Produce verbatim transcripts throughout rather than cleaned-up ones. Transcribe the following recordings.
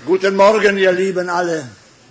Guten Morgen, ihr Lieben alle.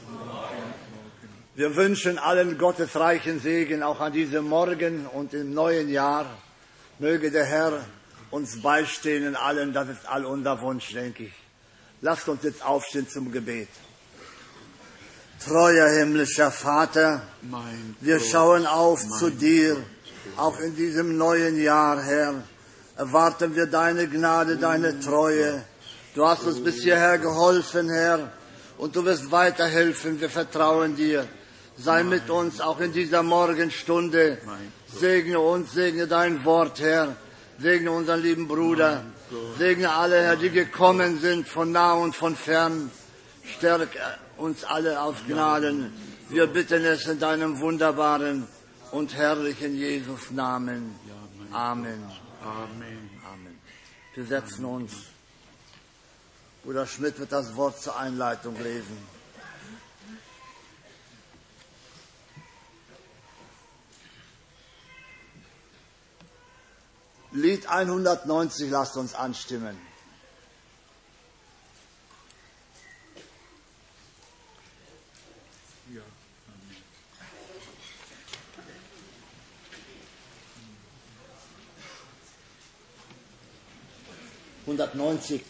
Wir wünschen allen Gottes reichen Segen auch an diesem Morgen und im neuen Jahr. Möge der Herr uns beistehen in allen, das ist all unser Wunsch, denke ich. Lasst uns jetzt aufstehen zum Gebet. Treuer himmlischer Vater, wir schauen auf zu dir, auch in diesem neuen Jahr, Herr. Erwarten wir deine Gnade, deine Treue. Du hast uns bis hierher geholfen, Herr, und du wirst weiterhelfen. Wir vertrauen dir. Sei mit uns auch in dieser Morgenstunde. Segne uns, segne dein Wort, Herr. Segne unseren lieben Bruder. Segne alle, Herr, die gekommen sind, von nah und von fern. Stärke uns alle auf Gnaden. Wir bitten es in deinem wunderbaren und herrlichen Jesus Namen. Amen. Amen. Amen. Wir setzen uns. Bruder Schmidt wird das Wort zur Einleitung lesen. Lied hundertneunzig, lasst uns anstimmen. Ja. hundertneunzig.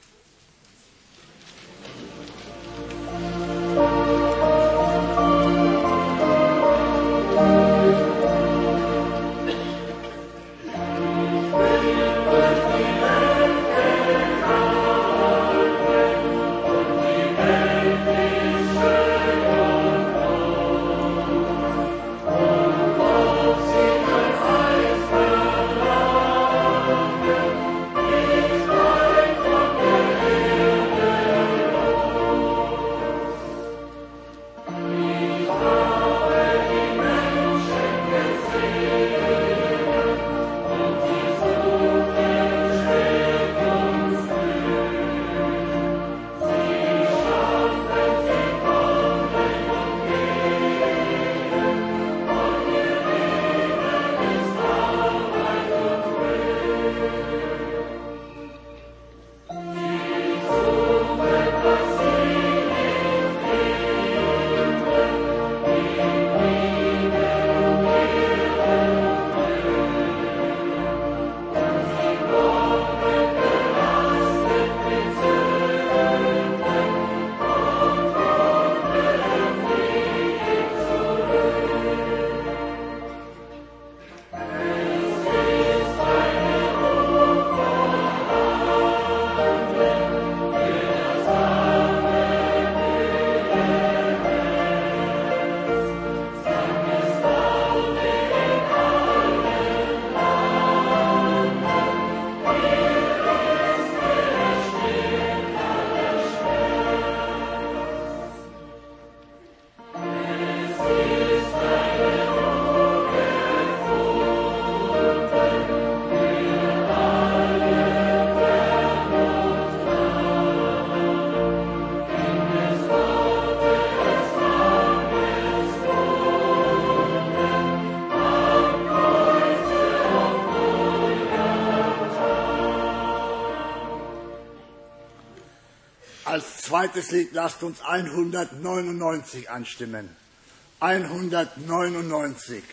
Zweites Lied, lasst uns hundertneunundneunzig anstimmen. hundertneunundneunzig.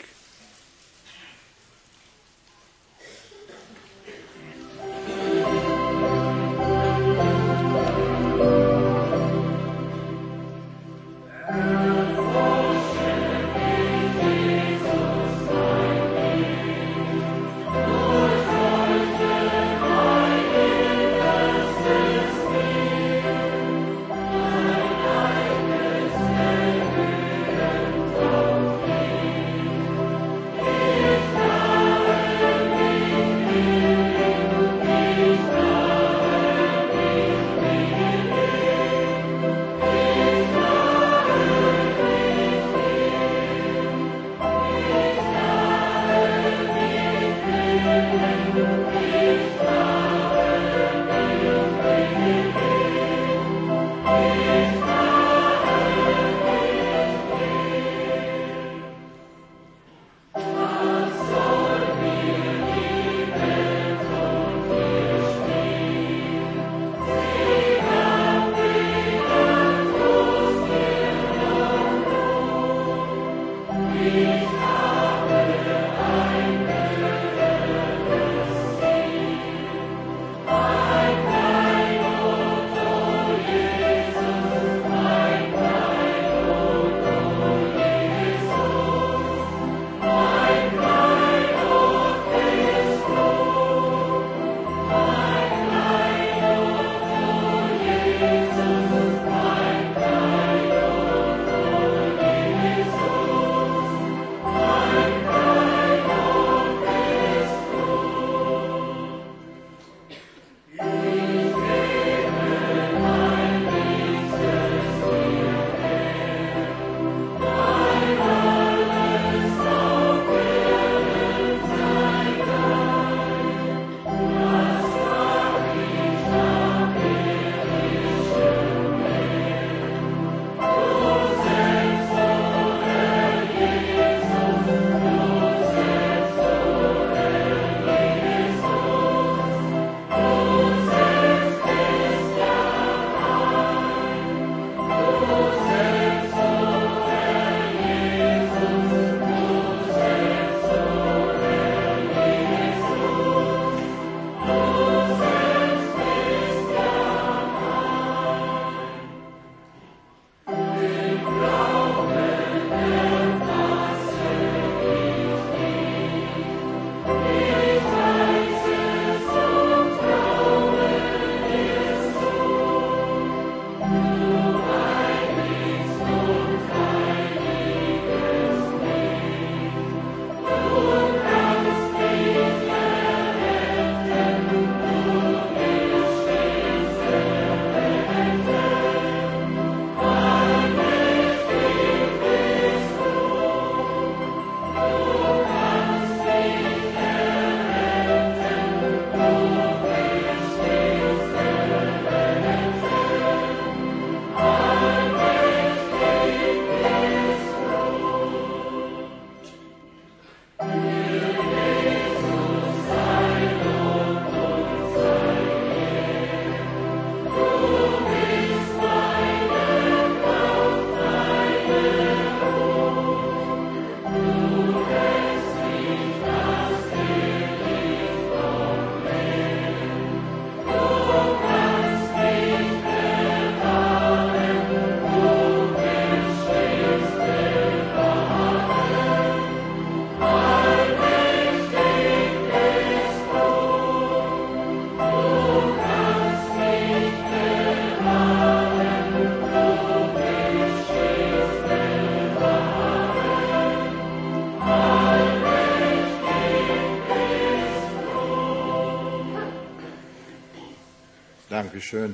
Dankeschön.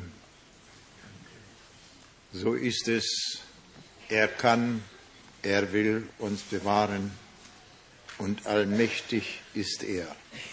So ist es. Er kann, er will uns bewahren und allmächtig ist er.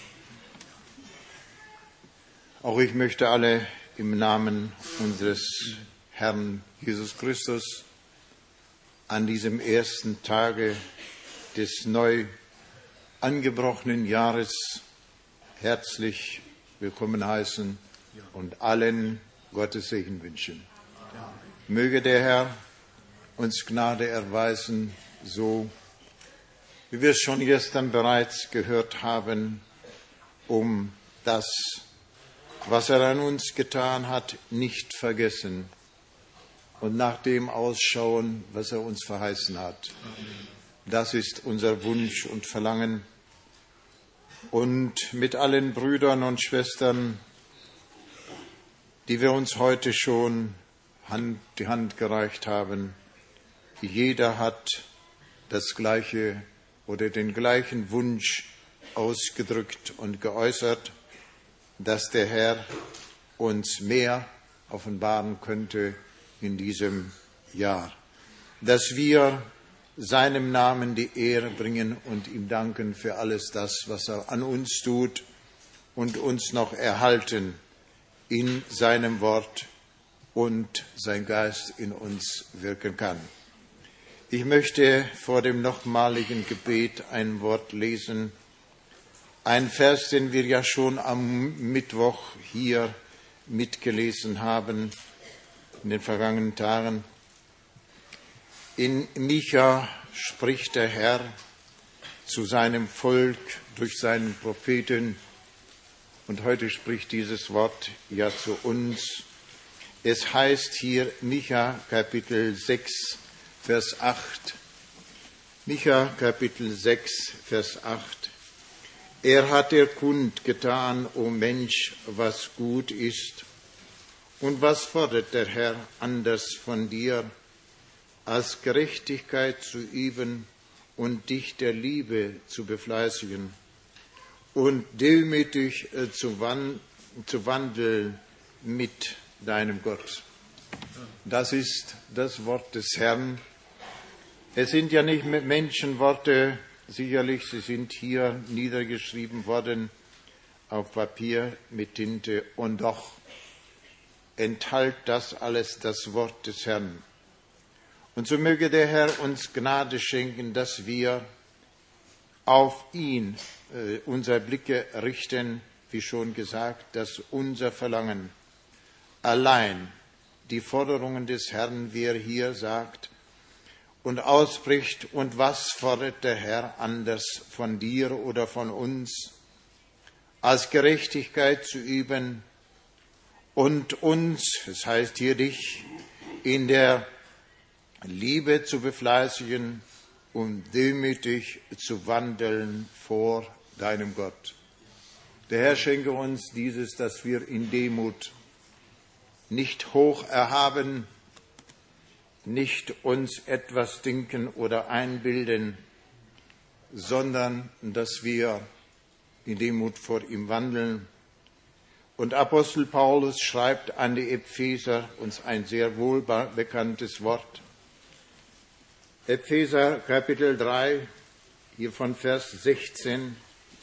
Auch ich möchte alle im Namen unseres Herrn Jesus Christus an diesem ersten Tage des neu angebrochenen Jahres herzlich willkommen heißen und allen Gottes Segen wünschen. Möge der Herr uns Gnade erweisen, so wie wir es schon gestern bereits gehört haben, um das, was er an uns getan hat, nicht vergessen und nach dem ausschauen, was er uns verheißen hat. Das ist unser Wunsch und Verlangen. Und mit allen Brüdern und Schwestern, die wir uns heute schon Hand, die Hand gereicht haben, jeder hat das gleiche oder den gleichen Wunsch ausgedrückt und geäußert, dass der Herr uns mehr offenbaren könnte in diesem Jahr, dass wir seinem Namen die Ehre bringen und ihm danken für alles das, was er an uns tut und uns noch erhalten in seinem Wort und sein Geist in uns wirken kann. Ich möchte vor dem nochmaligen Gebet ein Wort lesen, ein Vers, den wir ja schon am Mittwoch hier mitgelesen haben, in den vergangenen Tagen. In Micha spricht der Herr zu seinem Volk durch seinen Propheten und heute spricht dieses Wort ja zu uns. Es heißt hier Micha Kapitel sechs, Vers acht. Micha Kapitel sechs, Vers acht. Er hat dir kundgetan, o Mensch, was gut ist. Und was fordert der Herr anders von dir, als Gerechtigkeit zu üben und dich der Liebe zu befleißigen und demütig zu wandeln mit deinem Gott. Das ist das Wort des Herrn. Es sind ja nicht Menschenworte, sicherlich, sie sind hier niedergeschrieben worden auf Papier mit Tinte und doch enthält das alles das Wort des Herrn. Und so möge der Herr uns Gnade schenken, dass wir auf ihn äh, unsere Blicke richten, wie schon gesagt, dass unser Verlangen allein die Forderungen des Herrn, wie er hier sagt, und ausbricht, und was fordert der Herr anders von dir oder von uns, als Gerechtigkeit zu üben und uns, das heißt hier dich, in der Liebe zu befleißigen und demütig zu wandeln vor deinem Gott. Der Herr schenke uns dieses, dass wir in Demut nicht hoch erhaben, nicht uns etwas denken oder einbilden, sondern dass wir in Demut vor ihm wandeln. Und Apostel Paulus schreibt an die Epheser uns ein sehr wohl bekanntes Wort. Epheser Kapitel drei, hier von Vers sechzehn.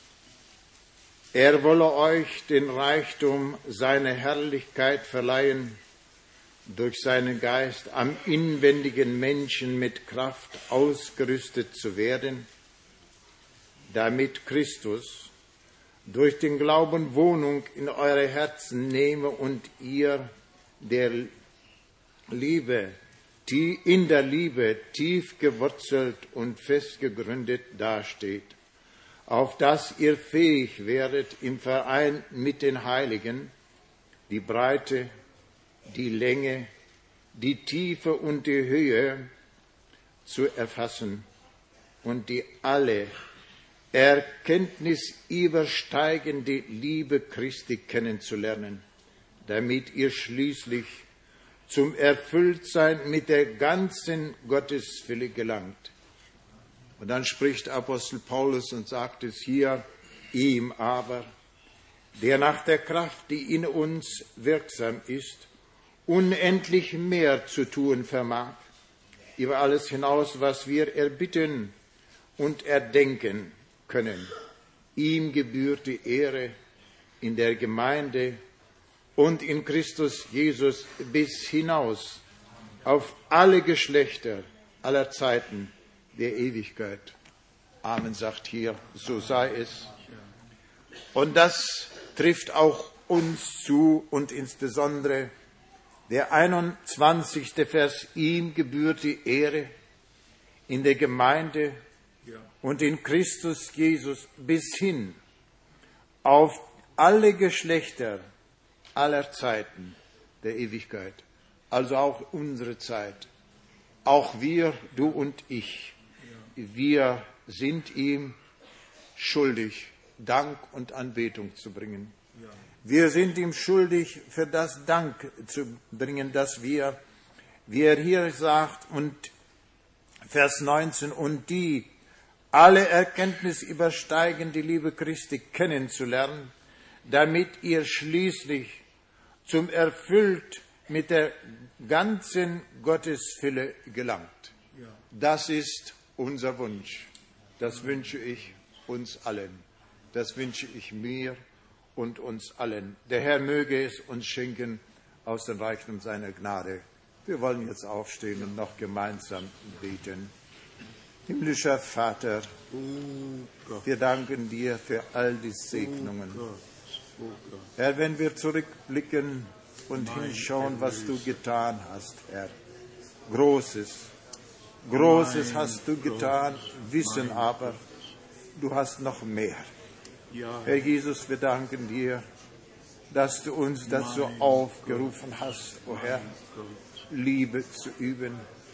Er wolle euch den Reichtum seiner Herrlichkeit verleihen, durch seinen Geist am inwendigen Menschen mit Kraft ausgerüstet zu werden, damit Christus durch den Glauben Wohnung in eure Herzen nehme und ihr der Liebe, die in der Liebe tief gewurzelt und fest gegründet dasteht, auf dass ihr fähig werdet, im Verein mit den Heiligen die Breite, die Länge, die Tiefe und die Höhe zu erfassen und die alle Erkenntnis übersteigende Liebe Christi kennenzulernen, damit ihr schließlich zum Erfülltsein mit der ganzen Gottesfülle gelangt. Und dann spricht Apostel Paulus und sagt es hier, ihm aber, der nach der Kraft, die in uns wirksam ist, unendlich mehr zu tun vermag, über alles hinaus, was wir erbitten und erdenken können. Ihm gebührt die Ehre in der Gemeinde und in Christus Jesus bis hinaus auf alle Geschlechter aller Zeiten der Ewigkeit. Amen, sagt hier, so sei es. Und das trifft auch uns zu und insbesondere der einundzwanzigste Vers. Ihm gebührt die Ehre in der Gemeinde und in Christus Jesus bis hin auf alle Geschlechter aller Zeiten der Ewigkeit. Also auch unsere Zeit. Auch wir, du und ich, wir sind ihm schuldig, Dank und Anbetung zu bringen. Wir sind ihm schuldig, für das Dank zu bringen, dass wir, wie er hier sagt, und Vers neunzehn, und die alle Erkenntnis übersteigen, die Liebe Christi kennenzulernen, damit ihr schließlich zum Erfüllt mit der ganzen Gottesfülle gelangt. Das ist unser Wunsch. Das wünsche ich uns allen. Das wünsche ich mir und uns allen. Der Herr möge es uns schenken aus dem Reichtum seiner Gnade. Wir wollen jetzt aufstehen und noch gemeinsam beten. Himmlischer Vater, wir danken dir für all die Segnungen. Herr, wenn wir zurückblicken und hinschauen, was du getan hast, Herr, Großes, Großes hast du getan, wissen aber, du hast noch mehr. Herr Jesus, wir danken dir, dass du uns dazu aufgerufen hast, o Herr, Liebe zu üben.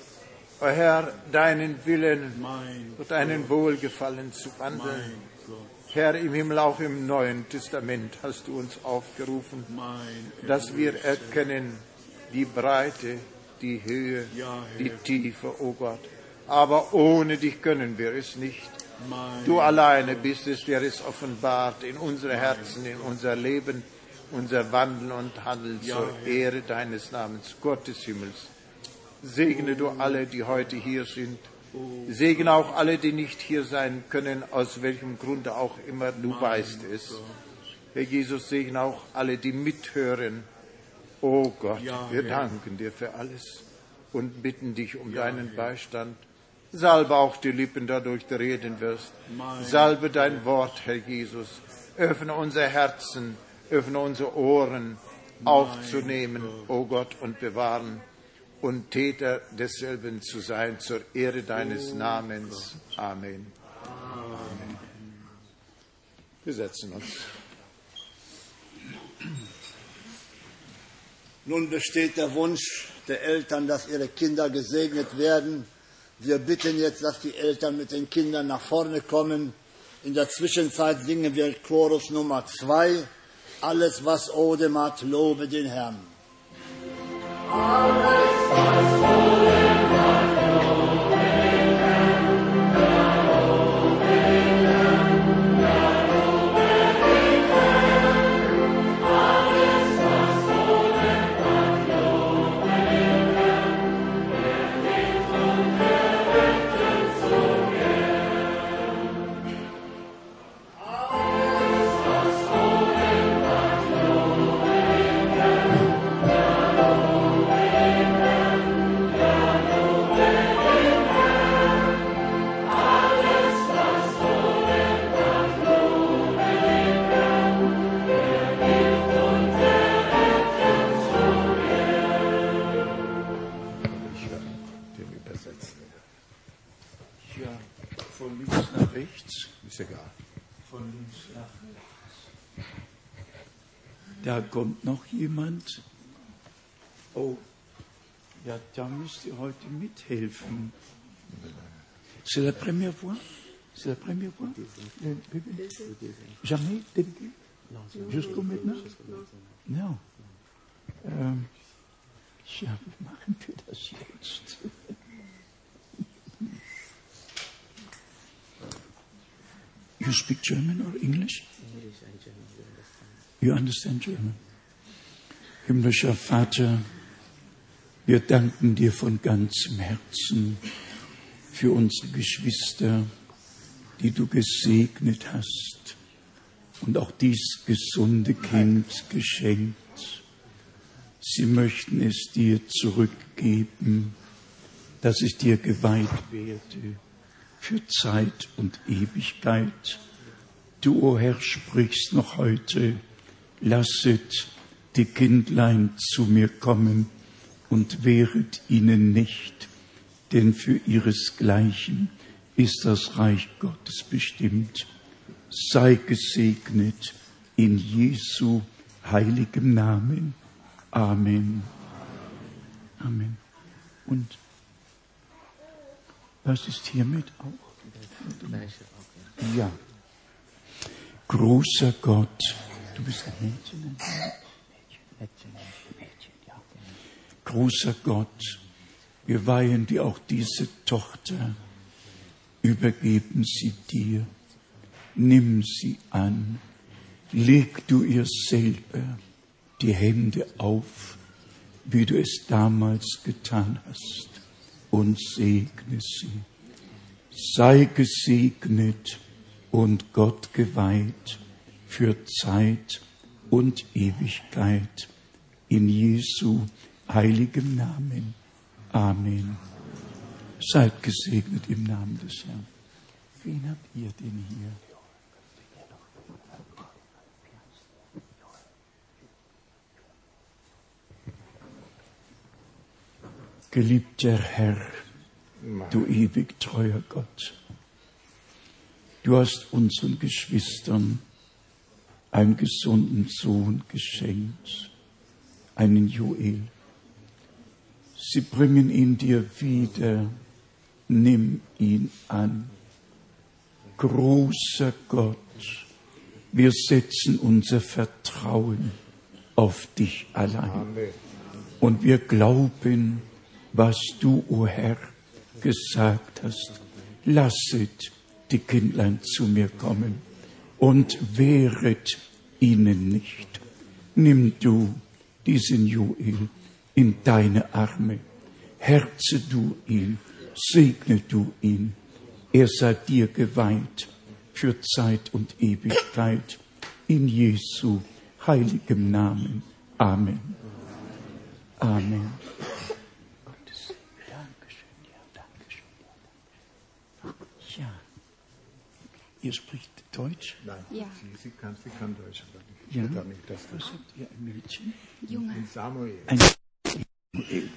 O Herr, deinen Willen und deinen Wohlgefallen zu wandeln. Herr, im Himmel, auch im Neuen Testament hast du uns aufgerufen, dass wir erkennen die Breite, die Höhe, die Tiefe, o Gott. Aber ohne dich können wir es nicht. Du alleine bist es, der es offenbart in unsere Herzen, in unser Leben, unser Wandeln und Handeln zur Ehre deines Namens, Gott des Himmels. Segne du alle, die heute hier sind. Segne auch alle, die nicht hier sein können, aus welchem Grunde auch immer, du weißt es. Herr Jesus, segne auch alle, die mithören. O Gott, wir danken dir für alles und bitten dich um deinen Beistand. Salbe auch die Lippen, dadurch du reden wirst. Salbe dein Wort, Herr Jesus. Öffne unser Herzen, öffne unsere Ohren, aufzunehmen, o Gott, und bewahren und Täter desselben zu sein, zur Ehre deines Namens. Amen. Amen. Wir setzen uns. Nun besteht der Wunsch der Eltern, dass ihre Kinder gesegnet werden. Wir bitten jetzt, dass die Eltern mit den Kindern nach vorne kommen. In der Zwischenzeit singen wir Chorus Nummer zwei. Alles, was Odem hat, lobe den Herrn. Alles, was Odem hat, lobe den Herrn. Ja, lobe den Herrn. Ja, lobe den Herrn. Alles, was Odem hat, lobe den Herrn. Er hilft und er rettet so gern. Alles, was Odem hat, lobe den Herrn. Ja, lobe den Herrn. Ja, lobe den Herrn. Alles, was Odem hat, lobe den Herrn. Er hilft und er rettet so gern. Ich werde den übersetzen. Ja, von links nach rechts, ist egal. Von links nach rechts. Da kommt noch jemand. Oh, ja, da müsst ihr heute mithelfen. C'est la première fois? C'est la première fois? Le bébé? Jamais débuté? Jusqu'au maintenant? Non. Ähm, ja, wie machen wir das jetzt? You speak German or English? English and German, you understand. You understand German? Himmlischer Vater, wir danken dir von ganzem Herzen für unsere Geschwister, die du gesegnet hast und auch dies gesunde Kind geschenkt. Sie möchten es dir zurückgeben, dass es dir geweiht werde für Zeit und Ewigkeit. Du, o Herr, sprichst noch heute, lasset die Kindlein zu mir kommen und wehret ihnen nicht, denn für ihresgleichen ist das Reich Gottes bestimmt. Sei gesegnet in Jesu heiligem Namen. Amen. Amen. Und was ist hiermit auch? Ja. Großer Gott. Du bist ein Mädchen, ein Mädchen, Mädchen, ja. Großer Gott, wir weihen dir auch diese Tochter, übergeben sie dir, nimm sie an, leg du ihr selber die Hände auf, wie du es damals getan hast, und segne sie. Sei gesegnet und Gott geweiht für Zeit und Ewigkeit. In Jesu heiligem Namen. Amen. Seid gesegnet im Namen des Herrn. Wen habt ihr denn hier? Geliebter Herr, du ewig treuer Gott, du hast unseren Geschwistern einen gesunden Sohn geschenkt, einen Joel. Sie bringen ihn dir wieder, nimm ihn an. Großer Gott, wir setzen unser Vertrauen auf dich allein. Amen. Und wir glauben, was du, o Herr, gesagt hast. Lasset die Kindlein zu mir kommen und wehret ihnen nicht. Nimm du diesen Joel in deine Arme, herze du ihn, segne du ihn. Er sei dir geweiht für Zeit und Ewigkeit. In Jesu heiligem Namen. Amen. Amen. Ja. Ihr spricht Deutsch? Nein, Ja. sie, sie, kann, sie kann Deutsch, aber ich Ja. ja. nicht, dass Was habt ihr, ein Mädchen? Junge. Samuel. Ein Samuel.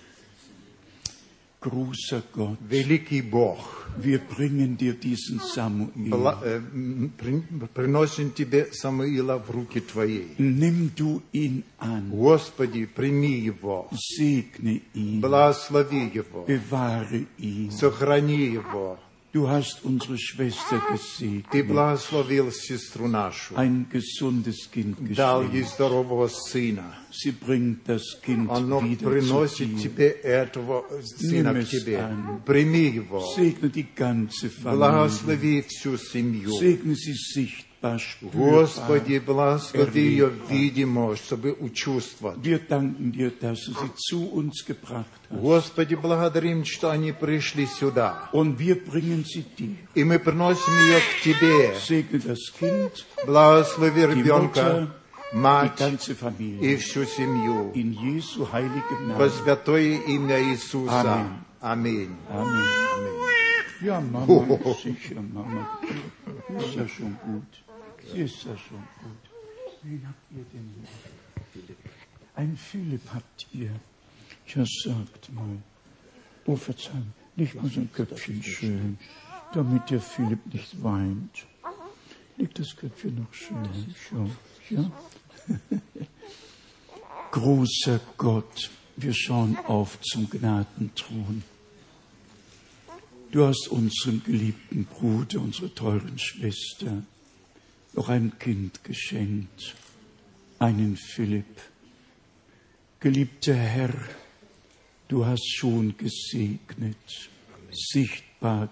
Großer Gott, Великий Бог, wir bringen dir diesen Samuel. бла- э, м, при- приносим тебе Самуила в руки твои. Nimm du ihn an, Господи, прими его, segne ihn, благослови его, bewahre ihn. сохрани его. Du hast unsere Schwester Ты gesegnet, благословил сестру нашу, ein gesundes Kind дал ей geschenkt. здорового сына. Sie bringt das Kind Оно wieder zu приносит dir. тебе этого сына Nimm к es тебе. an. Прими его. Segne die ganze Familie. Благослови всю семью. Segne sie sichtbar, spürbar. Господи, благослови ее видимо, чтобы учувствовать. Wir danken dir, dass du sie zu uns gebracht hast. Господи, благодарим, что они пришли сюда. Und wir bringen sie dir. И мы приносим ее к Тебе. Segne das Kind, Благослови die ребенка, Mutter, die мать ganze и Familie. всю семью. In Jesu heiligem Во Namen. святое имя Иисуса. Amen. Аминь. Amen. Ja, Mama, sicher, Mama. Ist ja schon gut. Ist ja schon gut. Wen habt ihr denn hier? Ein Philipp habt ihr. Ja, sagt mal. Oh, Verzeihung. Leg mal so ein Köpfchen schön, damit der Philipp nicht weint. Leg das Köpfchen noch schön. Schon. Ja? Großer Gott, wir schauen auf zum Gnadenthron. Du hast unserem geliebten Bruder, unserer teuren Schwester, noch ein Kind geschenkt, einen Philipp. Geliebter Herr, du hast schon gesegnet, sichtbar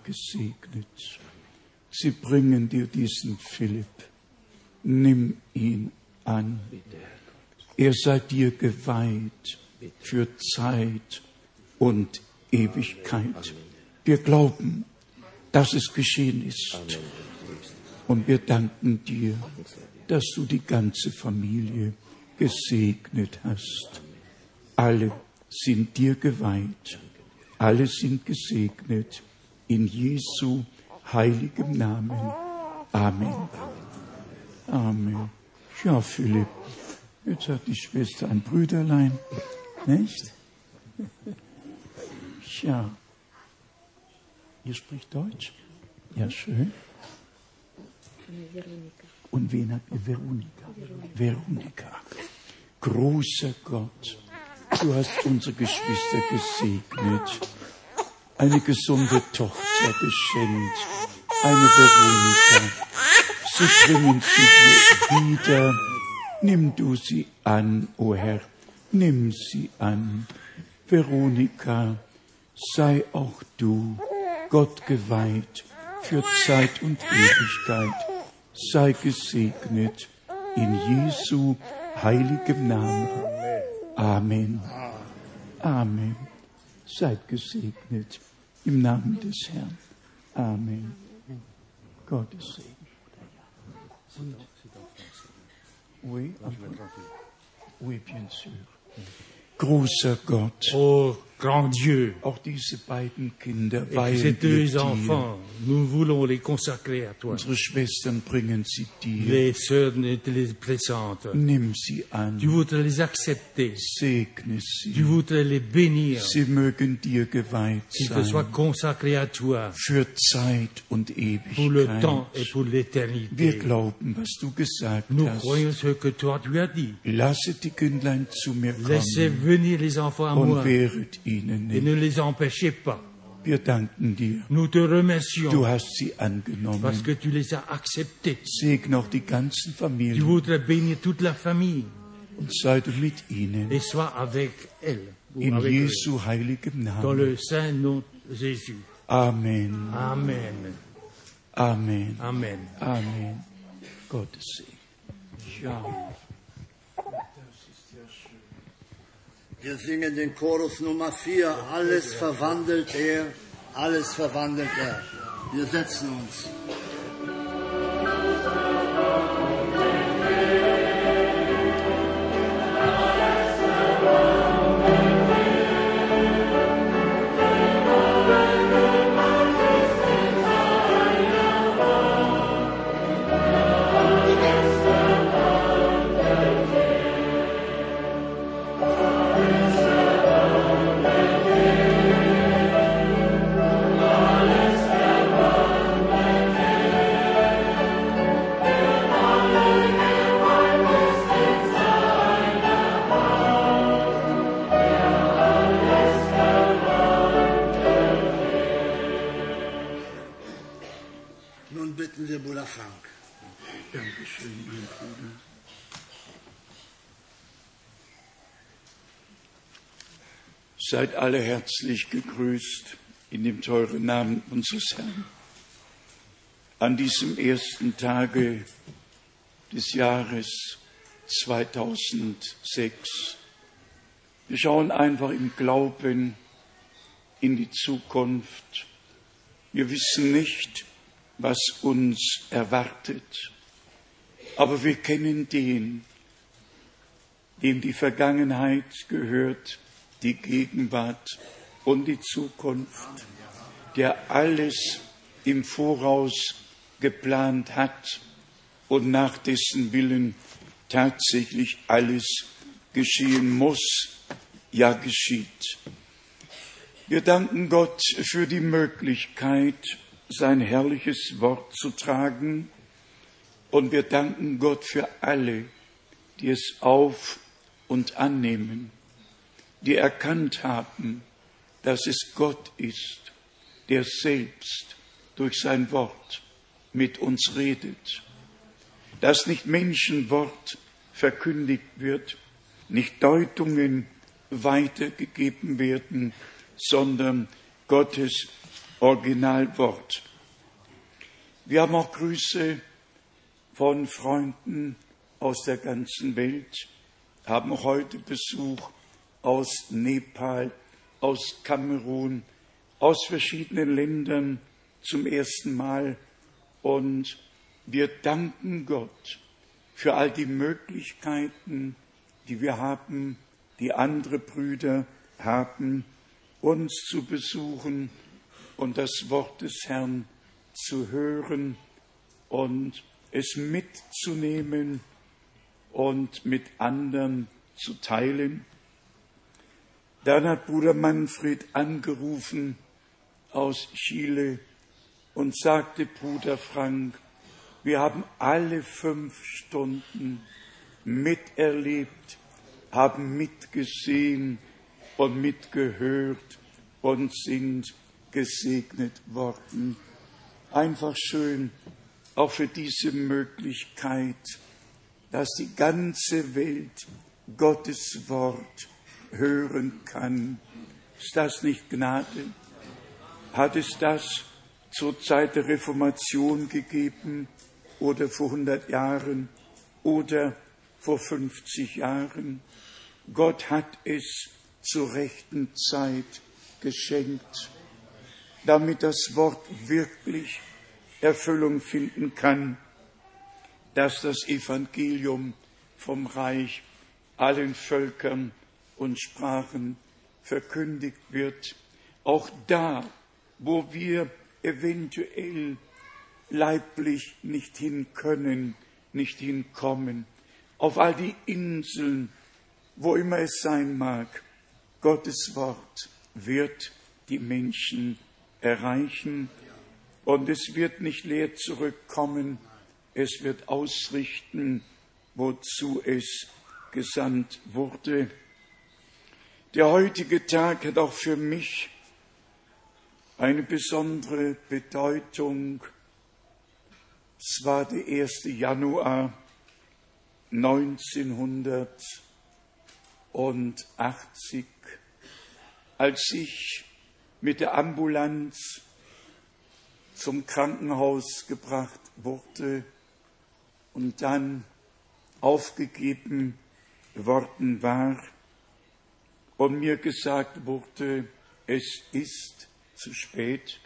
gesegnet. Sie bringen dir diesen Philipp. Nimm ihn an. Er sei dir geweiht für Zeit und Ewigkeit. Wir glauben, dass es geschehen ist. Und wir danken dir, dass du die ganze Familie gesegnet hast. Alle sind dir geweiht. Alle sind gesegnet. In Jesu heiligem Namen. Amen. Amen. Ja, Philipp, jetzt hat die Schwester ein Brüderlein, nicht? Ja. Ihr spricht Deutsch? Ja, schön. Und wen habt ihr? Veronika. Veronika. Großer Gott, du hast unsere Geschwister gesegnet, eine gesunde Tochter geschenkt, eine Veronika. Sie bringen sie dir wieder. Nimm du sie an, o Herr, nimm sie an. Veronika, sei auch du Gott geweiht für Zeit und Ewigkeit. Sei gesegnet in Jesu heiligem Namen. Amen. Amen. Seid gesegnet im Namen des Herrn. Amen. Gottes Segen. Oui, oui, bien sûr. Großer Gott. Oh, grand Dieu. Auch diese beiden Kinder Et weihen ces wir deux dir. enfants, nous voulons les consacrer à toi. Unsere Schwestern bringen sie dir. Les sœurs ne te les présentes. Nimm sie an. Tu voudrais les accepter. Segne sie. Tu voudrais les bénir. Sie mögen dir geweiht Qu'ils te soient sein. consacrés à toi Für Zeit und pour le temps et Ewigkeit. pour Wir l'éternité. glauben, was du gesagt Nous hast. croyons ce que toi tu as dit. Lasset die Kindlein zu mir Laissez kommen venir les enfants à und moi wehret ihnen et nicht. ne les empêchez pas. Wir danken dir. Nous te Du remercions hast sie parce angenommen. que tu les as acceptés. Segne auch die ganzen Tu Familien voudrais bénir toute la famille und sei du mit ihnen. et sois avec elles ou In avec eux. Jesu heiligem Dans Namen. le saint nom de Jésus. Amen. Amen. Amen. Amen. Amen. Gottes Segen. Ja. Wir singen den Chorus Nummer vier. Alles verwandelt er, alles verwandelt er. Wir setzen uns. Nun bitten wir Bruder Frank. Dankeschön, mein Bruder. Seid alle herzlich gegrüßt in dem teuren Namen unseres Herrn. An diesem ersten Tage des Jahres zweitausendsechs. Wir schauen einfach im Glauben in die Zukunft. Wir wissen nicht, was uns erwartet. Aber wir kennen den, dem die Vergangenheit gehört, die Gegenwart und die Zukunft, der alles im Voraus geplant hat und nach dessen Willen tatsächlich alles geschehen muss, ja geschieht. Wir danken Gott für die Möglichkeit, sein herrliches Wort zu tragen, und wir danken Gott für alle, die es auf und annehmen, die erkannt haben, dass es Gott ist, der selbst durch sein Wort mit uns redet, dass nicht Menschenwort verkündigt wird, nicht Deutungen weitergegeben werden, sondern Gottes Originalwort. Wir haben auch Grüße von Freunden aus der ganzen Welt, haben heute Besuch aus Nepal, aus Kamerun, aus verschiedenen Ländern zum ersten Mal. Und wir danken Gott für all die Möglichkeiten, die wir haben, die andere Brüder haben, uns zu besuchen und das Wort des Herrn zu hören und es mitzunehmen und mit anderen zu teilen. Dann hat Bruder Manfred angerufen aus Chile und sagte: Bruder Frank, wir haben alle fünf Stunden miterlebt, haben mitgesehen und mitgehört und sind gesegnet worden. Einfach schön, auch für diese Möglichkeit, dass die ganze Welt Gottes Wort hören kann. Ist das nicht Gnade? Hat es das zur Zeit der Reformation gegeben oder vor hundert Jahren oder vor fünfzig Jahren? Gott hat es zur rechten Zeit geschenkt, damit das Wort wirklich Erfüllung finden kann, dass das Evangelium vom Reich allen Völkern und Sprachen verkündigt wird. Auch da, wo wir eventuell leiblich nicht hin können, nicht hinkommen, auf all die Inseln, wo immer es sein mag, Gottes Wort wird die Menschen erreichen und es wird nicht leer zurückkommen, es wird ausrichten, wozu es gesandt wurde. Der heutige Tag hat auch für mich eine besondere Bedeutung. Es war der erste Januar neunzehnhundertachtzig, als ich mit der Ambulanz zum Krankenhaus gebracht wurde und dann aufgegeben worden war und mir gesagt wurde, es ist zu spät.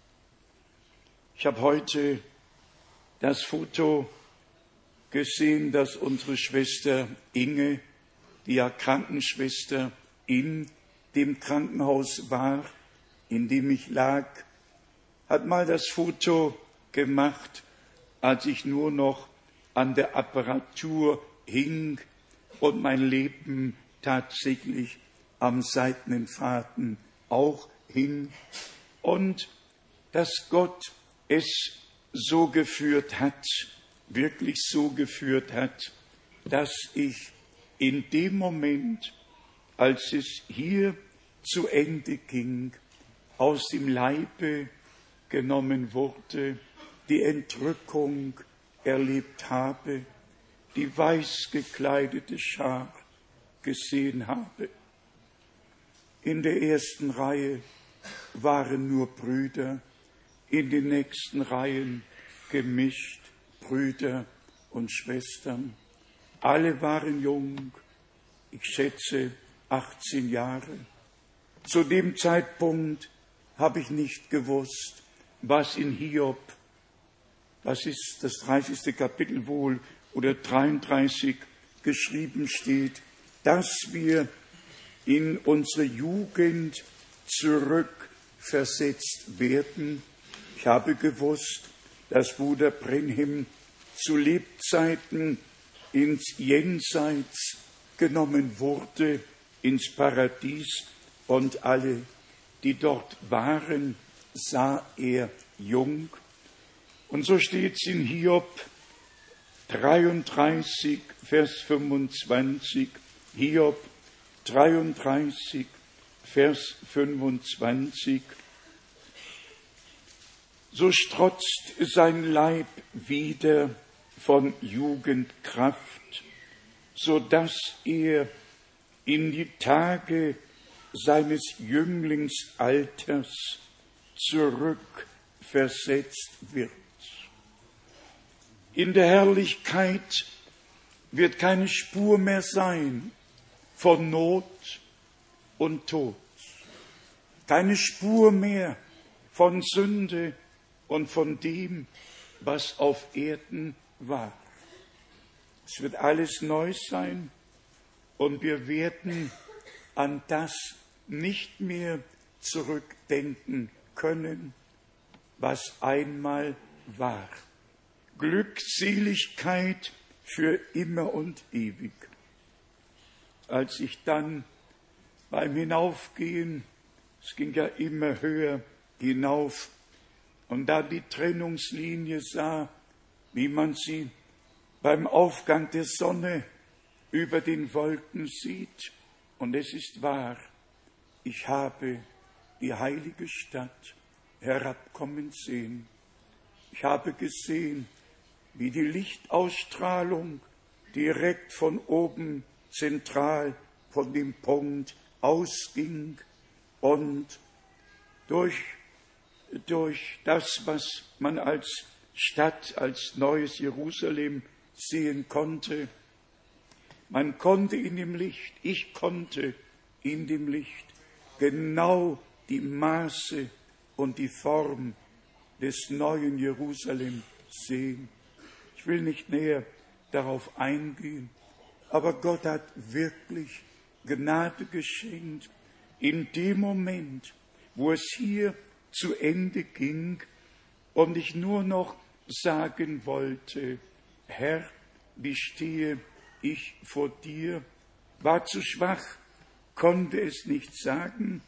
Ich habe heute das Foto gesehen, dass unsere Schwester Inge, die ja Krankenschwester in dem Krankenhaus war, in dem ich lag, hat mal das Foto gemacht, als ich nur noch an der Apparatur hing und mein Leben tatsächlich am seidenen Faden auch hing. Und dass Gott es so geführt hat, wirklich so geführt hat, dass ich in dem Moment, als es hier zu Ende ging, aus dem Leibe genommen wurde, die Entrückung erlebt habe, die weiß gekleidete Schar gesehen habe. In der ersten Reihe waren nur Brüder, in den nächsten Reihen gemischt Brüder und Schwestern. Alle waren jung, ich schätze achtzehn Jahre. Zu dem Zeitpunkt habe ich nicht gewusst, was in Hiob, was ist das dreißigste Kapitel wohl, oder dreiunddreißig geschrieben steht, dass wir in unsere Jugend zurückversetzt werden. Ich habe gewusst, dass Bruder Brenhem zu Lebzeiten ins Jenseits genommen wurde, ins Paradies, und alle, die dort waren, sah er jung. Und so steht es in Hiob dreiunddreißig, Vers fünfundzwanzig, Hiob dreiunddreißig, Vers fünfundzwanzig. So strotzt sein Leib wieder von Jugendkraft, so dass er in die Tage seines Jünglingsalters zurückversetzt wird. In der Herrlichkeit wird keine Spur mehr sein von Not und Tod. Keine Spur mehr von Sünde und von dem, was auf Erden war. Es wird alles neu sein und wir werden an das nicht mehr zurückdenken können, was einmal war. Glückseligkeit für immer und ewig. Als ich dann beim Hinaufgehen, es ging ja immer höher hinauf, und da die Trennungslinie sah, wie man sie beim Aufgang der Sonne über den Wolken sieht, und es ist wahr, ich habe die heilige Stadt herabkommen sehen. Ich habe gesehen, wie die Lichtausstrahlung direkt von oben zentral von dem Punkt ausging und durch, durch das, was man als Stadt, als neues Jerusalem sehen konnte, man konnte in dem Licht, ich konnte in dem Licht genau die Maße und die Form des neuen Jerusalem sehen. Ich will nicht näher darauf eingehen, aber Gott hat wirklich Gnade geschenkt. In dem Moment, wo es hier zu Ende ging und ich nur noch sagen wollte, Herr, wie stehe ich vor dir, war zu schwach, konnte es nicht sagen,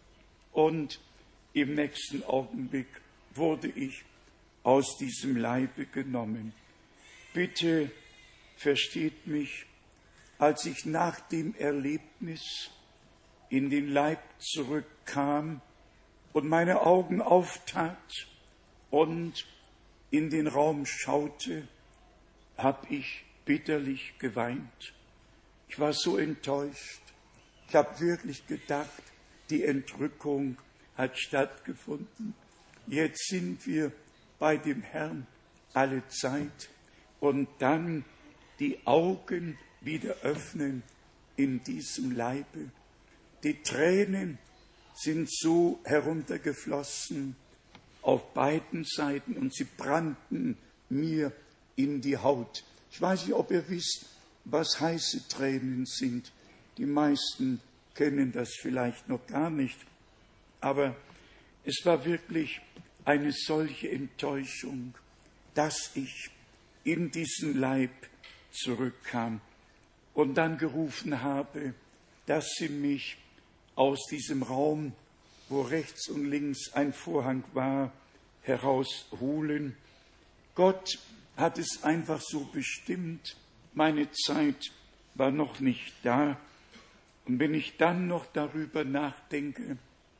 und im nächsten Augenblick wurde ich aus diesem Leibe genommen. Bitte versteht mich, als ich nach dem Erlebnis in den Leib zurückkam und meine Augen auftat und in den Raum schaute, habe ich bitterlich geweint. Ich war so enttäuscht. Ich habe wirklich gedacht, die Entrückung hat stattgefunden. Jetzt sind wir bei dem Herrn alle Zeit und dann die Augen wieder öffnen in diesem Leibe. Die Tränen sind so heruntergeflossen auf beiden Seiten und sie brannten mir in die Haut. Ich weiß nicht, ob ihr wisst, was heiße Tränen sind. Die meisten kennen das vielleicht noch gar nicht. Aber es war wirklich eine solche Enttäuschung, dass ich in diesen Leib zurückkam und dann gerufen habe, dass sie mich aus diesem Raum, wo rechts und links ein Vorhang war, herausholen. Gott hat es einfach so bestimmt. Meine Zeit war noch nicht da. Und wenn ich dann noch darüber nachdenke,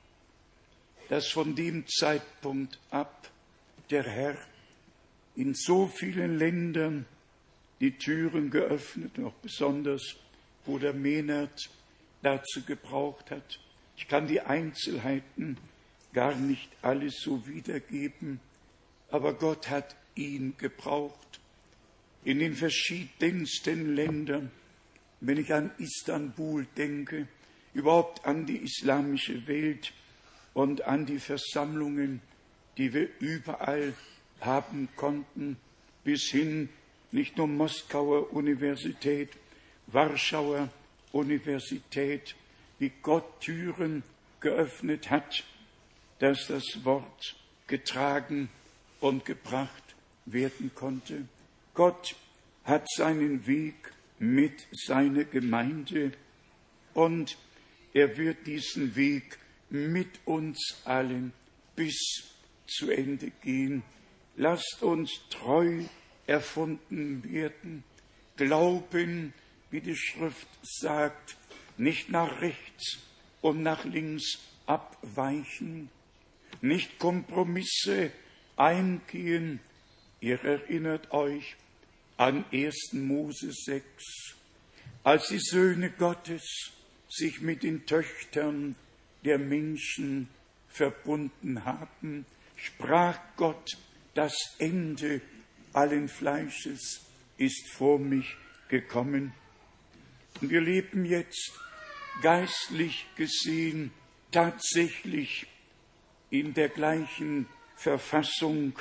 dass von dem Zeitpunkt ab der Herr in so vielen Ländern die Türen geöffnet, noch besonders Bruder Mehnert dazu gebraucht hat. Ich kann die Einzelheiten gar nicht alles so wiedergeben, aber Gott hat ihn gebraucht in den verschiedensten Ländern. Wenn ich an Istanbul denke, überhaupt an die islamische Welt und an die Versammlungen, die wir überall haben konnten, bis hin nicht nur Moskauer Universität, Warschauer Universität, wie Gott Türen geöffnet hat, dass das Wort getragen und gebracht werden konnte. Gott hat seinen Weg mit seiner Gemeinde und er wird diesen Weg mit uns allen bis zu Ende gehen. Lasst uns treu erfunden werden, glauben, wie die Schrift sagt, nicht nach rechts und nach links abweichen, nicht Kompromisse eingehen. Ihr erinnert euch an ersten Mose sechs, als die Söhne Gottes sich mit den Töchtern der Menschen verbunden haben, sprach Gott, das Ende allen Fleisches ist vor mich gekommen. Und wir leben jetzt geistlich gesehen tatsächlich in der gleichen Verfassung.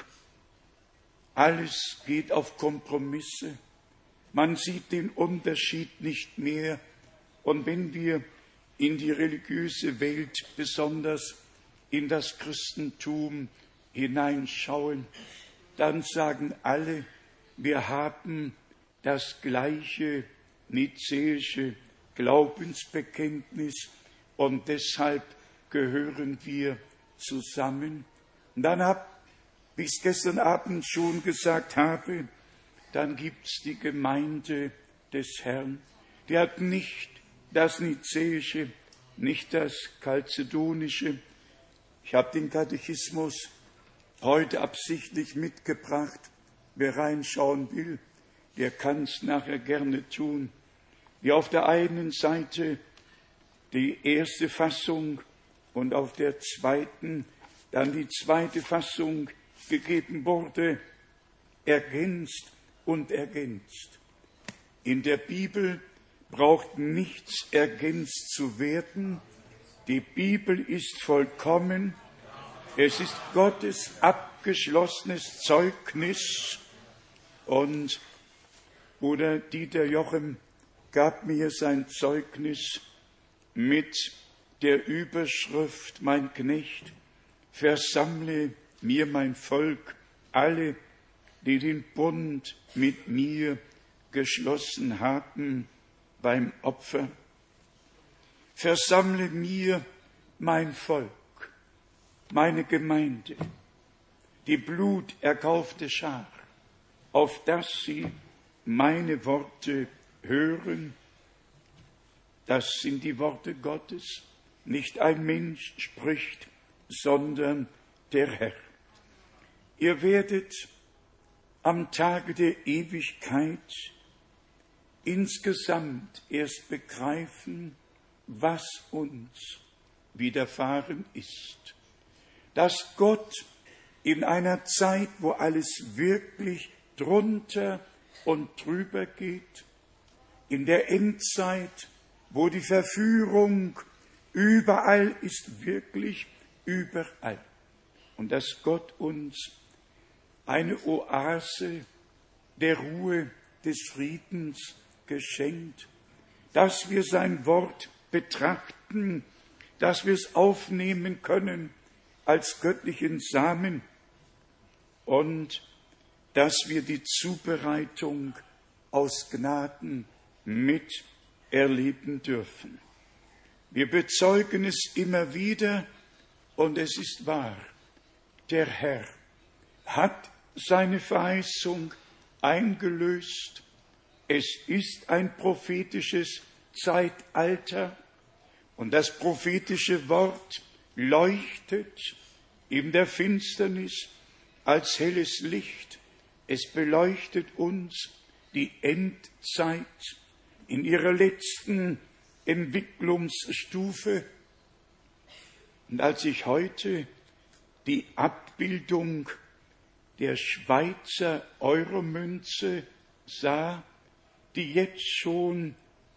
Alles geht auf Kompromisse. Man sieht den Unterschied nicht mehr. Und wenn wir in die religiöse Welt, besonders in das Christentum hineinschauen, dann sagen alle, wir haben das gleiche nizäische Glaubensbekenntnis und deshalb gehören wir zusammen. Und dann hab, wie ich es gestern Abend schon gesagt habe, dann gibt es die Gemeinde des Herrn. Die hat nicht das Nizäische, nicht das Chalzedonische. Ich habe den Katechismus heute absichtlich mitgebracht. Wer reinschauen will, der kann es nachher gerne tun. Wie auf der einen Seite die erste Fassung und auf der zweiten dann die zweite Fassung gegeben wurde, ergänzt und ergänzt. In der Bibel braucht nichts ergänzt zu werden. Die Bibel ist vollkommen. Es ist Gottes abgeschlossenes Zeugnis. Und Bruder Dieter Jochem gab mir sein Zeugnis mit der Überschrift, mein Knecht, versammle mir mein Volk, alle, die den Bund mit mir geschlossen haben beim Opfer. Versammle mir mein Volk, meine Gemeinde, die bluterkaufte Schar, auf dass sie meine Worte hören. Das sind die Worte Gottes. Nicht ein Mensch spricht, sondern der Herr. Ihr werdet am Tage der Ewigkeit insgesamt erst begreifen, was uns widerfahren ist. Dass Gott in einer Zeit, wo alles wirklich drunter und drüber geht, in der Endzeit, wo die Verführung überall ist, wirklich überall. Und dass Gott uns eine Oase der Ruhe, des Friedens geschenkt, dass wir sein Wort betrachten, dass wir es aufnehmen können als göttlichen Samen und dass wir die Zubereitung aus Gnaden miterleben dürfen. Wir bezeugen es immer wieder und es ist wahr. Der Herr hat seine Verheißung eingelöst. Es ist ein prophetisches Zeitalter und das prophetische Wort leuchtet in der Finsternis als helles Licht. Es beleuchtet uns die Endzeit in ihrer letzten Entwicklungsstufe. Und als ich heute die Abbildung der Schweizer Euromünze sah, die jetzt schon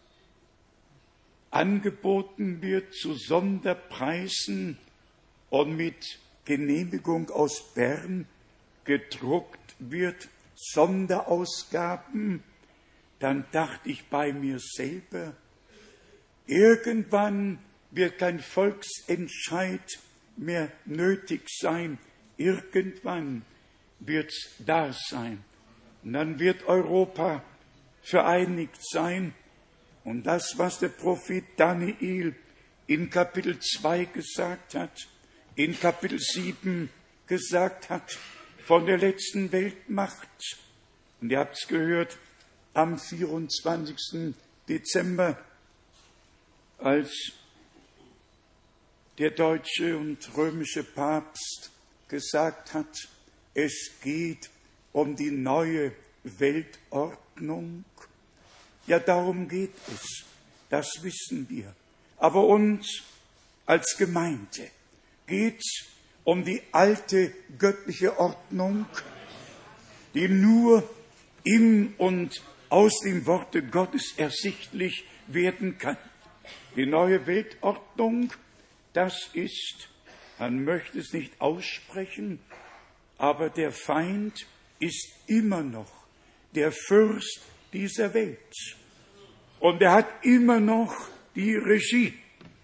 angeboten wird zu Sonderpreisen und mit Genehmigung aus Bern gedruckt wird, Sonderausgaben, dann dachte ich bei mir selber, irgendwann wird kein Volksentscheid mehr nötig sein. Irgendwann wird es da sein. Und dann wird Europa vereinigt sein. Und das, was der Prophet Daniel in Kapitel zwei gesagt hat, in Kapitel sieben gesagt hat, von der letzten Weltmacht. Und ihr habt es gehört, am vierundzwanzigsten Dezember, als der deutsche und römische Papst gesagt hat, es geht um die neue Weltordnung. Ja, darum geht es, das wissen wir. Aber uns als Gemeinde geht es um die alte göttliche Ordnung, die nur in und aus dem Worte Gottes ersichtlich werden kann. Die neue Weltordnung, das ist, man möchte es nicht aussprechen, aber der Feind ist immer noch der Fürst dieser Welt. Und er hat immer noch die Regie.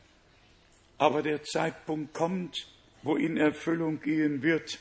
Aber der Zeitpunkt kommt, wo in Erfüllung gehen wird.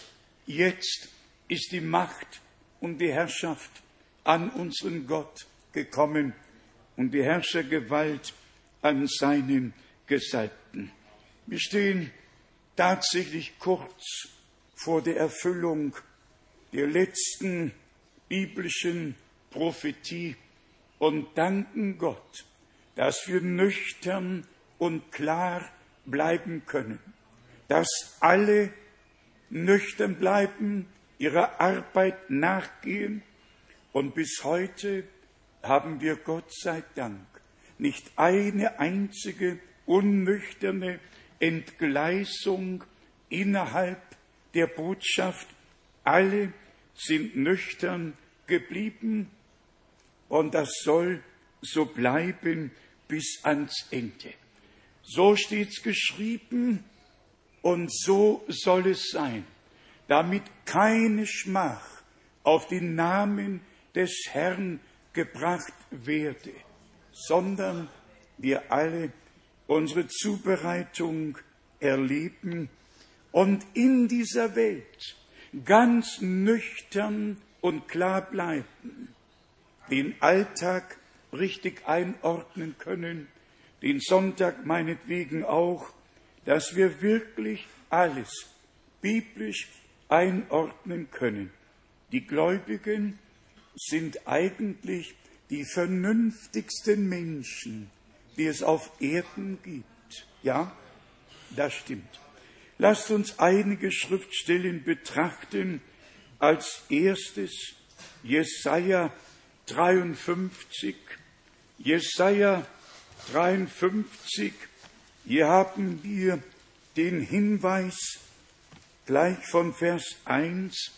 Jetzt ist die Macht und die Herrschaft an unseren Gott gekommen und die Herrschergewalt an seinen Gesalbten. Wir stehen tatsächlich kurz vor der Erfüllung der letzten biblischen Prophetie und danken Gott, dass wir nüchtern und klar bleiben können, dass alle nüchtern bleiben, ihrer Arbeit nachgehen. Und bis heute haben wir Gott sei Dank nicht eine einzige unnüchterne Entgleisung innerhalb der Botschaft. Alle sind nüchtern geblieben und das soll so bleiben bis ans Ende. So steht's geschrieben und so soll es sein, damit keine Schmach auf den Namen des Herrn gebracht werde, sondern wir alle unsere Zubereitung erleben und in dieser Welt ganz nüchtern und klar bleiben, den Alltag richtig einordnen können, den Sonntag meinetwegen auch, dass wir wirklich alles biblisch einordnen können. Die Gläubigen sind eigentlich die vernünftigsten Menschen, die es auf Erden gibt. Ja, das stimmt. Lasst uns einige Schriftstellen betrachten. Als erstes Jesaja dreiundfünfzig. Jesaja dreiundfünfzig. Hier haben wir den Hinweis gleich von Vers eins.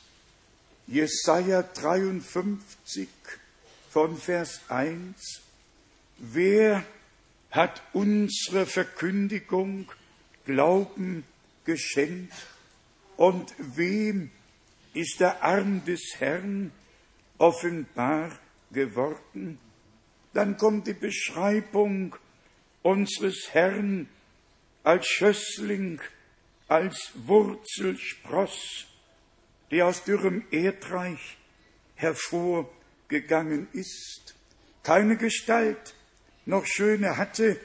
Jesaja dreiundfünfzig von Vers eins. Wer hat unsere Verkündigung Glauben geschenkt und wem ist der Arm des Herrn offenbar geworden? Dann kommt die Beschreibung unseres Herrn als Schössling, als Wurzelspross, der aus dürrem Erdreich hervorgegangen ist, keine Gestalt noch Schöne hatte.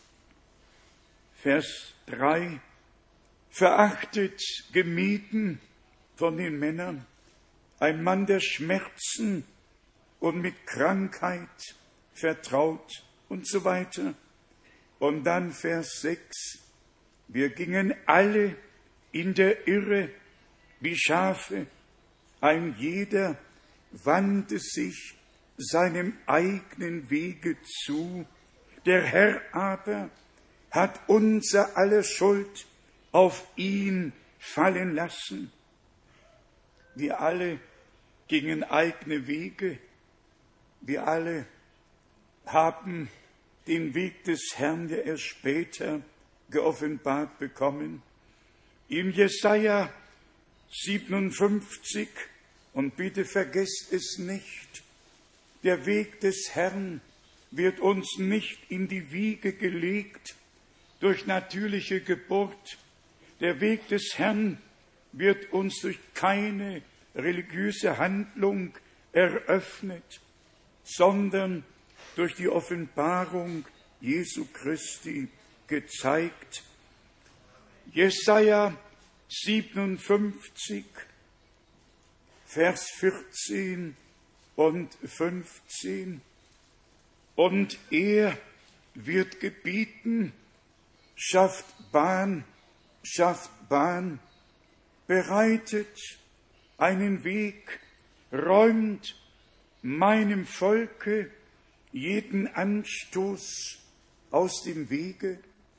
Vers drei, verachtet, gemieden von den Männern, ein Mann der Schmerzen und mit Krankheit vertraut und so weiter. Und dann Vers sechs, wir gingen alle in der Irre wie Schafe, ein jeder wandte sich seinem eigenen Wege zu, der Herr aber hat unser aller Schuld auf ihn fallen lassen. Wir alle gingen eigene Wege, wir alle haben den Weg des Herrn, der erst später geoffenbart bekommen. In Jesaja siebenundfünfzig, und bitte vergesst es nicht, der Weg des Herrn wird uns nicht in die Wiege gelegt durch natürliche Geburt. Der Weg des Herrn wird uns durch keine religiöse Handlung eröffnet, sondern durch die Offenbarung Jesu Christi gezeigt. Jesaja siebenundfünfzig, Vers vierzehn und fünfzehn. Und er wird gebieten, schafft Bahn, schafft Bahn, bereitet einen Weg, räumt meinem Volke jeden Anstoß aus dem Wege.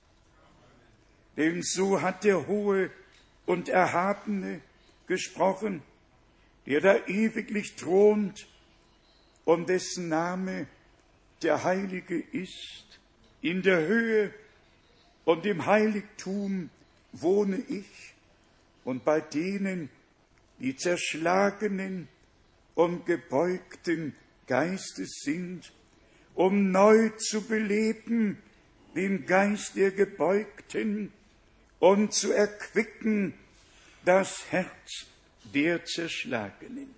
Denn so hat der Hohe und Erhabene gesprochen, der da ewiglich thront und dessen Name der Heilige ist. In der Höhe und im Heiligtum wohne ich, und bei denen, die zerschlagenen und gebeugten Geistes sind, um neu zu beleben den Geist der Gebeugten und zu erquicken das Herz der Zerschlagenen.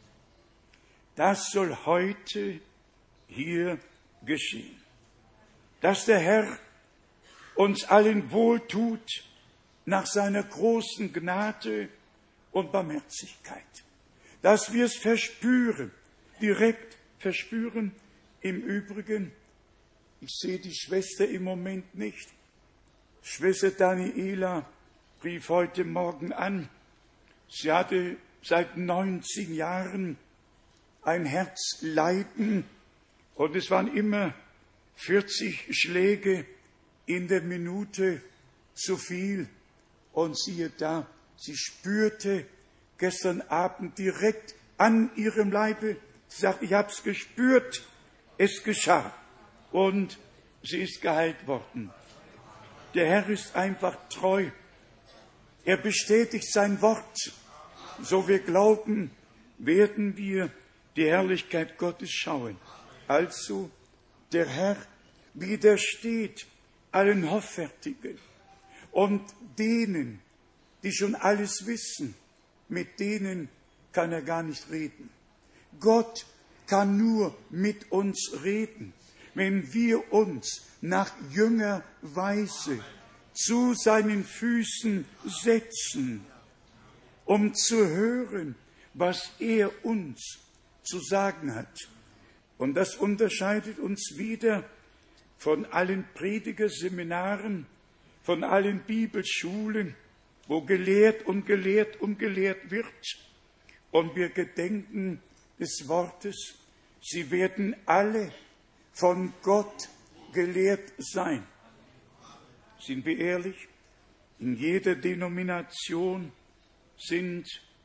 Das soll heute hier geschehen, dass der Herr uns allen wohltut nach seiner großen Gnade und Barmherzigkeit, dass wir es verspüren, direkt verspüren. Im Übrigen, ich sehe die Schwester im Moment nicht. Schwester Daniela rief heute Morgen an. Sie hatte seit neunzehn Jahren ein Herzleiden und es waren immer vierzig Schläge in der Minute zu viel. Und siehe da, sie spürte gestern Abend direkt an ihrem Leibe, sie sagt, ich habe es gespürt, es geschah und sie ist geheilt worden. Der Herr ist einfach treu. Er bestätigt sein Wort. So wir glauben, werden wir die Herrlichkeit Gottes schauen. Also, der Herr widersteht allen Hoffärtigen und denen, die schon alles wissen, mit denen kann er gar nicht reden. Gott kann nur mit uns reden, wenn wir uns nach Jüngerweise zu seinen Füßen setzen, um zu hören, was er uns zu sagen hat. Und das unterscheidet uns wieder von allen Predigerseminaren, von allen Bibelschulen, wo gelehrt und gelehrt und gelehrt wird. Und wir gedenken des Wortes, sie werden alle von Gott gelehrt sein. Sind wir ehrlich? In jeder Denomination sind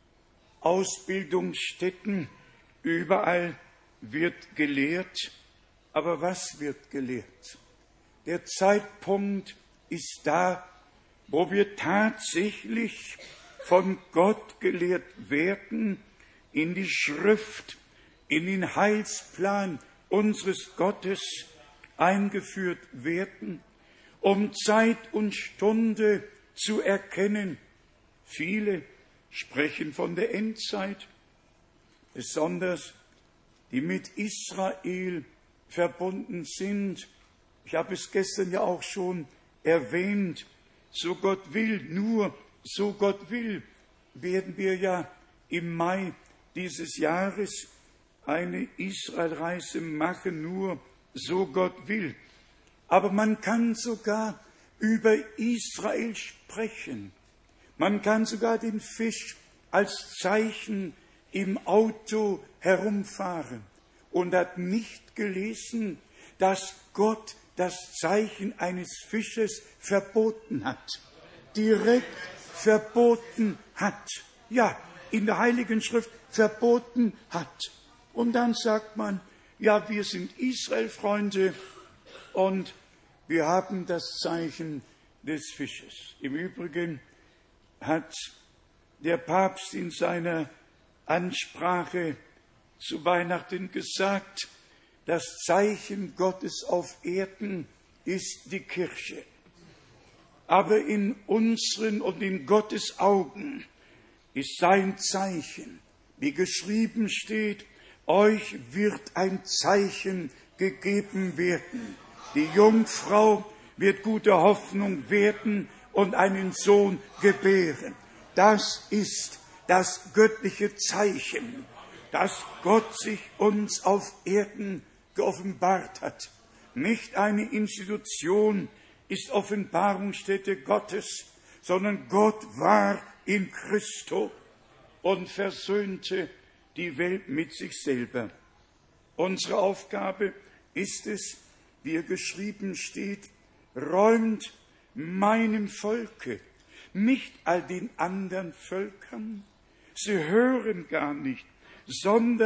Ausbildungsstätten, überall wird gelehrt. Aber was wird gelehrt? Der Zeitpunkt ist da, wo wir tatsächlich von Gott gelehrt werden, in die Schrift, in den Heilsplan unseres Gottes eingeführt werden, um Zeit und Stunde zu erkennen. Viele sprechen von der Endzeit, besonders die mit Israel verbunden sind. Ich habe es gestern ja auch schon erwähnt. So Gott will, nur so Gott will, werden wir ja im Mai dieses Jahres eine Israelreise machen, nur so Gott will. Aber man kann sogar über Israel sprechen. Man kann sogar den Fisch als Zeichen im Auto herumfahren und hat nicht gelesen, dass Gott das Zeichen eines Fisches verboten hat. Direkt verboten hat. Ja, in der Heiligen Schrift verboten hat. Und dann sagt man, ja, wir sind Israel-Freunde und wir haben das Zeichen des Fisches. Im Übrigen hat der Papst in seiner Ansprache zu Weihnachten gesagt, das Zeichen Gottes auf Erden ist die Kirche. Aber in unseren und in Gottes Augen ist sein Zeichen, wie geschrieben steht, euch wird ein Zeichen gegeben werden. Die Jungfrau wird gute Hoffnung werden und einen Sohn gebären. Das ist das göttliche Zeichen, dass Gott sich uns auf Erden geoffenbart hat. Nicht eine Institution ist Offenbarungsstätte Gottes, sondern Gott war in Christo und versöhnte die Welt mit sich selber. Unsere Aufgabe ist es, wie geschrieben steht, räumt meinem Volke, nicht all den anderen Völkern. Sie hören gar nicht, sondern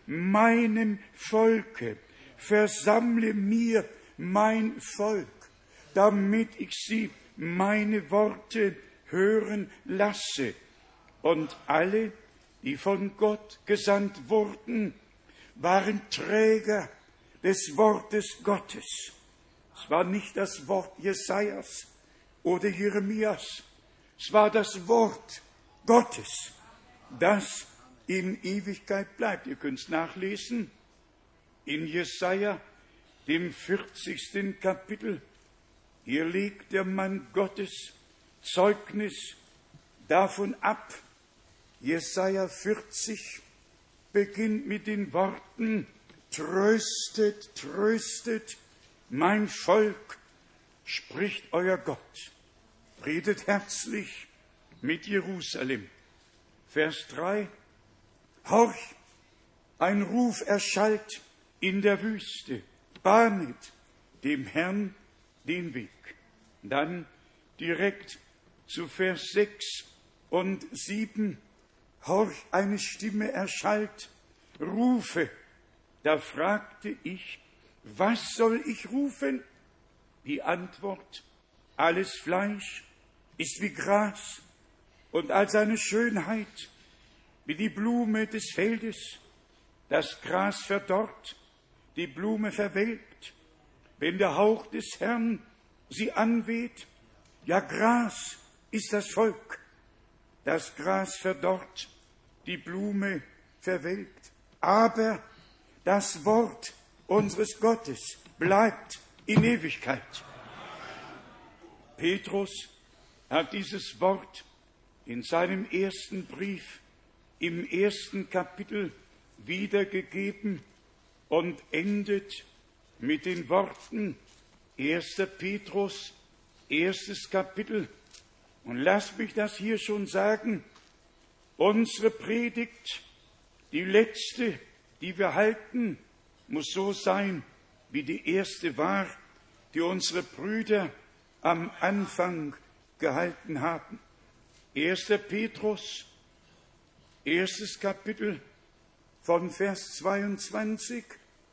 meinem Volke, versammle mir mein Volk, damit ich sie meine Worte hören lasse. Und alle, die von Gott gesandt wurden, waren Träger des Wortes Gottes. Es war nicht das Wort Jesajas oder Jeremias, es war das Wort Gottes, das in Ewigkeit bleibt. Ihr könnt es nachlesen in Jesaja, dem vierzigsten Kapitel. Hier legt der Mann Gottes Zeugnis davon ab. Jesaja vierzig beginnt mit den Worten: Tröstet, tröstet, mein Volk, spricht euer Gott. Redet herzlich mit Jerusalem. Vers drei. Horch, ein Ruf erschallt in der Wüste. Bahnet dem Herrn den Weg. Dann direkt zu Vers sechs und sieben. Horch, eine Stimme erschallt. Rufe. Da fragte ich, was soll ich rufen? Die Antwort: Alles Fleisch ist wie Gras und all seine Schönheit wie die Blume des Feldes. Das Gras verdorrt, die Blume verwelkt, wenn der Hauch des Herrn sie anweht. Ja, Gras ist das Volk. Das Gras verdorrt, die Blume verwelkt. Aber das Wort unseres Gottes bleibt in Ewigkeit. Petrus hat dieses Wort in seinem ersten Brief im ersten Kapitel wiedergegeben und endet mit den Worten erster Petrus, erstes Kapitel. Und lasst mich das hier schon sagen: Unsere Predigt, die letzte, die wir halten, muss so sein, wie die erste war, die unsere Brüder am Anfang gehalten haben. erster Petrus, erstes Kapitel von Vers zweiundzwanzig.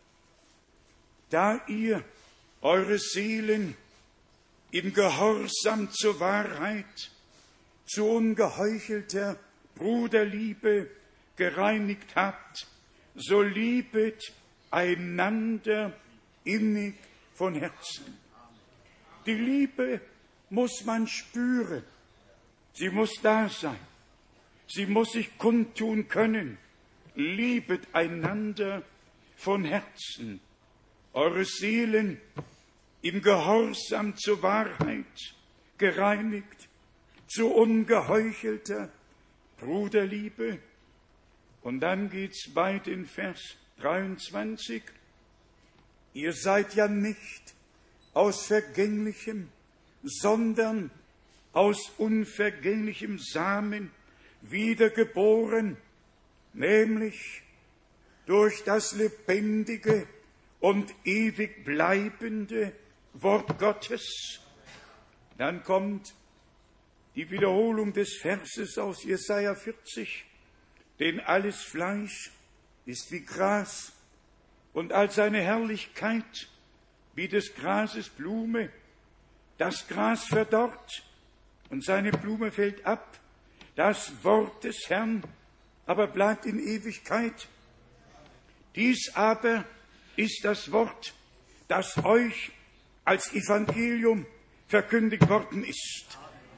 Da ihr eure Seelen im Gehorsam zur Wahrheit, zu ungeheuchelter Bruderliebe gereinigt habt, so liebet einander innig von Herzen. Die Liebe muss man spüren. Sie muss da sein. Sie muss sich kundtun können. Liebet einander von Herzen. Eure Seelen im Gehorsam zur Wahrheit gereinigt, zu ungeheuchelter Bruderliebe. Und dann geht's weiter in Vers dreiundzwanzig. Ihr seid ja nicht aus vergänglichem, sondern aus unvergänglichem Samen wiedergeboren, nämlich durch das lebendige und ewig bleibende Wort Gottes. Dann kommt die Wiederholung des Verses aus Jesaja vierzig. Denn alles Fleisch ist wie Gras und all seine Herrlichkeit wie des Grases Blume. Das Gras verdorrt und seine Blume fällt ab. Das Wort des Herrn aber bleibt in Ewigkeit. Dies aber ist das Wort, das euch als Evangelium verkündigt worden ist.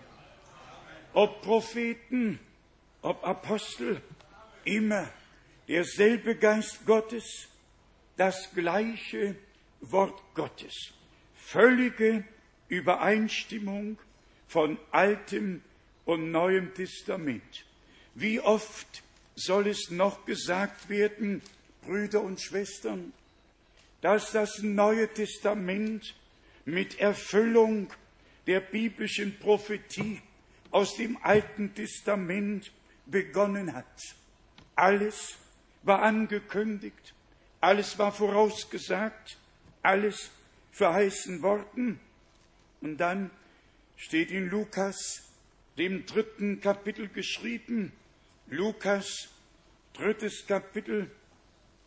Ob Propheten, ob Apostel, immer derselbe Geist Gottes, das gleiche Wort Gottes. Völlige Übereinstimmung von Altem und Neuem Testament. Wie oft soll es noch gesagt werden, Brüder und Schwestern, dass das Neue Testament mit Erfüllung der biblischen Prophetie aus dem Alten Testament begonnen hat. Alles war angekündigt, alles war vorausgesagt, alles verheißen worden. Und dann steht in Lukas, dem dritten Kapitel geschrieben, Lukas, drittes Kapitel,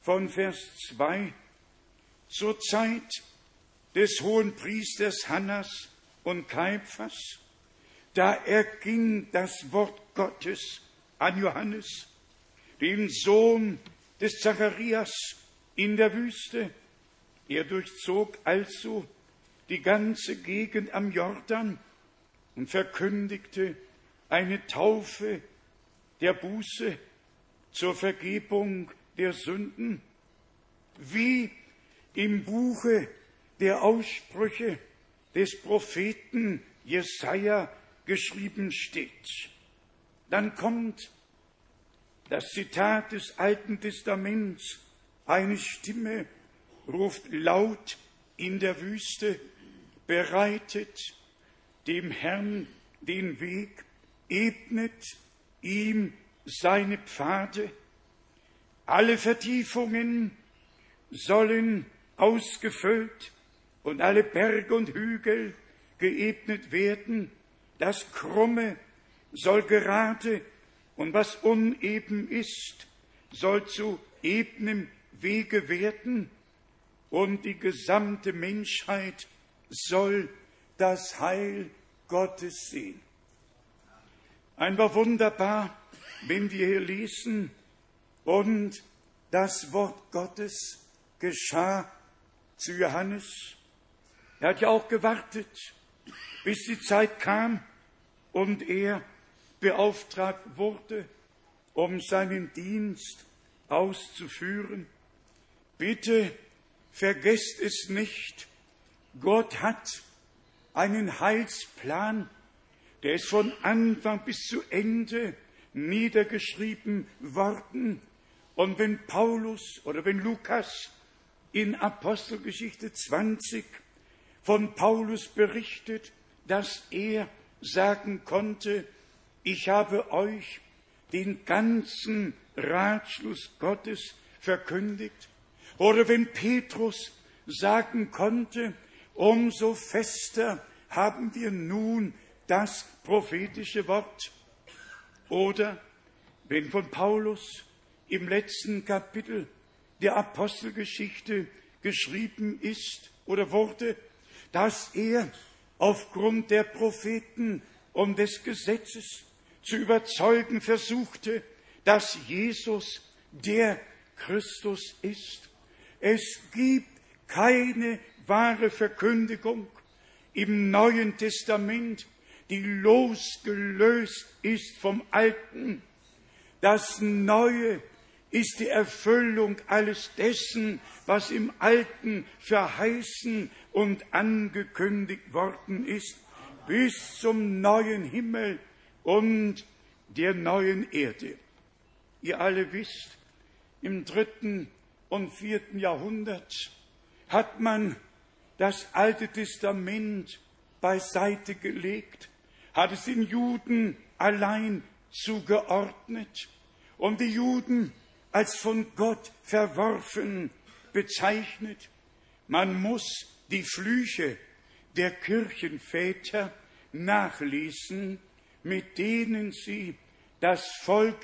von Vers zwei. Zur Zeit des Hohenpriesters Hannas und Kaiphas, da erging das Wort Gottes an Johannes, den Sohn des Zacharias, in der Wüste. Er durchzog also die ganze Gegend am Jordan und verkündigte eine Taufe der Buße zur Vergebung der Sünden, wie im Buche der Aussprüche des Propheten Jesaja geschrieben steht. Dann kommt das Zitat des Alten Testaments: Eine Stimme ruft laut in der Wüste, bereitet dem Herrn den Weg, ebnet ihm seine Pfade. Alle Vertiefungen sollen ausgefüllt und alle Berge und Hügel geebnet werden. Das Krumme soll gerade und was uneben ist, soll zu ebenem Wege werden, und die gesamte Menschheit soll das Heil Gottes sehen. Einfach wunderbar, wenn wir hier lesen, und das Wort Gottes geschah zu Johannes. Er hat ja auch gewartet, bis die Zeit kam und er beauftragt wurde, um seinen Dienst auszuführen. Bitte vergesst es nicht, Gott hat einen Heilsplan, der ist von Anfang bis zu Ende niedergeschrieben worden. Und wenn Paulus oder wenn Lukas in Apostelgeschichte zwanzig von Paulus berichtet, dass er sagen konnte, ich habe euch den ganzen Ratschluss Gottes verkündigt, oder wenn Petrus sagen konnte, umso fester haben wir nun das prophetische Wort, oder wenn von Paulus im letzten Kapitel der Apostelgeschichte geschrieben ist oder wurde, dass er aufgrund der Propheten und des Gesetzes zu überzeugen versuchte, dass Jesus der Christus ist. Es gibt keine wahre Verkündigung im Neuen Testament, die losgelöst ist vom Alten. Das Neue ist die Erfüllung alles dessen, was im Alten verheißen und angekündigt worden ist, bis zum neuen Himmel und der neuen Erde. Ihr alle wisst, im dritten und vierten Jahrhundert hat man das Alte Testament beiseite gelegt, hat es den Juden allein zugeordnet und die Juden als von Gott verworfen bezeichnet. Man muss die Flüche der Kirchenväter nachlesen, mit denen sie das Volk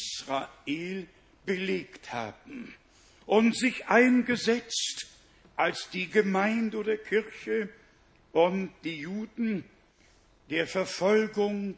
Israel belegt haben und sich eingesetzt als die Gemeinde oder Kirche und die Juden der Verfolgung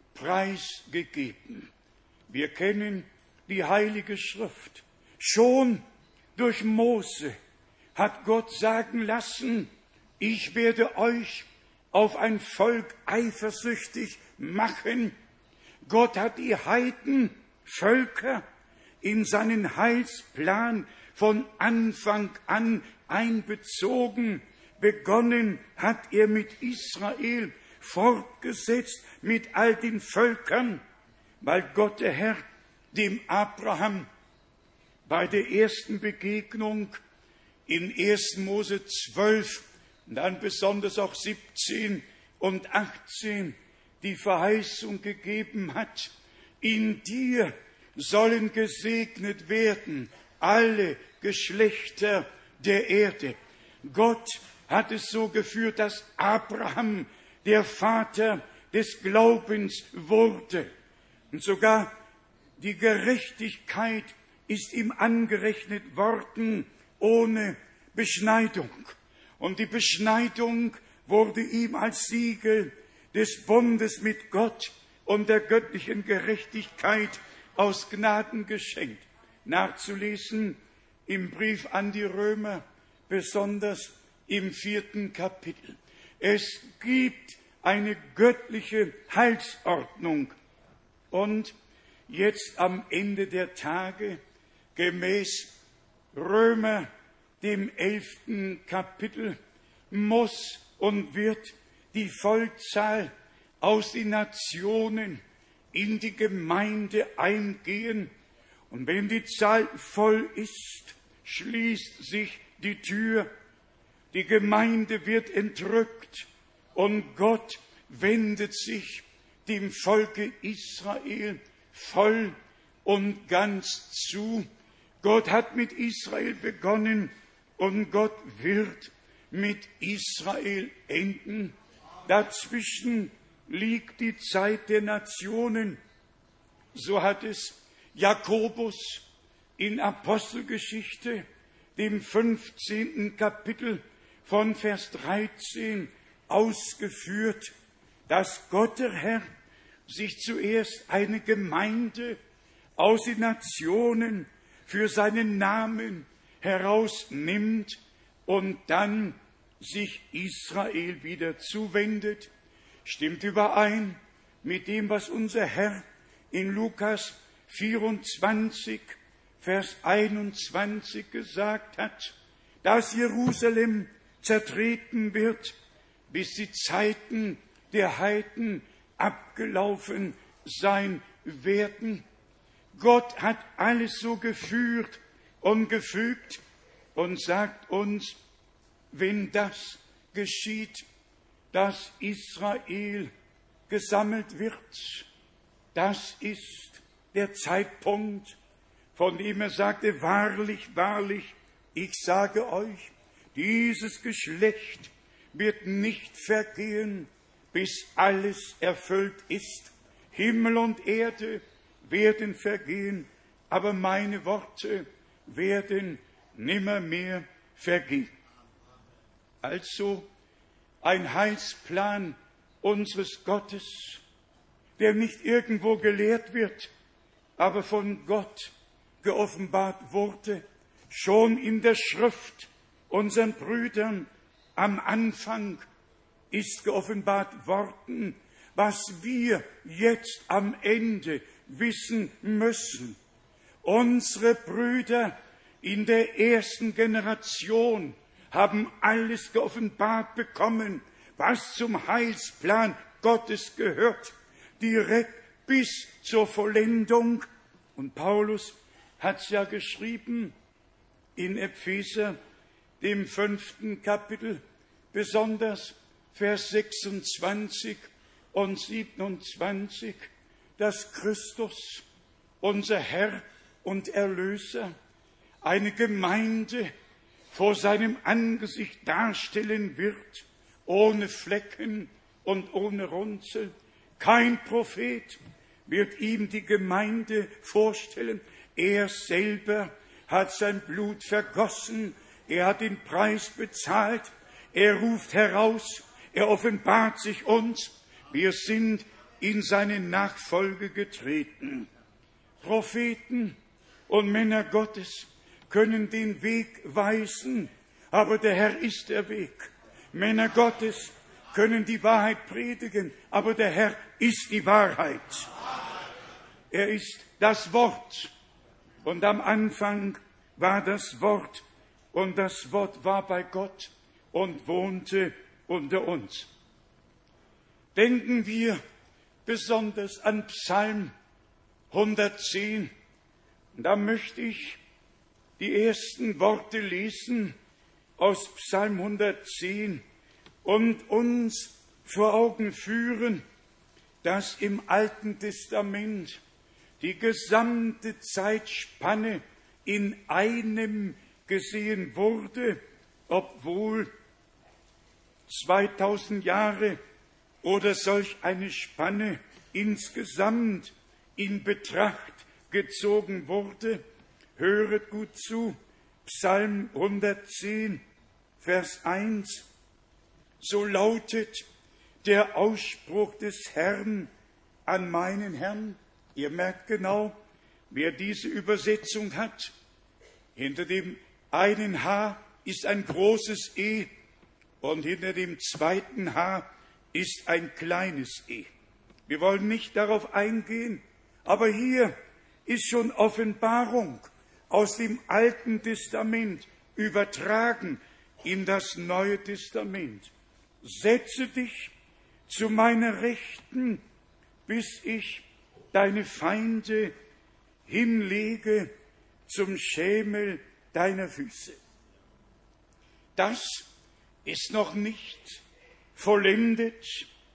preisgegeben. Wir kennen die Heilige Schrift. Schon durch Mose hat Gott sagen lassen, ich werde euch auf ein Volk eifersüchtig machen. Gott hat die Heiden, Völker in seinen Heilsplan von Anfang an einbezogen. Begonnen hat er mit Israel, fortgesetzt mit all den Völkern, weil Gott der Herr dem Abraham bei der ersten Begegnung in ersten Mose zwölf und dann besonders auch siebzehn und achtzehn die Verheißung gegeben hat, in dir sollen gesegnet werden alle Geschlechter der Erde. Gott hat es so geführt, dass Abraham der Vater des Glaubens wurde und sogar die Gerechtigkeit ist ihm angerechnet worden ohne Beschneidung. Und die Beschneidung wurde ihm als Siegel des Bundes mit Gott und der göttlichen Gerechtigkeit aus Gnaden geschenkt. Nachzulesen im Brief an die Römer, besonders im vierten Kapitel. Es gibt eine göttliche Heilsordnung. Und jetzt am Ende der Tage, gemäß Römer, dem elften Kapitel, muss und wird die Vollzahl aus den Nationen in die Gemeinde eingehen. Und wenn die Zahl voll ist, schließt sich die Tür. Die Gemeinde wird entrückt und Gott wendet sich dem Volke Israel voll und ganz zu. Gott hat mit Israel begonnen und Gott wird mit Israel enden. Dazwischen liegt die Zeit der Nationen. So hat es Jakobus in Apostelgeschichte, dem fünfzehnten Kapitel von Vers dreizehn ausgeführt, dass Gott der Herr sich zuerst eine Gemeinde aus den Nationen für seinen Namen herausnimmt und dann sich Israel wieder zuwendet, stimmt überein mit dem, was unser Herr in Lukas vierundzwanzig, Vers einundzwanzig gesagt hat, dass Jerusalem zertreten wird, bis die Zeiten der Heiden abgelaufen sein werden. Gott hat alles so geführt und gefügt und sagt uns, wenn das geschieht, dass Israel gesammelt wird, das ist der Zeitpunkt, von dem er sagte, wahrlich, wahrlich, ich sage euch, dieses Geschlecht wird nicht vergehen, bis alles erfüllt ist. Himmel und Erde werden vergehen, aber meine Worte werden nimmermehr vergehen. Also ein Heilsplan unseres Gottes, der nicht irgendwo gelehrt wird, aber von Gott geoffenbart wurde, schon in der Schrift unseren Brüdern am Anfang ist geoffenbart worden, was wir jetzt am Ende wissen müssen. Unsere Brüder in der ersten Generation haben alles geoffenbart bekommen, was zum Heilsplan Gottes gehört, direkt bis zur Vollendung. Und Paulus hat es ja geschrieben in Epheser, dem fünften Kapitel, besonders Vers sechsundzwanzig und siebenundzwanzig, dass Christus, unser Herr und Erlöser, eine Gemeinde vor seinem Angesicht darstellen wird, ohne Flecken und ohne Runzel. Kein Prophet wird ihm die Gemeinde vorstellen. Er selber hat sein Blut vergossen, er hat den Preis bezahlt, er ruft heraus, er offenbart sich uns, wir sind in seine Nachfolge getreten. Propheten und Männer Gottes können den Weg weisen, aber der Herr ist der Weg. Männer Gottes können die Wahrheit predigen, aber der Herr ist die Wahrheit. Er ist das Wort. Und am Anfang war das Wort, und das Wort war bei Gott und wohnte unter uns. Denken wir besonders an Psalm hundertzehn. Da möchte ich die ersten Worte lesen aus Psalm hundertzehn und uns vor Augen führen, dass im Alten Testament die gesamte Zeitspanne in einem gesehen wurde, obwohl zweitausend Jahre oder solch eine Spanne insgesamt in Betracht gezogen wurde. Höret gut zu, Psalm hundertzehn, Vers eins. So lautet der Ausspruch des Herrn an meinen Herrn. Ihr merkt genau, wer diese Übersetzung hat. Hinter dem einen H ist ein großes E und hinter dem zweiten H ist ein kleines E. Wir wollen nicht darauf eingehen, aber hier ist schon Offenbarung aus dem Alten Testament übertragen in das Neue Testament. Setze dich zu meiner Rechten, bis ich deine Feinde hinlege zum Schemel deiner Füße. Das ist noch nicht vollendet.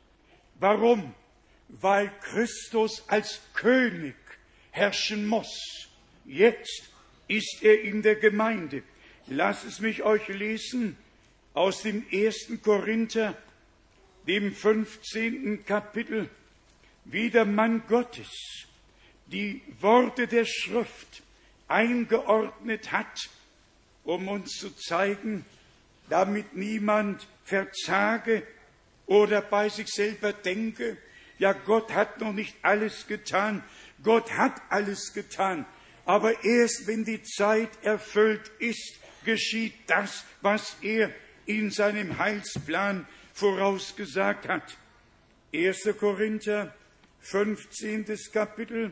Warum? Weil Christus als König herrschen muss. Jetzt ist er in der Gemeinde. Lasst es mich euch lesen aus dem ersten Korinther, dem fünfzehnten Kapitel, wie der Mann Gottes die Worte der Schrift eingeordnet hat, um uns zu zeigen, damit niemand verzage oder bei sich selber denke, ja, Gott hat noch nicht alles getan. Gott hat alles getan. Aber erst wenn die Zeit erfüllt ist, geschieht das, was er in seinem Heilsplan vorausgesagt hat. erster Korinther, fünfzehntes Kapitel,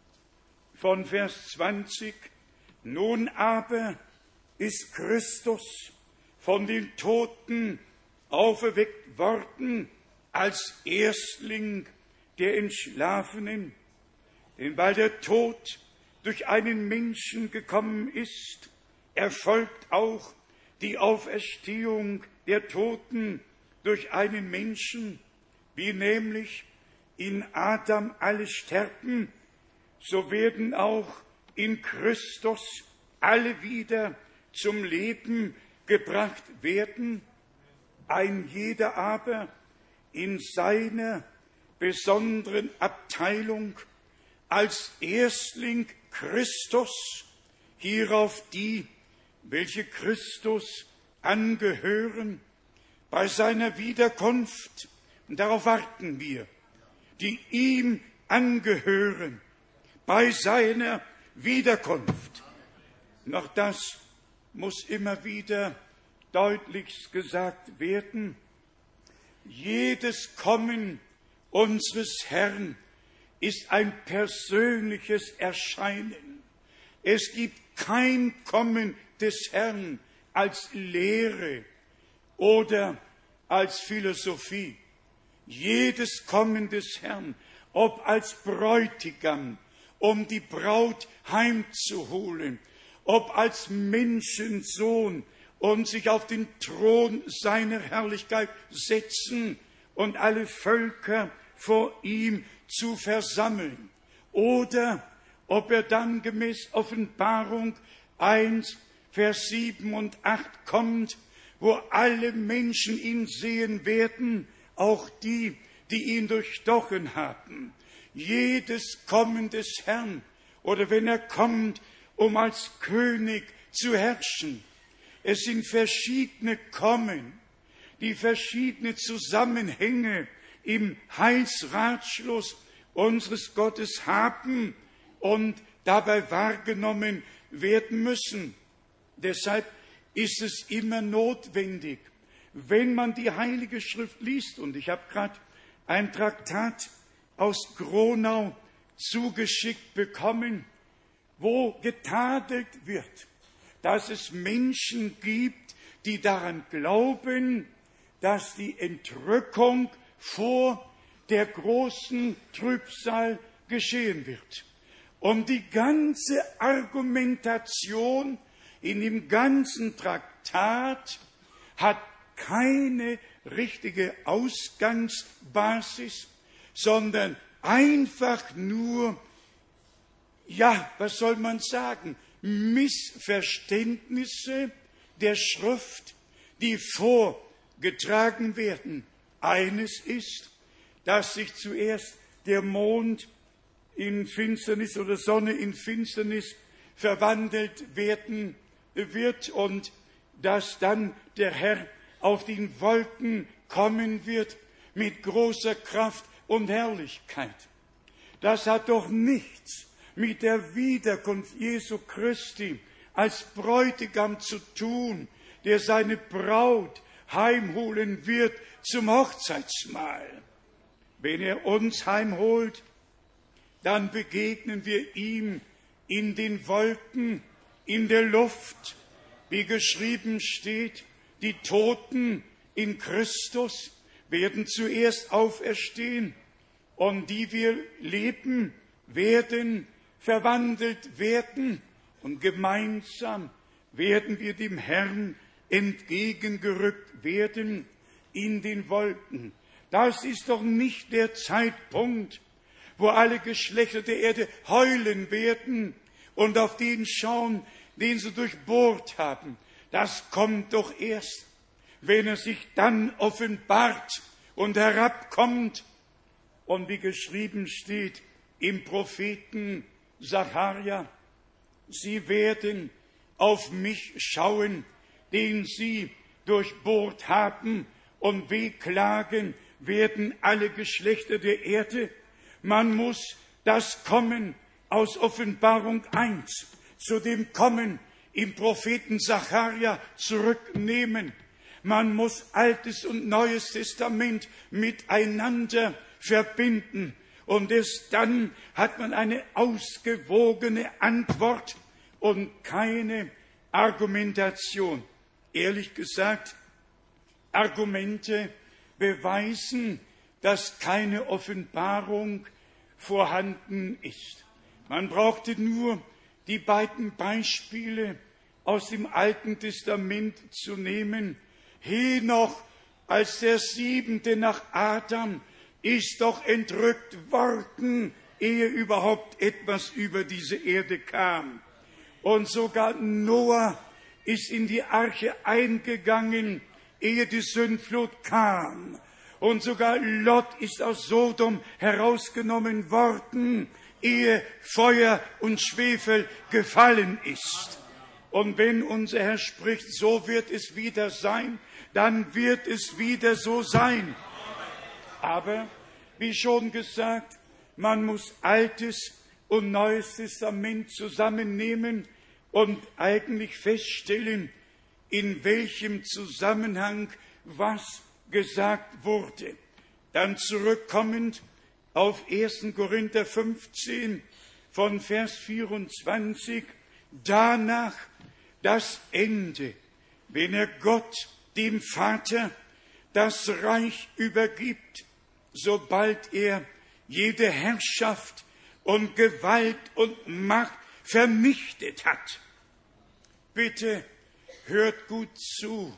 von Vers zwanzig. Nun aber ist Christus von den Toten auferweckt worden als Erstling der Entschlafenen. Denn weil der Tod durch einen Menschen gekommen ist, erfolgt auch die Auferstehung der Toten durch einen Menschen, wie nämlich in Adam alle sterben, so werden auch in Christus alle wieder zum Leben gebracht werden, ein jeder aber in seiner besonderen Abteilung, als Erstling Christus, hierauf die, welche Christus angehören, bei seiner Wiederkunft, und darauf warten wir, die ihm angehören, bei seiner Wiederkunft. Noch das muss immer wieder deutlichst gesagt werden. Jedes Kommen unseres Herrn ist ein persönliches Erscheinen. Es gibt kein Kommen des Herrn als Lehre oder als Philosophie. Jedes Kommen des Herrn, ob als Bräutigam, um die Braut heimzuholen, ob als Menschensohn und sich auf den Thron seiner Herrlichkeit setzen und alle Völker vor ihm zu versammeln, oder ob er dann gemäß Offenbarung eins, Vers sieben und acht kommt, wo alle Menschen ihn sehen werden, auch die, die ihn durchstochen haben. Jedes Kommen des Herrn, oder wenn er kommt, um als König zu herrschen. Es sind verschiedene Kommen, die verschiedene Zusammenhänge im Heilsratschluss unseres Gottes haben und dabei wahrgenommen werden müssen. Deshalb ist es immer notwendig, wenn man die Heilige Schrift liest, und ich habe gerade ein Traktat aus Gronau zugeschickt bekommen, wo getadelt wird, dass es Menschen gibt, die daran glauben, dass die Entrückung vor der großen Trübsal geschehen wird. Und die ganze Argumentation in dem ganzen Traktat hat keine richtige Ausgangsbasis, sondern einfach nur, ja, was soll man sagen, Missverständnisse der Schrift, die vorgetragen werden. Eines ist, dass sich zuerst der Mond in Finsternis oder Sonne in Finsternis verwandelt werden wird und dass dann der Herr auf den Wolken kommen wird mit großer Kraft und Herrlichkeit. Das hat doch nichts mit der Wiederkunft Jesu Christi als Bräutigam zu tun, der seine Braut heimholen wird zum Hochzeitsmahl. Wenn er uns heimholt, dann begegnen wir ihm in den Wolken, in der Luft, wie geschrieben steht, die Toten in Christus werden zuerst auferstehen und die wir leben, werden verwandelt werden und gemeinsam werden wir dem Herrn entgegengerückt werden in den Wolken. Das ist doch nicht der Zeitpunkt, wo alle Geschlechter der Erde heulen werden und auf den schauen, den sie durchbohrt haben. Das kommt doch erst, wenn er sich dann offenbart und herabkommt. Und wie geschrieben steht im Propheten Sacharja, sie werden auf mich schauen, den sie durchbohrt haben, und wehklagen werden alle Geschlechter der Erde. Man muss das Kommen aus Offenbarung eins zu dem Kommen im Propheten Sacharja zurücknehmen. Man muss Altes und Neues Testament miteinander verbinden. Und erst dann hat man eine ausgewogene Antwort und keine Argumentation. Ehrlich gesagt, Argumente beweisen, dass keine Offenbarung vorhanden ist. Man brauchte nur die beiden Beispiele aus dem Alten Testament zu nehmen. Henoch, als der siebente nach Adam, ist doch entrückt worden, ehe überhaupt etwas über diese Erde kam. Und sogar Noah ist in die Arche eingegangen, ehe die Sündflut kam. Und sogar Lot ist aus Sodom herausgenommen worden, ehe Feuer und Schwefel gefallen ist. Und wenn unser Herr spricht, so wird es wieder sein, dann wird es wieder so sein. Aber, wie schon gesagt, man muss Altes und Neues Testament zusammennehmen und eigentlich feststellen, in welchem Zusammenhang was gesagt wurde. Dann zurückkommend auf ersten Korinther fünfzehn von Vers vierundzwanzig, danach das Ende, wenn er Gott, dem Vater, das Reich übergibt, sobald er jede Herrschaft und Gewalt und Macht vernichtet hat. Bitte hört gut zu.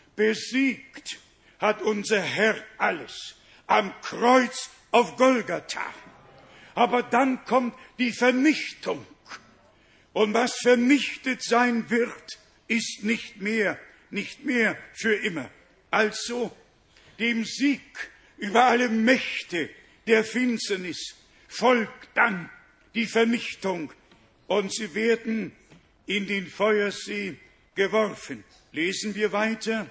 Besiegt hat unser Herr alles am Kreuz auf Golgatha. Aber dann kommt die Vernichtung. Und was vernichtet sein wird, ist nicht mehr, nicht mehr für immer. Also dem Sieg über alle Mächte der Finsternis folgt dann die Vernichtung. Und sie werden in den Feuersee geworfen. Lesen wir weiter.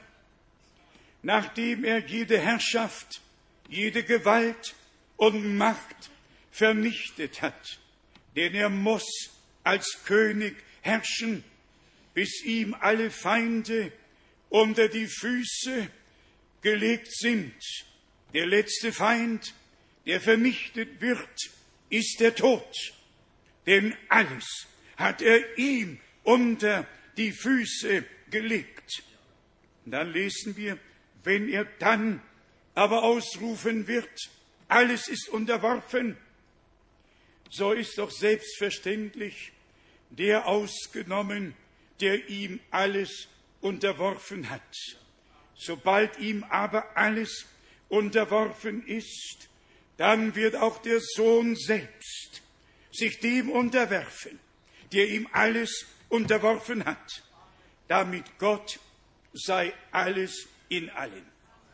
Nachdem er jede Herrschaft, jede Gewalt und Macht vernichtet hat, denn er muss als König herrschen, bis ihm alle Feinde unter die Füße gelegt sind. Der letzte Feind, der vernichtet wird, ist der Tod. Denn alles hat er ihm unter die Füße gelegt. Und dann lesen wir, wenn er dann aber ausrufen wird, alles ist unterworfen, so ist doch selbstverständlich der ausgenommen, der ihm alles unterworfen hat. Sobald ihm aber alles unterworfen ist, dann wird auch der Sohn selbst sich dem unterwerfen, der ihm alles unterworfen hat, damit Gott sei alles in allen.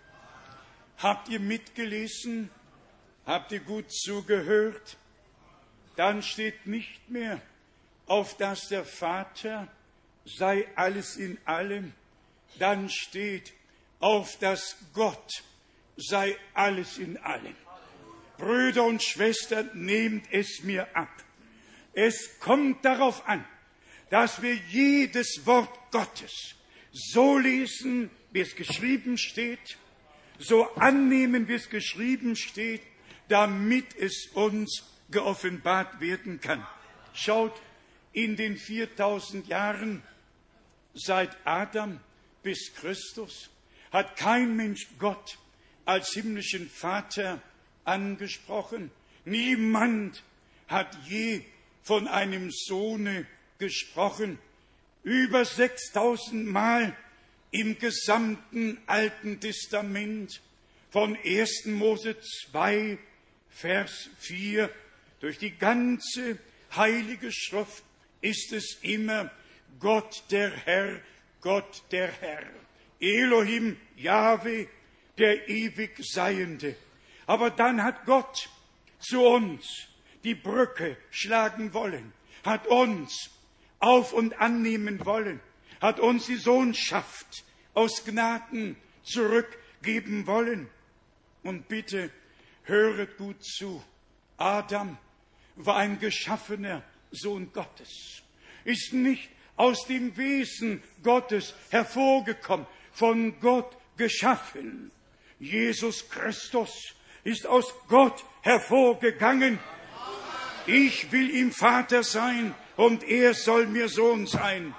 Habt ihr mitgelesen? Habt ihr gut zugehört? Dann steht nicht mehr auf dass der Vater sei alles in allem, dann steht, auf dass Gott sei alles in allem. Brüder und Schwestern, nehmt es mir ab. Es kommt darauf an, dass wir jedes Wort Gottes so lesen, wie es geschrieben steht, so annehmen, wie es geschrieben steht, damit es uns geoffenbart werden kann. Schaut, in den viertausend Jahren seit Adam bis Christus hat kein Mensch Gott als himmlischen Vater angesprochen. Niemand hat je von einem Sohne gesprochen. Über sechstausend Mal im gesamten Alten Testament, von ersten Mose zwei, Vers vier, durch die ganze Heilige Schrift ist es immer Gott der Herr, Gott der Herr. Elohim, Jahwe, der ewig Seiende. Aber dann hat Gott zu uns die Brücke schlagen wollen, hat uns auf und annehmen wollen, hat uns die Sohnschaft aus Gnaden zurückgeben wollen. Und bitte höret gut zu, Adam war ein geschaffener Sohn Gottes, ist nicht aus dem Wesen Gottes hervorgekommen, von Gott geschaffen. Jesus Christus ist aus Gott hervorgegangen. Ich will ihm Vater sein und er soll mir Sohn sein.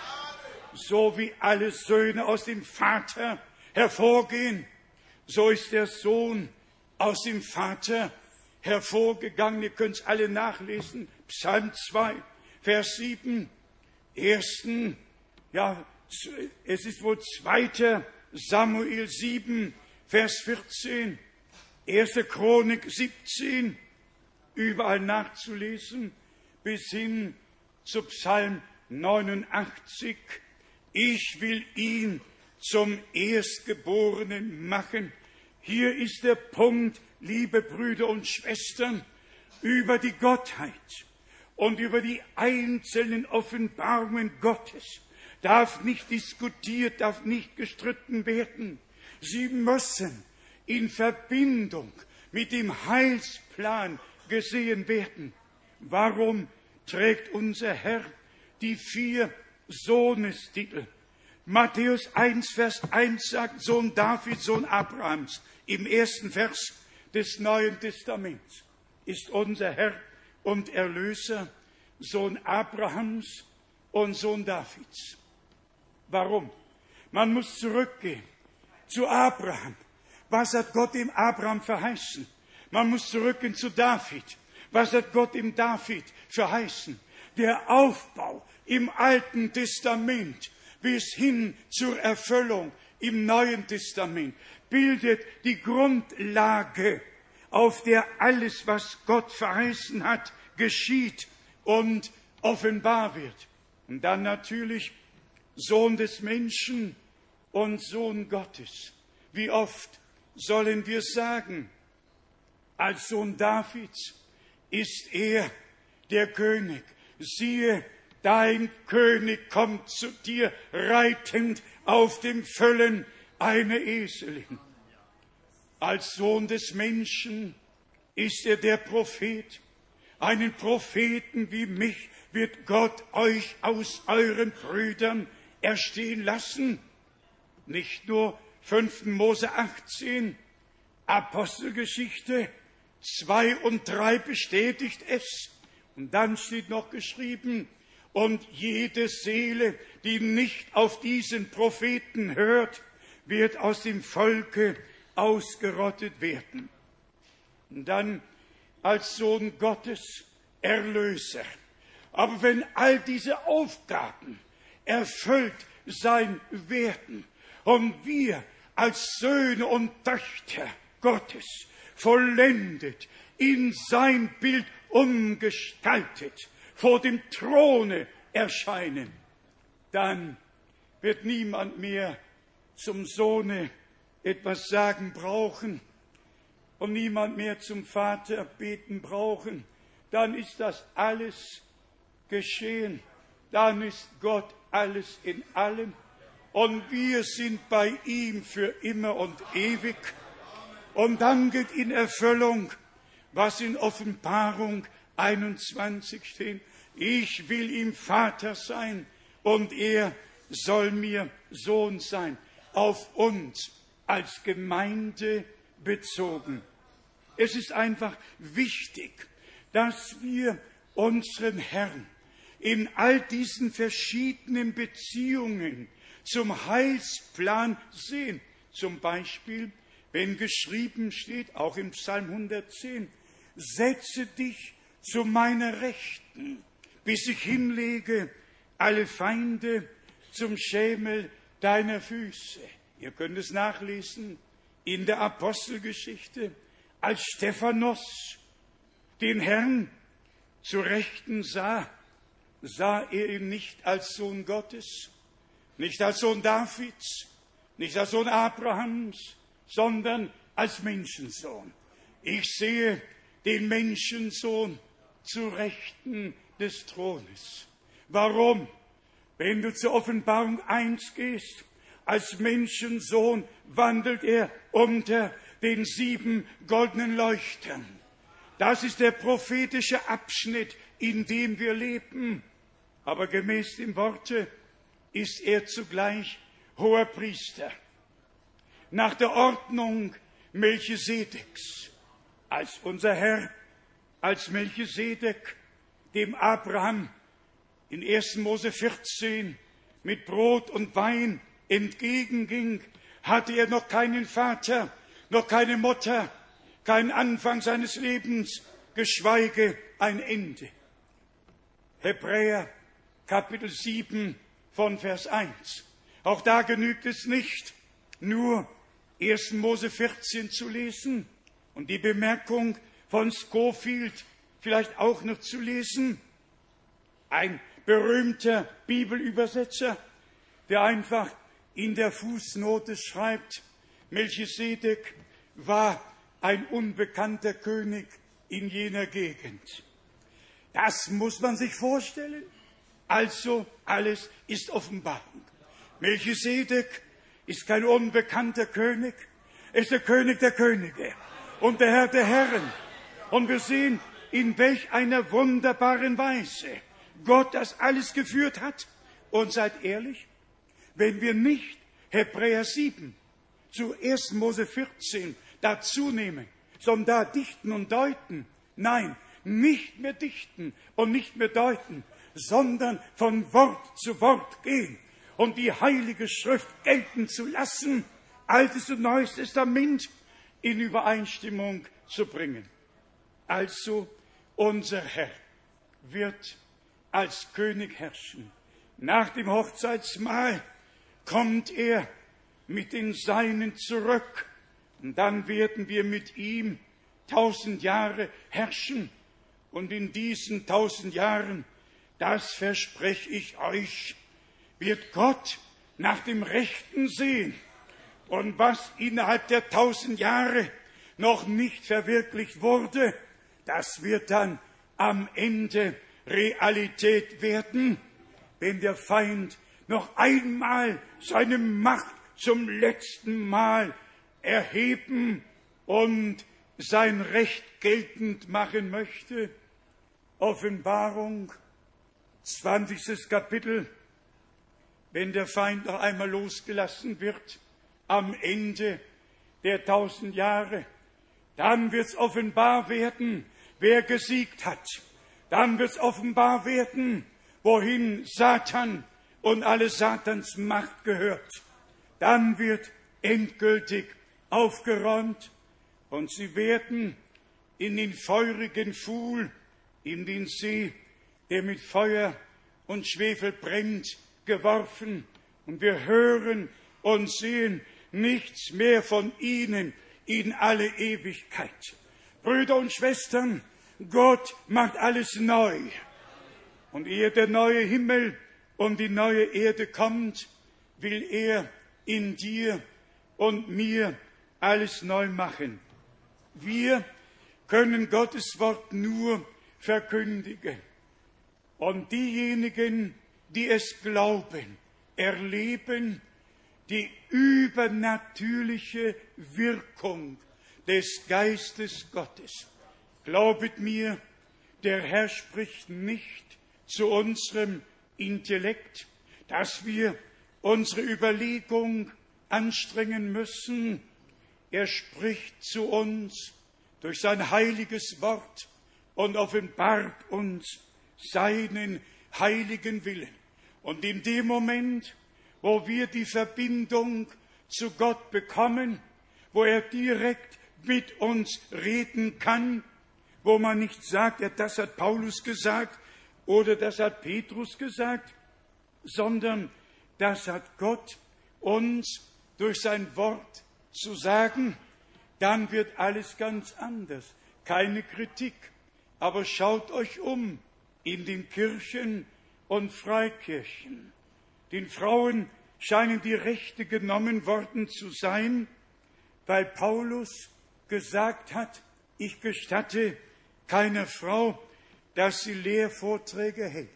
So wie alle Söhne aus dem Vater hervorgehen, so ist der Sohn aus dem Vater hervorgegangen. Ihr könnt es alle nachlesen. Psalm zwei, Vers sieben. Ersten, ja, es ist wohl zweiter Samuel sieben, Vers vierzehn. Erste Chronik siebzehn, überall nachzulesen, bis hin zu Psalm neunundachtzig. Ich will ihn zum Erstgeborenen machen. Hier ist der Punkt, liebe Brüder und Schwestern, über die Gottheit und über die einzelnen Offenbarungen Gottes darf nicht diskutiert, darf nicht gestritten werden. Sie müssen in Verbindung mit dem Heilsplan gesehen werden. Warum trägt unser Herr die vier Sohnestitel? Matthäus eins, Vers eins sagt, Sohn Davids, Sohn Abrahams. Im ersten Vers des Neuen Testaments ist unser Herr und Erlöser Sohn Abrahams und Sohn Davids. Warum? Man muss zurückgehen zu Abraham. Was hat Gott dem Abraham verheißen? Man muss zurückgehen zu David. Was hat Gott dem David verheißen? Der Aufbau im Alten Testament bis hin zur Erfüllung im Neuen Testament bildet die Grundlage, auf der alles, was Gott verheißen hat, geschieht und offenbar wird. Und dann natürlich Sohn des Menschen und Sohn Gottes. Wie oft sollen wir sagen, als Sohn Davids ist er der König. Siehe, dein König kommt zu dir reitend auf dem Füllen einer Eselin. Als Sohn des Menschen ist er der Prophet. Einen Propheten wie mich wird Gott euch aus euren Brüdern erstehen lassen. Nicht nur fünften Mose achtzehn, Apostelgeschichte zwei und drei bestätigt es. Und dann steht noch geschrieben, und jede Seele, die nicht auf diesen Propheten hört, wird aus dem Volke ausgerottet werden. Und dann als Sohn Gottes Erlöser. Aber wenn all diese Aufgaben erfüllt sein werden und wir als Söhne und Töchter Gottes vollendet, in sein Bild umgestaltet, vor dem Throne erscheinen, dann wird niemand mehr zum Sohne etwas sagen brauchen und niemand mehr zum Vater beten brauchen. Dann ist das alles geschehen, dann ist Gott alles in allem und wir sind bei ihm für immer und ewig. Und dann geht in Erfüllung, was in Offenbarung einundzwanzig steht. Ich will ihm Vater sein und er soll mir Sohn sein, auf uns als Gemeinde bezogen. Es ist einfach wichtig, dass wir unseren Herrn in all diesen verschiedenen Beziehungen zum Heilsplan sehen. Zum Beispiel, wenn geschrieben steht, auch im Psalm hundertzehn, setze dich zu meiner Rechten, bis ich hinlege alle Feinde zum Schemel deiner Füße. Ihr könnt es nachlesen in der Apostelgeschichte, als Stephanos den Herrn zu Rechten sah, sah er ihn nicht als Sohn Gottes, nicht als Sohn Davids, nicht als Sohn Abrahams, sondern als Menschensohn. Ich sehe den Menschensohn zu Rechten des Thrones. Warum? Wenn du zur Offenbarung eins gehst, als Menschensohn wandelt er unter den sieben goldenen Leuchtern. Das ist der prophetische Abschnitt, in dem wir leben. Aber gemäß dem Worte ist er zugleich hoher Priester. Nach der Ordnung Melchisedeks, als unser Herr, als Melchisedek dem Abraham in ersten Mose vierzehn mit Brot und Wein entgegenging, hatte er noch keinen Vater, noch keine Mutter, keinen Anfang seines Lebens, geschweige ein Ende. Hebräer Kapitel sieben von Vers eins. Auch da genügt es nicht, nur ersten Mose vierzehn zu lesen und die Bemerkung von Scofield vielleicht auch noch zu lesen. Ein berühmter Bibelübersetzer, der einfach in der Fußnote schreibt, Melchisedek war ein unbekannter König in jener Gegend. Das muss man sich vorstellen. Also alles ist Offenbarung. Melchisedek ist kein unbekannter König, er ist der König der Könige und der Herr der Herren. Und wir sehen, in welch einer wunderbaren Weise Gott das alles geführt hat. Und seid ehrlich, wenn wir nicht Hebräer sieben zu ersten Mose vierzehn dazu nehmen, sondern da dichten und deuten, nein, nicht mehr dichten und nicht mehr deuten, sondern von Wort zu Wort gehen und die Heilige Schrift gelten zu lassen, Altes und Neues Testament in Übereinstimmung zu bringen. Also unser Herr wird als König herrschen. Nach dem Hochzeitsmahl kommt er mit den Seinen zurück und dann werden wir mit ihm tausend Jahre herrschen. Und in diesen tausend Jahren, das verspreche ich euch, wird Gott nach dem Rechten sehen. Und was innerhalb der tausend Jahre noch nicht verwirklicht wurde, das wird dann am Ende Realität werden, wenn der Feind noch einmal seine Macht zum letzten Mal erheben und sein Recht geltend machen möchte. Offenbarung, zwanzigstes Kapitel, wenn der Feind noch einmal losgelassen wird, am Ende der tausend Jahre, dann wird es offenbar werden, wer gesiegt hat. Dann wird es offenbar werden, wohin Satan und alle Satans Macht gehört. Dann wird endgültig aufgeräumt und sie werden in den feurigen Pfuhl, in den See, der mit Feuer und Schwefel brennt, geworfen. Und wir hören und sehen nichts mehr von ihnen in alle Ewigkeit. Brüder und Schwestern, Gott macht alles neu. Und ehe der neue Himmel und die neue Erde kommt, will er in dir und mir alles neu machen. Wir können Gottes Wort nur verkündigen. Und diejenigen, die es glauben, erleben die übernatürliche Wirkung des Geistes Gottes. Glaubet mir, der Herr spricht nicht zu unserem Intellekt, dass wir unsere Überlegung anstrengen müssen. Er spricht zu uns durch sein heiliges Wort und offenbart uns seinen heiligen Willen. Und in dem Moment, wo wir die Verbindung zu Gott bekommen, wo er direkt mit uns reden kann, wo man nicht sagt, ja, das hat Paulus gesagt oder das hat Petrus gesagt, sondern das hat Gott uns durch sein Wort zu sagen, dann wird alles ganz anders. Keine Kritik, aber schaut euch um in den Kirchen und Freikirchen. Den Frauen scheinen die Rechte genommen worden zu sein, weil Paulus gesagt hat, ich gestatte keiner Frau, dass sie Lehrvorträge hält.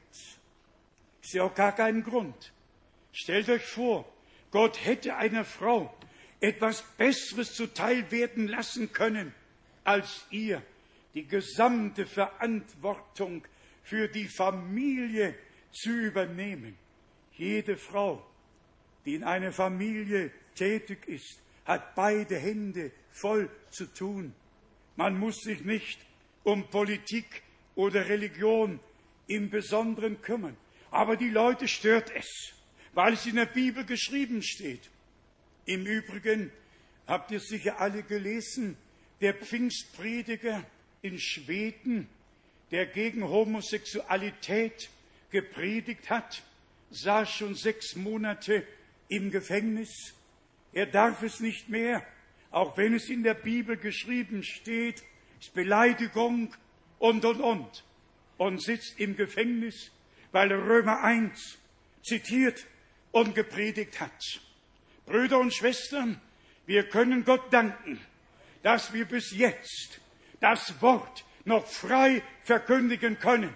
Ist ja auch gar kein Grund. Stellt euch vor, Gott hätte einer Frau etwas Besseres zuteil werden lassen können, als ihr die gesamte Verantwortung für die Familie zu übernehmen. Jede Frau, die in einer Familie tätig ist, hat beide Hände voll zu tun. Man muss sich nicht um Politik oder Religion im Besonderen kümmern. Aber die Leute stört es, weil es in der Bibel geschrieben steht. Im Übrigen habt ihr sicher alle gelesen, der Pfingstprediger in Schweden, der gegen Homosexualität gepredigt hat, saß schon sechs Monate im Gefängnis. Er darf es nicht mehr, auch wenn es in der Bibel geschrieben steht, ist Beleidigung und, und, und. Und sitzt im Gefängnis, weil er Römer eins zitiert und gepredigt hat. Brüder und Schwestern, wir können Gott danken, dass wir bis jetzt das Wort noch frei verkündigen können.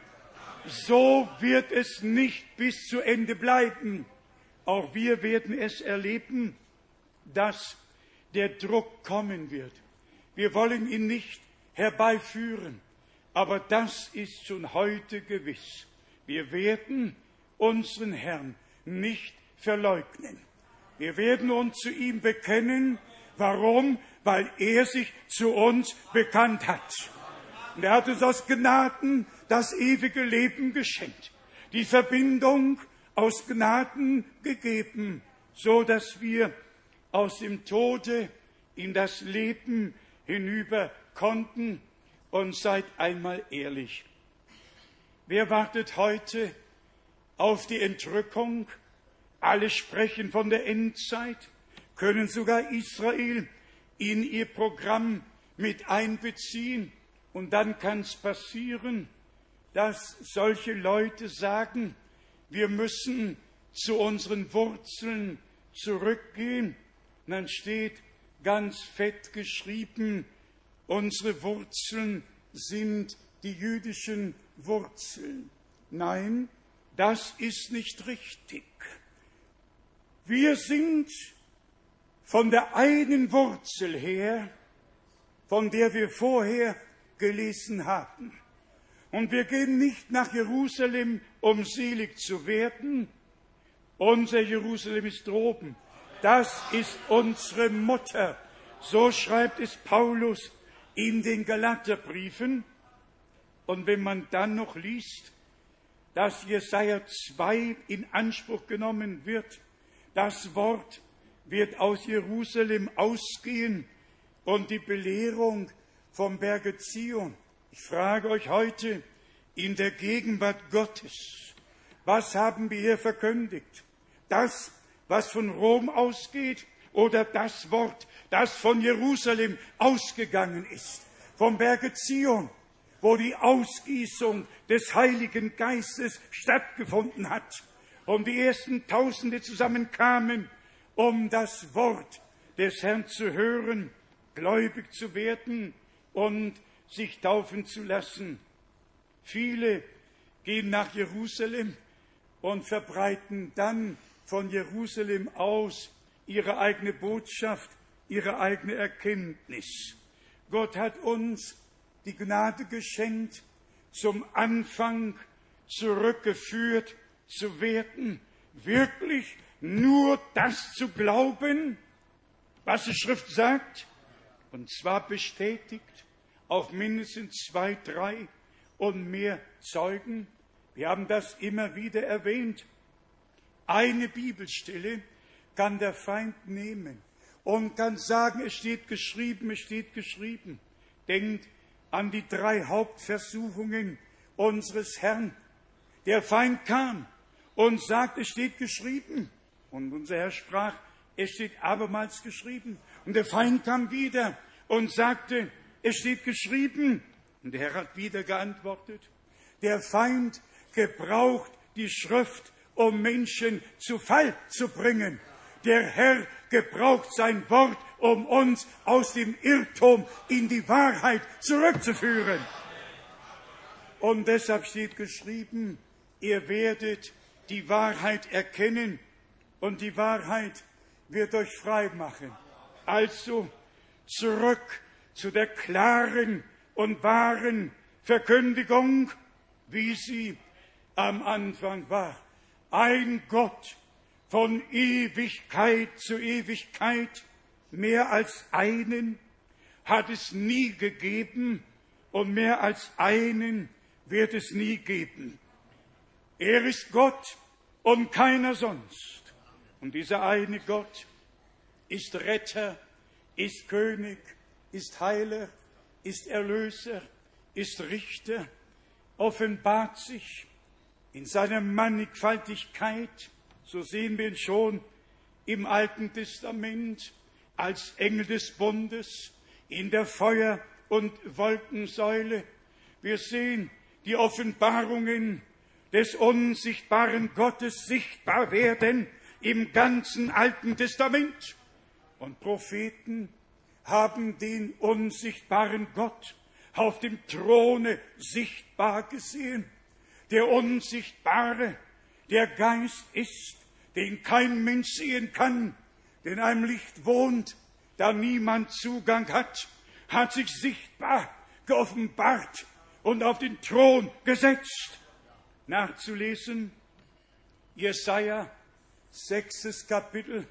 So wird es nicht bis zu Ende bleiben. Auch wir werden es erleben, dass der Druck kommen wird. Wir wollen ihn nicht herbeiführen, aber das ist schon heute gewiss. Wir werden unseren Herrn nicht verleugnen. Wir werden uns zu ihm bekennen. Warum? Weil er sich zu uns bekannt hat. Und er hat uns aus Gnaden das ewige Leben geschenkt. Die Verbindung aus Gnaden gegeben, so dass wir aus dem Tode in das Leben hinüber konnten. Und seid einmal ehrlich. Wer wartet heute auf die Entrückung? Alle sprechen von der Endzeit, können sogar Israel in ihr Programm mit einbeziehen. Und dann kann es passieren, dass solche Leute sagen, wir müssen zu unseren Wurzeln zurückgehen. Und dann steht ganz fett geschrieben, unsere Wurzeln sind die jüdischen Wurzeln. Nein, das ist nicht richtig. Wir sind von der einen Wurzel her, von der wir vorher gelesen haben. Und wir gehen nicht nach Jerusalem, um selig zu werden. Unser Jerusalem ist droben. Das ist unsere Mutter. So schreibt es Paulus in den Galaterbriefen. Und wenn man dann noch liest, dass Jesaja zwei in Anspruch genommen wird, das Wort wird aus Jerusalem ausgehen und die Belehrung vom Berge Zion. Ich frage euch heute in der Gegenwart Gottes, was haben wir hier verkündigt? Das, was von Rom ausgeht, oder das Wort, das von Jerusalem ausgegangen ist, vom Berge Zion, wo die Ausgießung des Heiligen Geistes stattgefunden hat und die ersten Tausende zusammenkamen, um das Wort des Herrn zu hören, gläubig zu werden und sich taufen zu lassen. Viele gehen nach Jerusalem und verbreiten dann von Jerusalem aus ihre eigene Botschaft, ihre eigene Erkenntnis. Gott hat uns die Gnade geschenkt, zum Anfang zurückgeführt zu werden, wirklich nur das zu glauben, was die Schrift sagt, und zwar bestätigt auf mindestens zwei, drei und mehr Zeugen. Wir haben das immer wieder erwähnt. Eine Bibelstelle kann der Feind nehmen und kann sagen, es steht geschrieben, es steht geschrieben. Denkt an die drei Hauptversuchungen unseres Herrn. Der Feind kam und sagte, es steht geschrieben. Und unser Herr sprach, es steht abermals geschrieben. Und der Feind kam wieder und sagte, es steht geschrieben. Und der Herr hat wieder geantwortet. Der Feind gebraucht die Schrift, um Menschen zu Fall zu bringen. Der Herr gebraucht sein Wort, um uns aus dem Irrtum in die Wahrheit zurückzuführen. Und deshalb steht geschrieben, ihr werdet die Wahrheit erkennen und die Wahrheit wird euch frei machen. Also zurück zu der klaren und wahren Verkündigung, wie sie am Anfang war. Ein Gott von Ewigkeit zu Ewigkeit, mehr als einen hat es nie gegeben und mehr als einen wird es nie geben. Er ist Gott und keiner sonst. Und dieser eine Gott ist Retter, ist König, ist Heiler, ist Erlöser, ist Richter, offenbart sich in seiner Mannigfaltigkeit, so sehen wir ihn schon im Alten Testament, als Engel des Bundes, in der Feuer- und Wolkensäule. Wir sehen die Offenbarungen des unsichtbaren Gottes sichtbar werden im ganzen Alten Testament. Und Propheten haben den unsichtbaren Gott auf dem Throne sichtbar gesehen. Der Unsichtbare, der Geist ist, den kein Mensch sehen kann, der in einem Licht wohnt, da niemand Zugang hat, hat sich sichtbar geoffenbart und auf den Thron gesetzt. Nachzulesen, Jesaja, sechstes Kapitel.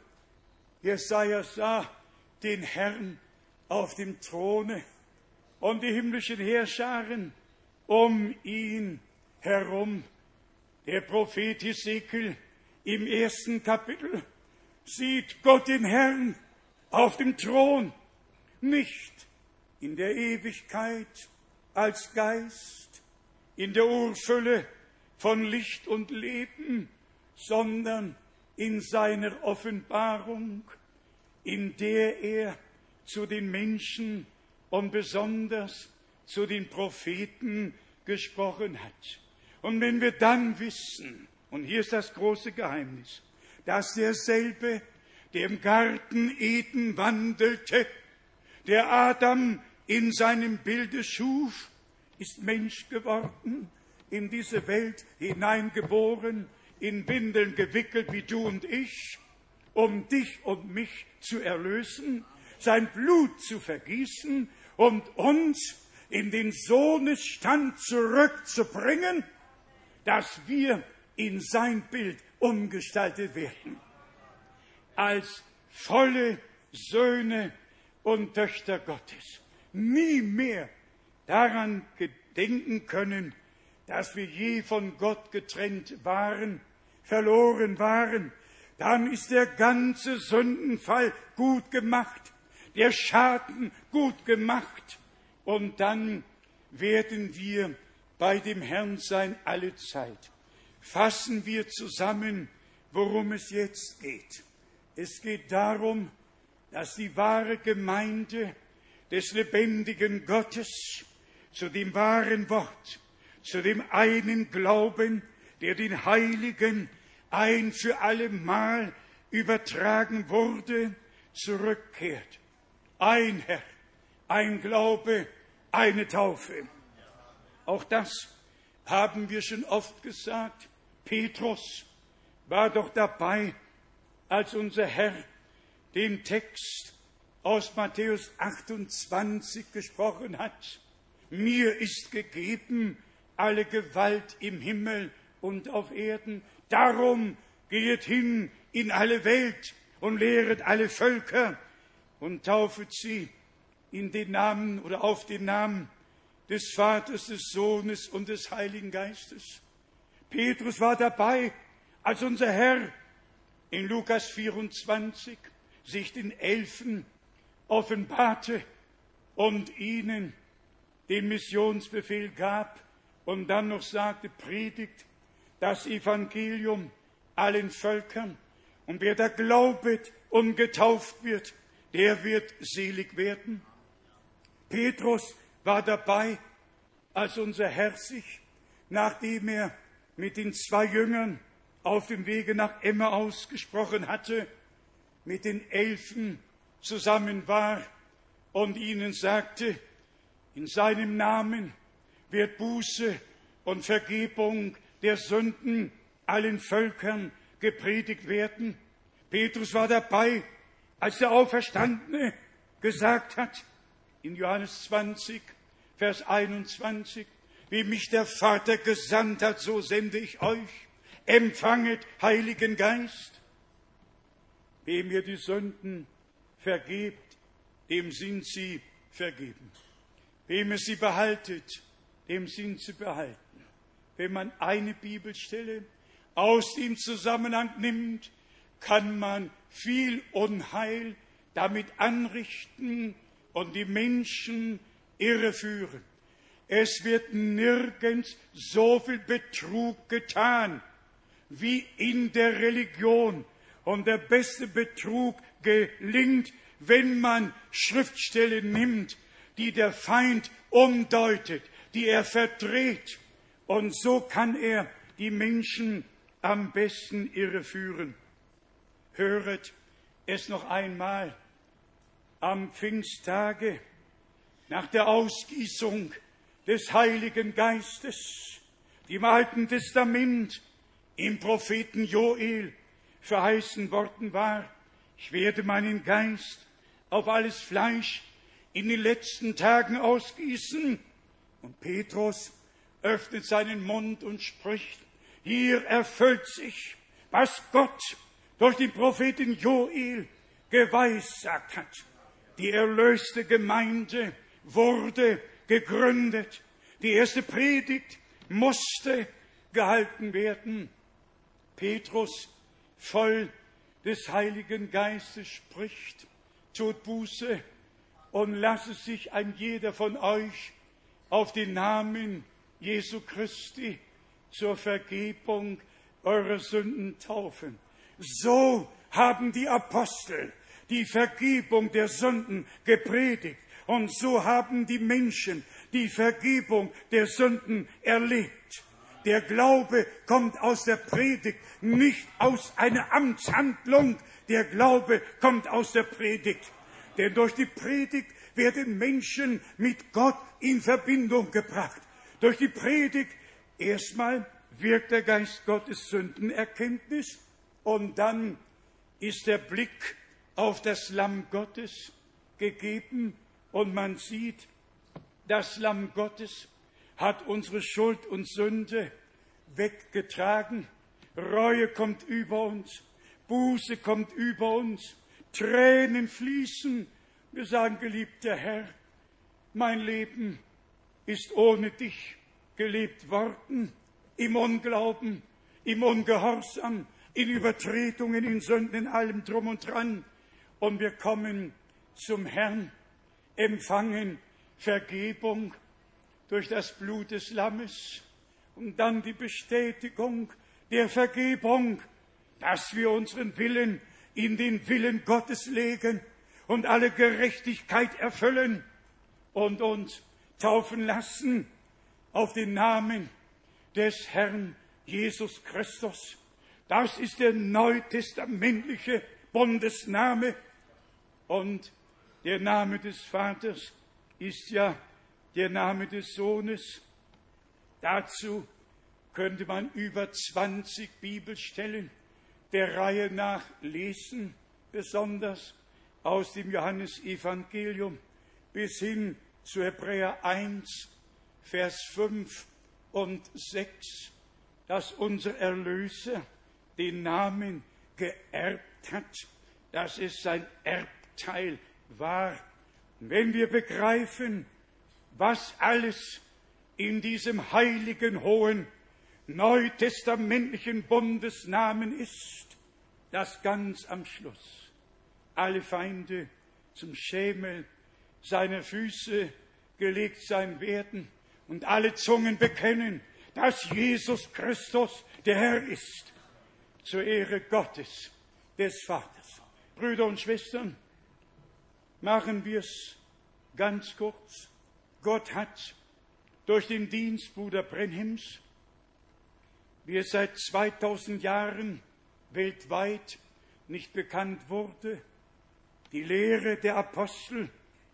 Jesaja sah den Herrn auf dem Throne und die himmlischen Heerscharen um ihn herum. Der Prophet Hesekiel im ersten Kapitel sieht Gott den Herrn auf dem Thron, nicht in der Ewigkeit als Geist, in der Urfülle von Licht und Leben, sondern in seiner Offenbarung, in der er zu den Menschen und besonders zu den Propheten gesprochen hat. Und wenn wir dann wissen, und hier ist das große Geheimnis, dass derselbe, der im Garten Eden wandelte, der Adam in seinem Bilde schuf, ist Mensch geworden, in diese Welt hineingeboren, in Windeln gewickelt wie du und ich, um dich und mich zu erlösen, sein Blut zu vergießen und uns in den Sohnesstand zurückzubringen, dass wir in sein Bild umgestaltet werden, als volle Söhne und Töchter Gottes. Nie mehr daran gedenken können, dass wir je von Gott getrennt waren, verloren waren. Dann ist der ganze Sündenfall gut gemacht, der Schaden gut gemacht. Und dann werden wir bei dem Herrn sein alle Zeit. Fassen wir zusammen, worum es jetzt geht. Es geht darum, dass die wahre Gemeinde des lebendigen Gottes zu dem wahren Wort, zu dem einen Glauben, der den Heiligen ein für alle Mal übertragen wurde, zurückkehrt. Ein Herr, ein Glaube, eine Taufe. Auch das haben wir schon oft gesagt, Petrus war doch dabei, als unser Herr den Text aus Matthäus achtundzwanzig gesprochen hat. Mir ist gegeben alle Gewalt im Himmel und auf Erden. Darum geht hin in alle Welt und lehret alle Völker und taufet sie in den Namen oder auf den Namen des Vaters, des Sohnes und des Heiligen Geistes. Petrus war dabei, als unser Herr in Lukas vierundzwanzig sich den Elfen offenbarte und ihnen den Missionsbefehl gab und dann noch sagte, predigt das Evangelium allen Völkern, und wer da glaubet und getauft wird, der wird selig werden. Petrus war dabei, als unser Herr sich, nachdem er mit den zwei Jüngern auf dem Wege nach Emmaus gesprochen hatte, mit den Elfen zusammen war und ihnen sagte, in seinem Namen wird Buße und Vergebung der Sünden allen Völkern gepredigt werden. Petrus war dabei, als der Auferstandene gesagt hat, in Johannes zwanzig, Vers einundzwanzig, wie mich der Vater gesandt hat, so sende ich euch. Empfanget Heiligen Geist. Wem ihr die Sünden vergebt, dem sind sie vergeben. Wem ihr sie behaltet, dem sind sie behalten. Wenn man eine Bibelstelle aus dem Zusammenhang nimmt, kann man viel Unheil damit anrichten und die Menschen irreführen. Es wird nirgends so viel Betrug getan wie in der Religion. Und der beste Betrug gelingt, wenn man Schriftstellen nimmt, die der Feind umdeutet, die er verdreht. Und so kann er die Menschen am besten irreführen. Höret es noch einmal. Am Pfingsttage, nach der Ausgießung des Heiligen Geistes, die im Alten Testament im Propheten Joel verheißen worden war, ich werde meinen Geist auf alles Fleisch in den letzten Tagen ausgießen. Und Petrus öffnet seinen Mund und spricht, hier erfüllt sich, was Gott durch den Propheten Joel geweissagt hat. Die erlöste Gemeinde wurde gegründet. Die erste Predigt musste gehalten werden. Petrus, voll des Heiligen Geistes, spricht, tut Buße und lasse sich ein jeder von euch auf den Namen Jesu Christi zur Vergebung eurer Sünden taufen. So haben die Apostel die Vergebung der Sünden gepredigt. Und so haben die Menschen die Vergebung der Sünden erlebt. Der Glaube kommt aus der Predigt, nicht aus einer Amtshandlung. Der Glaube kommt aus der Predigt. Denn durch die Predigt werden Menschen mit Gott in Verbindung gebracht. Durch die Predigt erstmal wirkt der Geist Gottes Sündenerkenntnis und dann ist der Blick auf das Lamm Gottes gegeben und man sieht, das Lamm Gottes hat unsere Schuld und Sünde weggetragen. Reue kommt über uns, Buße kommt über uns, Tränen fließen. Wir sagen, geliebter Herr, mein Leben ist ohne dich gelebt worden, im Unglauben, im Ungehorsam, in Übertretungen, in Sünden, in allem drum und dran. Und wir kommen zum Herrn, empfangen Vergebung durch das Blut des Lammes und dann die Bestätigung der Vergebung, dass wir unseren Willen in den Willen Gottes legen und alle Gerechtigkeit erfüllen und uns taufen lassen auf den Namen des Herrn Jesus Christus. Das ist der neutestamentliche Bundesname. Und der Name des Vaters ist ja der Name des Sohnes. Dazu könnte man über zwanzig Bibelstellen der Reihe nach lesen, besonders aus dem Johannesevangelium bis hin zu Hebräer eins, Vers fünf und sechs, dass unser Erlöser den Namen geerbt hat, dass es sein Erbteil war. Und wenn wir begreifen, was alles in diesem heiligen, hohen, neutestamentlichen Bundesnamen ist, dass ganz am Schluss alle Feinde zum Schemel seiner Füße gelegt sein werden und alle Zungen bekennen, dass Jesus Christus der Herr ist, zur Ehre Gottes, des Vaters. Brüder und Schwestern, machen wir es ganz kurz. Gott hat durch den Dienst Bruder Brenhims, wie es seit zweitausend Jahren weltweit nicht bekannt wurde, die Lehre der Apostel,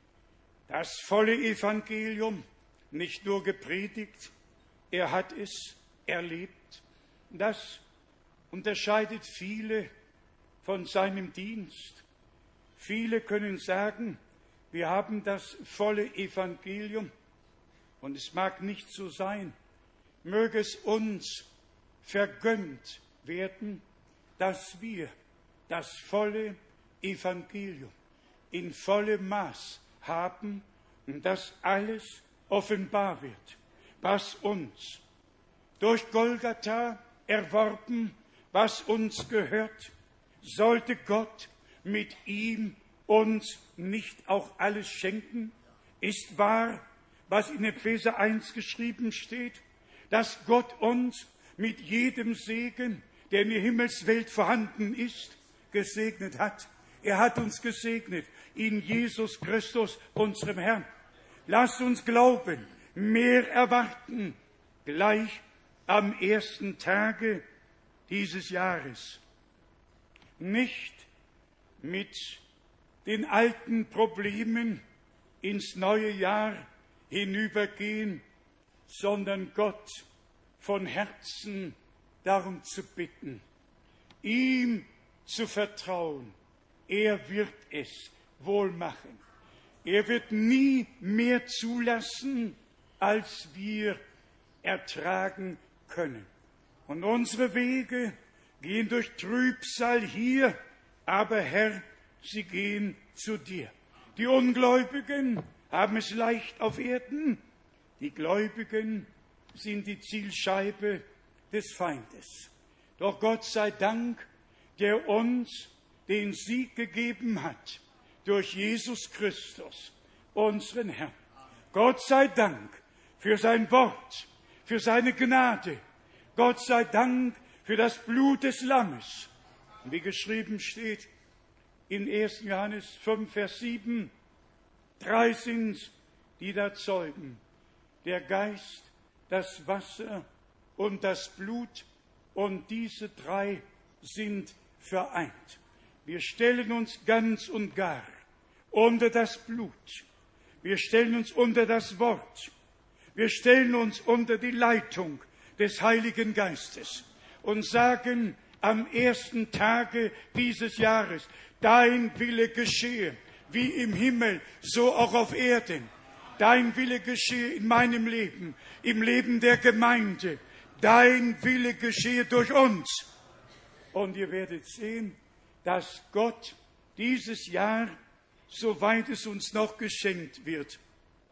das volle Evangelium nicht nur gepredigt, er hat es erlebt. Das unterscheidet viele von seinem Dienst. Viele können sagen, wir haben das volle Evangelium und es mag nicht so sein, möge es uns vergönnt werden, dass wir das volle Evangelium in vollem Maß haben und dass alles offenbar wird, was uns durch Golgatha erworben, was uns gehört, sollte Gott mit ihm uns nicht auch alles schenken? Ist wahr, was in Epheser eins geschrieben steht, dass Gott uns mit jedem Segen, der in der Himmelswelt vorhanden ist, gesegnet hat. Er hat uns gesegnet in Jesus Christus, unserem Herrn. Lasst uns glauben, mehr erwarten, gleich am ersten Tage dieses Jahres. Nicht mit den alten Problemen ins neue Jahr hinübergehen, sondern Gott von Herzen darum zu bitten, ihm zu vertrauen. Er wird es wohl machen. Er wird nie mehr zulassen, als wir ertragen können. Und unsere Wege gehen durch Trübsal hier, aber Herr, sie gehen zu dir. Die Ungläubigen haben es leicht auf Erden, die Gläubigen sind die Zielscheibe des Feindes. Doch Gott sei Dank, der uns den Sieg gegeben hat durch Jesus Christus, unseren Herrn. Gott sei Dank für sein Wort, für seine Gnade. Gott sei Dank für das Blut des Lammes. Wie geschrieben steht in ersten Johannes fünf, Vers sieben, drei sind's, die da zeugen, der Geist, das Wasser und das Blut, und diese drei sind vereint. Wir stellen uns ganz und gar unter das Blut. Wir stellen uns unter das Wort. Wir stellen uns unter die Leitung des Heiligen Geistes und sagen am ersten Tage dieses Jahres, dein Wille geschehe, wie im Himmel, so auch auf Erden. Dein Wille geschehe in meinem Leben, im Leben der Gemeinde. Dein Wille geschehe durch uns. Und ihr werdet sehen, dass Gott dieses Jahr, soweit es uns noch geschenkt wird,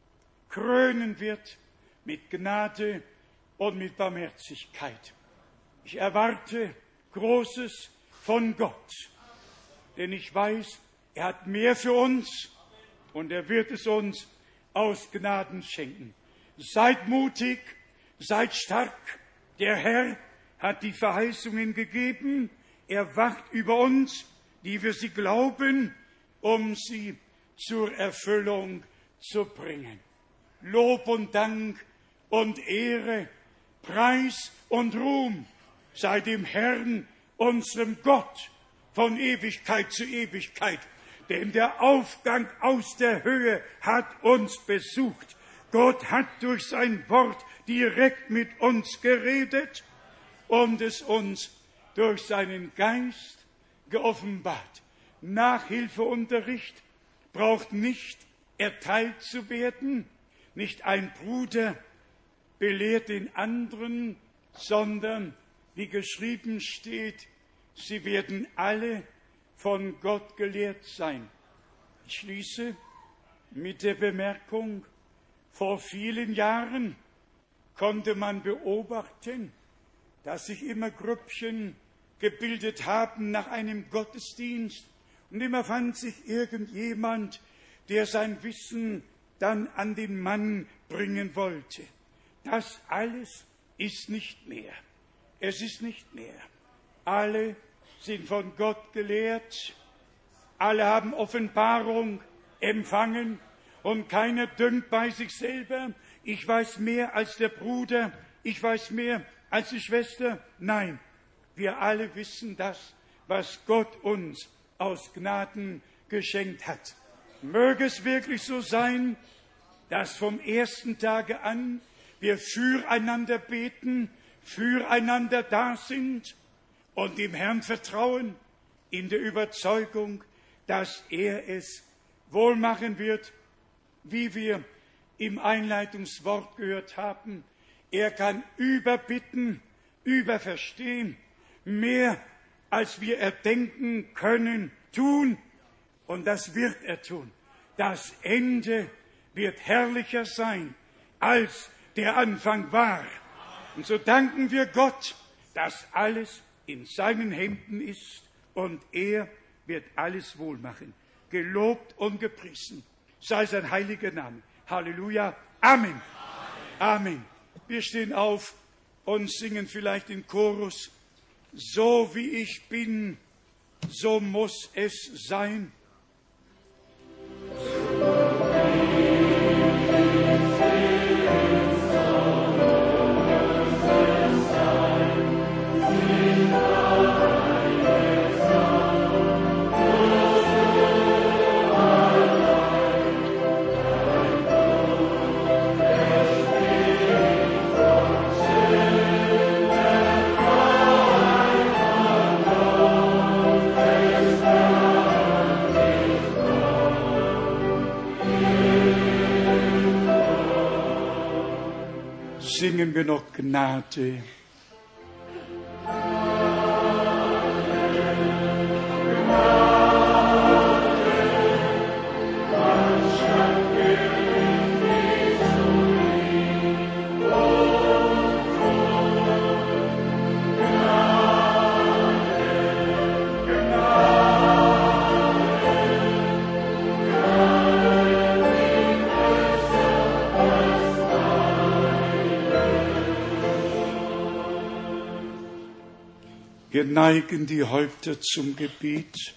krönen wird mit Gnade und mit Barmherzigkeit. Ich erwarte Großes von Gott, denn ich weiß, er hat mehr für uns und er wird es uns aus Gnaden schenken. Seid mutig, seid stark. Der Herr hat die Verheißungen gegeben. Er wacht über uns, die wir sie glauben, um sie zur Erfüllung zu bringen. Lob und Dank und Ehre, Preis und Ruhm sei dem Herrn, unserem Gott, von Ewigkeit zu Ewigkeit. Denn der Aufgang aus der Höhe hat uns besucht. Gott hat durch sein Wort direkt mit uns geredet und es uns durch seinen Geist geoffenbart. Nachhilfeunterricht braucht nicht erteilt zu werden, nicht ein Bruder belehrt den anderen, sondern, wie geschrieben steht, sie werden alle von Gott gelehrt sein. Ich schließe mit der Bemerkung, vor vielen Jahren konnte man beobachten, dass sich immer Grüppchen gebildet haben nach einem Gottesdienst und immer fand sich irgendjemand, der sein Wissen dann an den Mann bringen wollte. Das alles ist nicht mehr. Es ist nicht mehr. Alle sind von Gott gelehrt, alle haben Offenbarung empfangen und keiner dünkt bei sich selber, ich weiß mehr als der Bruder, ich weiß mehr als die Schwester. Nein, wir alle wissen das, was Gott uns aus Gnaden geschenkt hat. Möge es wirklich so sein, dass vom ersten Tage an wir füreinander beten, füreinander da sind und dem Herrn vertrauen, in der Überzeugung, dass er es wohl machen wird, wie wir im Einleitungswort gehört haben. Er kann überbitten, überverstehen, mehr als wir erdenken können, tun. Und das wird er tun. Das Ende wird herrlicher sein, als der Anfang war. Und so danken wir Gott, dass alles in seinen Händen ist und er wird alles wohl machen. Gelobt und gepriesen sei sein heiliger Name. Halleluja. Amen. Amen. Wir stehen auf und singen vielleicht den Chorus. So wie ich bin, so muss es sein. Singen wir noch Gnade. Wir neigen die Häupter zum Gebet.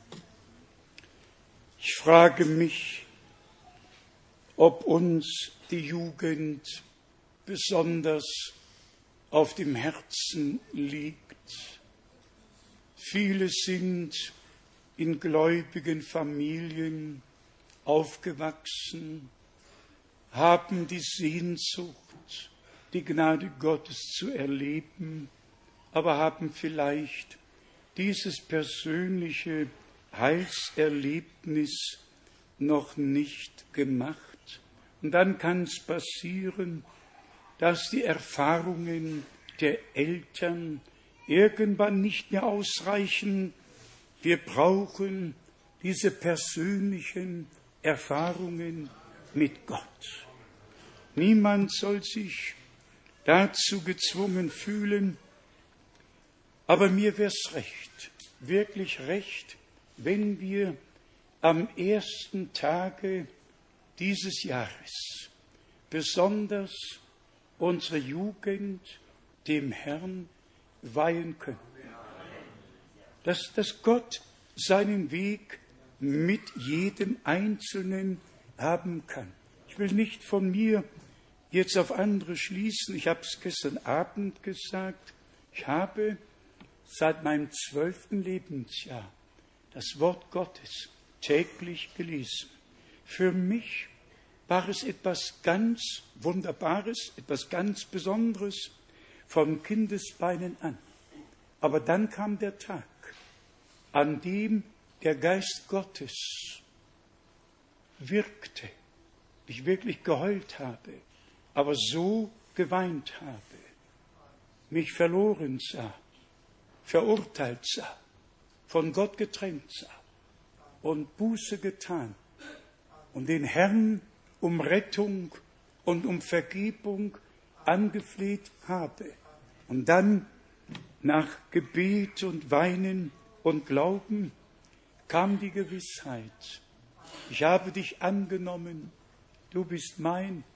Ich frage mich, ob uns die Jugend besonders auf dem Herzen liegt. Viele sind in gläubigen Familien aufgewachsen, haben die Sehnsucht, die Gnade Gottes zu erleben, aber haben vielleicht dieses persönliche Heilserlebnis noch nicht gemacht. Und dann kann es passieren, dass die Erfahrungen der Eltern irgendwann nicht mehr ausreichen. Wir brauchen diese persönlichen Erfahrungen mit Gott. Niemand soll sich dazu gezwungen fühlen, aber mir wär's recht, wirklich recht, wenn wir am ersten Tage dieses Jahres besonders unsere Jugend dem Herrn weihen können. Dass, dass Gott seinen Weg mit jedem Einzelnen haben kann. Ich will nicht von mir jetzt auf andere schließen. Ich habe es gestern Abend gesagt. Ich habe seit meinem zwölften Lebensjahr das Wort Gottes täglich gelesen. Für mich war es etwas ganz Wunderbares, etwas ganz Besonderes von Kindesbeinen an. Aber dann kam der Tag, an dem der Geist Gottes wirkte, ich wirklich geheult habe, aber so geweint habe, mich verloren sah, verurteilt sah, von Gott getrennt sah und Buße getan und den Herrn um Rettung und um Vergebung angefleht habe. Und dann nach Gebet und Weinen und Glauben kam die Gewissheit, ich habe dich angenommen, du bist mein.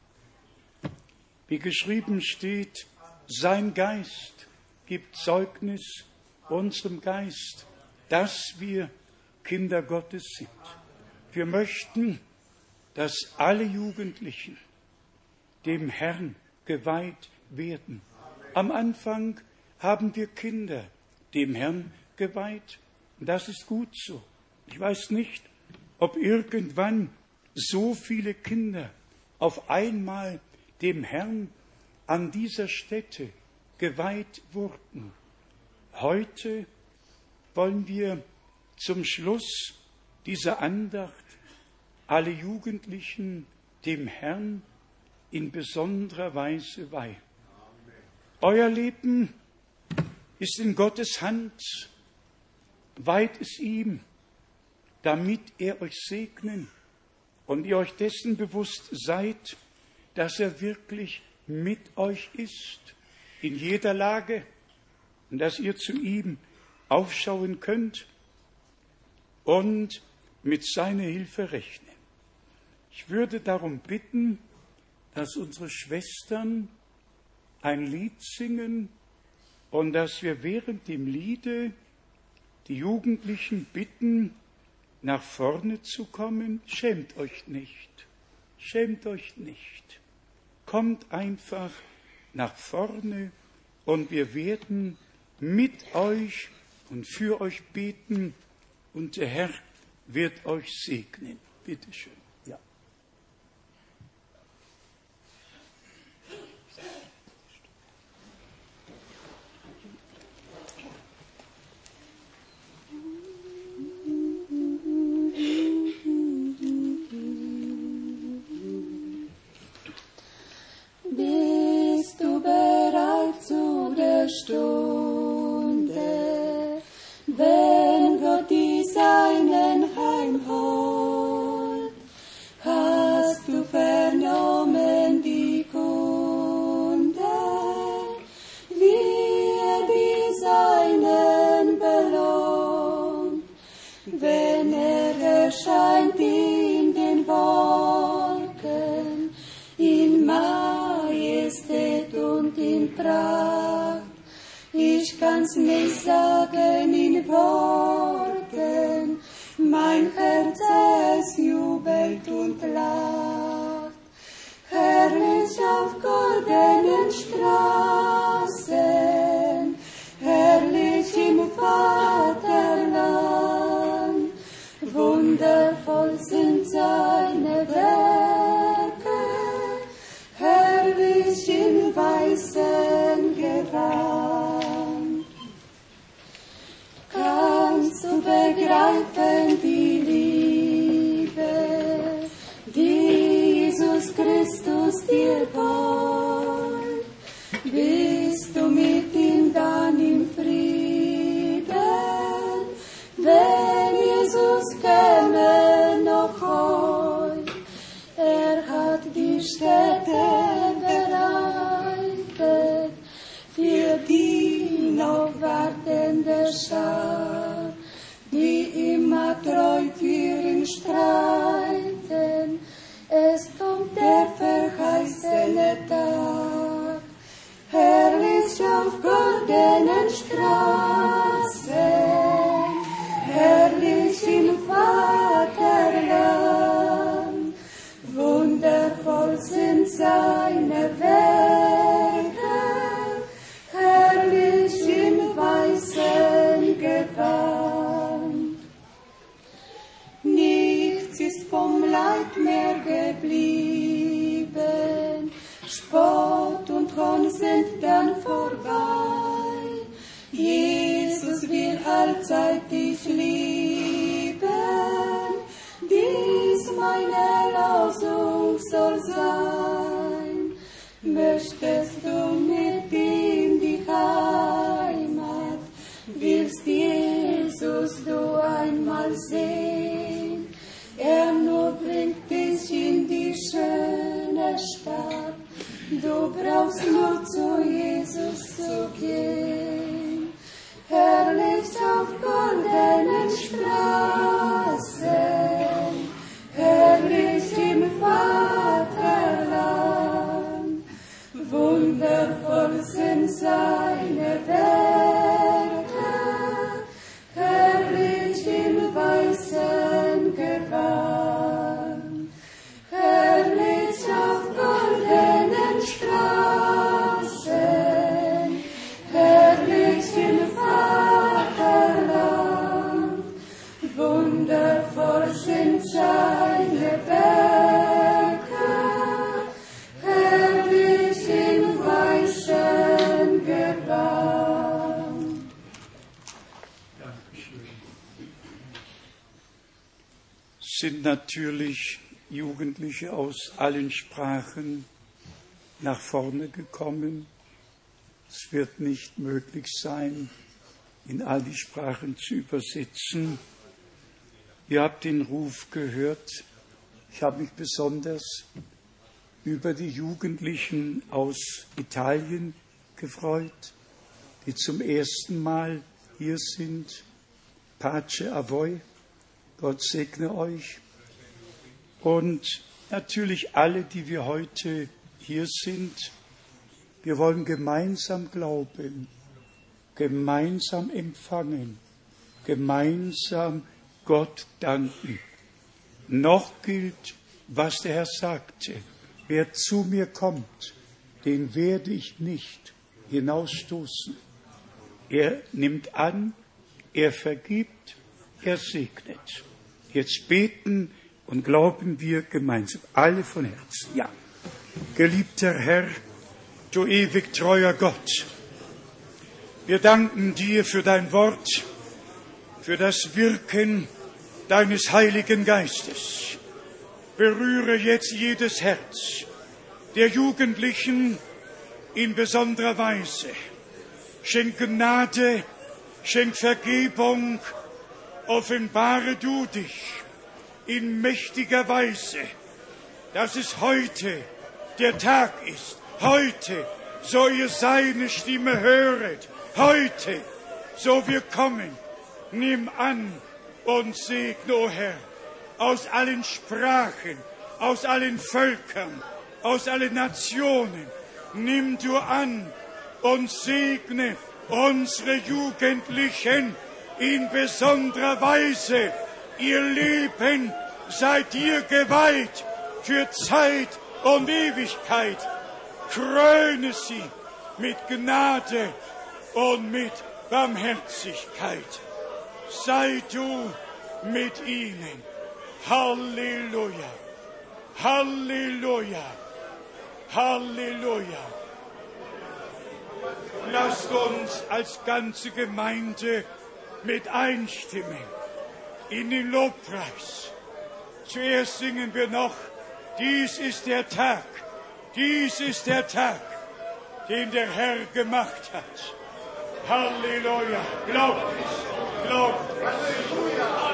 Wie geschrieben steht, sein Geist gibt Zeugnis unserem Geist, dass wir Kinder Gottes sind. Wir möchten, dass alle Jugendlichen dem Herrn geweiht werden. Am Anfang haben wir Kinder dem Herrn geweiht. Und das ist gut so. Ich weiß nicht, ob irgendwann so viele Kinder auf einmal dem Herrn an dieser Stätte geweiht wurden. Heute wollen wir zum Schluss dieser Andacht alle Jugendlichen dem Herrn in besonderer Weise weihen. Euer Leben ist in Gottes Hand, weiht es ihm, damit er euch segnen und ihr euch dessen bewusst seid, dass er wirklich mit euch ist, in jeder Lage, und dass ihr zu ihm aufschauen könnt und mit seiner Hilfe rechnen. Ich würde darum bitten, dass unsere Schwestern ein Lied singen und dass wir während dem Liede die Jugendlichen bitten, nach vorne zu kommen. Schämt euch nicht, schämt euch nicht. Kommt einfach nach vorne und wir werden mit euch und für euch beten und der Herr wird euch segnen. Bitte schön. Ja. Bist du bereit zu der Stunde, wenn Gott die Seinen heimholt? Hast du vernommen die Kunde, wie er die Seinen belohnt, wenn er erscheint in den Wolken, in Majestät und in Pracht? Ich kann's nicht sagen in Worten, mein Herz es jubelt und lacht. Herrlich auf goldenen Straßen, herrlich im Vaterland, wundervoll sind seine Werke, herrlich in weißen Gewand. Kannst du begreifen die Liebe, die Jesus Christus dir bot? Bist du mit ihm dann im Frieden, wenn Jesus käme noch heut? Er hat die Stätte bereitet für die noch wartende Schar, die immer treu für ihn streiten. Es kommt der verheißene Tag, herrlich auf goldenen Straßen, herrlich im Vaterland, wundervoll sind seine Werke, herrlich im weißen Gewand. Nichts ist vom Leid mehr geblieben, nur zu Jesus zu gehen. Herrlich auf goldenen Straßen, herrlich im Vaterland, wundervoll sind seine Werke, herrlich im weißen Gewand, herrlich auf goldenen Straßen, herrlich im Vaterland, wundervoll sind seine Werke, herrlich im weißen Gewand. Sind natürlich Jugendliche aus allen Sprachen nach vorne gekommen. Es wird nicht möglich sein, in all die Sprachen zu übersetzen. Ihr habt den Ruf gehört. Ich habe mich besonders über die Jugendlichen aus Italien gefreut, die zum ersten Mal hier sind. Pace a voi. Gott segne euch. Und natürlich alle, die wir heute hier sind. Wir wollen gemeinsam glauben, gemeinsam empfangen, gemeinsam Gott danken. Noch gilt, was der Herr sagte. Wer zu mir kommt, den werde ich nicht hinausstoßen. Er nimmt an, er vergibt, er segnet. Jetzt beten und glauben wir gemeinsam, alle von Herzen. Ja, geliebter Herr, du ewig treuer Gott, wir danken dir für dein Wort, für das Wirken deines Heiligen Geistes. Berühre jetzt jedes Herz der Jugendlichen in besonderer Weise. Schenk Gnade, schenk Vergebung, offenbare du dich in mächtiger Weise, dass es heute der Tag ist. Heute, so ihr seine Stimme höret. Heute, so wir kommen. Nimm an und segne, o Herr, aus allen Sprachen, aus allen Völkern, aus allen Nationen. Nimm du an und segne unsere Jugendlichen in besonderer Weise. Ihr Leben sei dir geweiht für Zeit und Ewigkeit. Kröne sie mit Gnade und mit Barmherzigkeit. Sei du mit ihnen. Halleluja, Halleluja, Halleluja. Lasst uns als ganze Gemeinde mit einstimmen in den Lobpreis. Zuerst singen wir noch, dies ist der Tag, dies ist der Tag, den der Herr gemacht hat. Halleluja, glaubt es, glaubt es. Halleluja.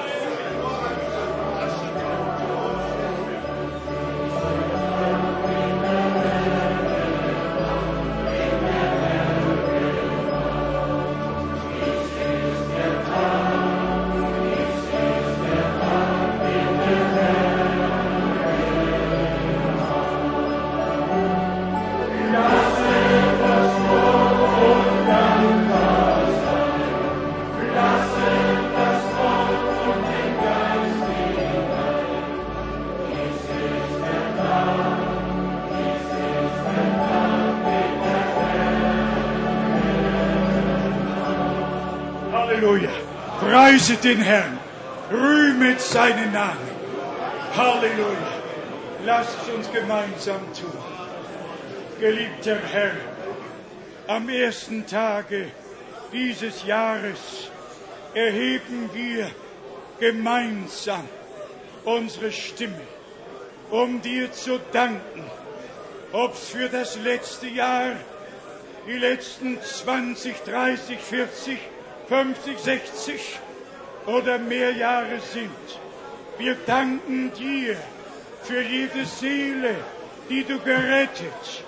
Halleluja. Preiset den Herrn. Rühmet seinen Namen. Halleluja. Lasst es uns gemeinsam tun. Geliebter Herr, am ersten Tage dieses Jahres erheben wir gemeinsam unsere Stimme, um dir zu danken, ob es für das letzte Jahr, die letzten zwanzig, dreißig, vierzig, fünfzig, sechzig oder mehr Jahre sind. Wir danken dir für jede Seele, die du gerettet,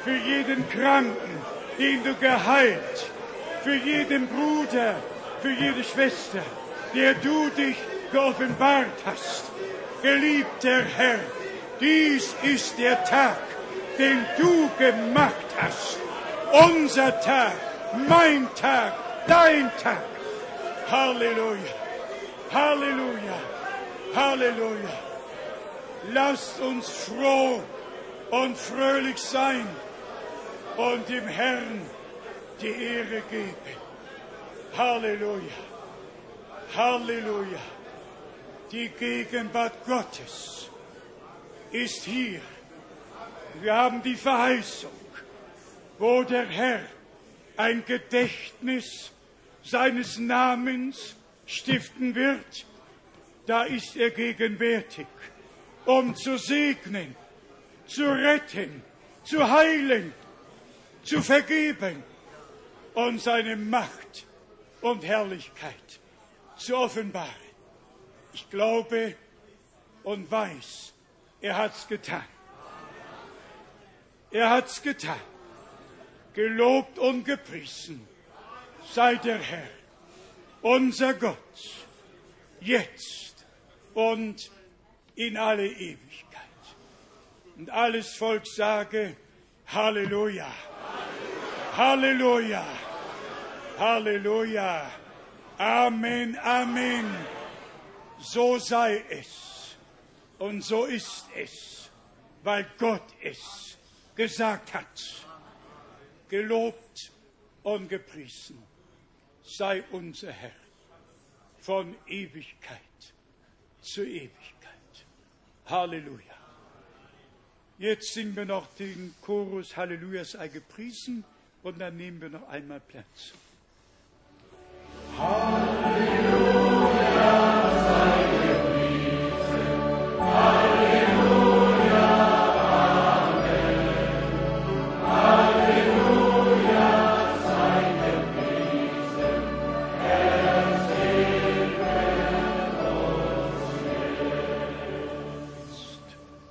für jeden Kranken, den du geheilt, für jeden Bruder, für jede Schwester, der du dich geoffenbart hast. Geliebter Herr, dies ist der Tag, den du gemacht hast. Unser Tag, mein Tag, dein Tag. Halleluja, Halleluja, Halleluja. Lasst uns froh und fröhlich sein und dem Herrn die Ehre geben. Halleluja, Halleluja. Die Gegenwart Gottes ist hier. Wir haben die Verheißung, wo der Herr ein Gedächtnis seines Namens stiften wird. Da ist er gegenwärtig, um zu segnen, zu retten, zu heilen, zu vergeben und seine Macht und Herrlichkeit zu offenbaren. Ich glaube und weiß, er hat's getan. Er hat's getan. Gelobt und gepriesen sei der Herr, unser Gott, jetzt und in alle Ewigkeit. Und alles Volk sage Halleluja, Halleluja, Halleluja, Amen, Amen. So sei es und so ist es, weil Gott es gesagt hat. Gelobt und gepriesen sei unser Herr von Ewigkeit zu Ewigkeit. Halleluja. Jetzt singen wir noch den Chorus Halleluja sei gepriesen und dann nehmen wir noch einmal Platz. Halleluja sei gepriesen. Halleluja, Amen. Halleluja sei gepriesen. Herr, segne uns jetzt.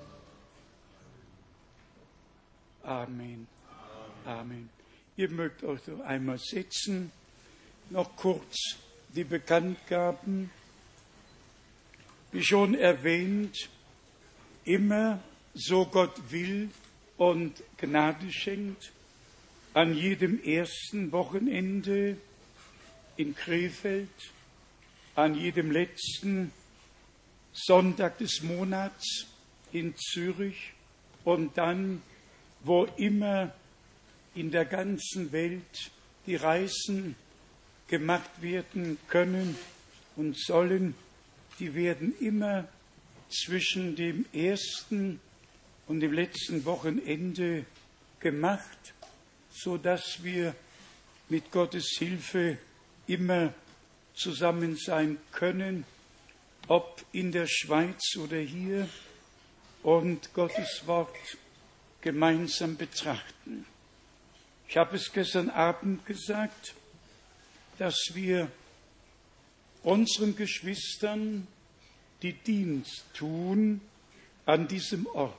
Amen. Amen. Ihr mögt euch noch einmal setzen. Noch kurz die Bekanntgaben. Wie schon erwähnt, immer so Gott will und Gnade schenkt, an jedem ersten Wochenende in Krefeld, an jedem letzten Sonntag des Monats in Zürich und dann, wo immer in der ganzen Welt die Reisen gemacht werden können und sollen, die werden immer zwischen dem ersten und dem letzten Wochenende gemacht, so dass wir mit Gottes Hilfe immer zusammen sein können, ob in der Schweiz oder hier, und Gottes Wort gemeinsam betrachten. Ich habe es gestern Abend gesagt, dass wir unseren Geschwistern, die Dienst tun an diesem Ort,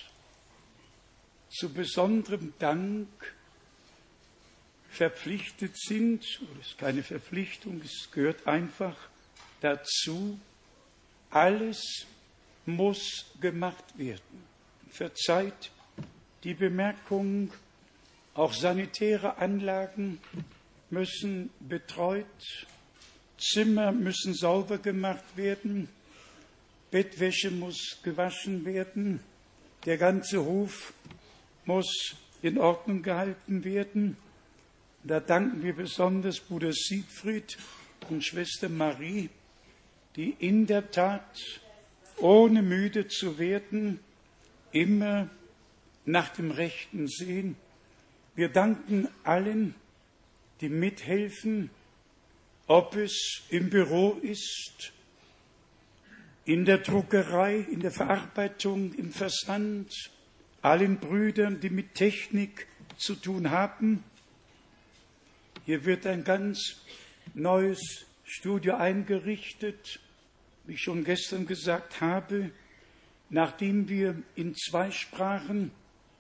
zu besonderem Dank verpflichtet sind, oder es ist keine Verpflichtung, es gehört einfach dazu, alles muss gemacht werden. Verzeiht die Bemerkung, auch sanitäre Anlagen müssen betreut, Zimmer müssen sauber gemacht werden, Bettwäsche muss gewaschen werden, der ganze Hof muss in Ordnung gehalten werden. Da danken wir besonders Bruder Siegfried und Schwester Marie, die in der Tat, ohne müde zu werden, immer nach dem Rechten sehen. Wir danken allen, die mithelfen, ob es im Büro ist, in der Druckerei, in der Verarbeitung, im Versand, allen Brüdern, die mit Technik zu tun haben. Hier wird ein ganz neues Studio eingerichtet, wie ich schon gestern gesagt habe, nachdem wir in zwei Sprachen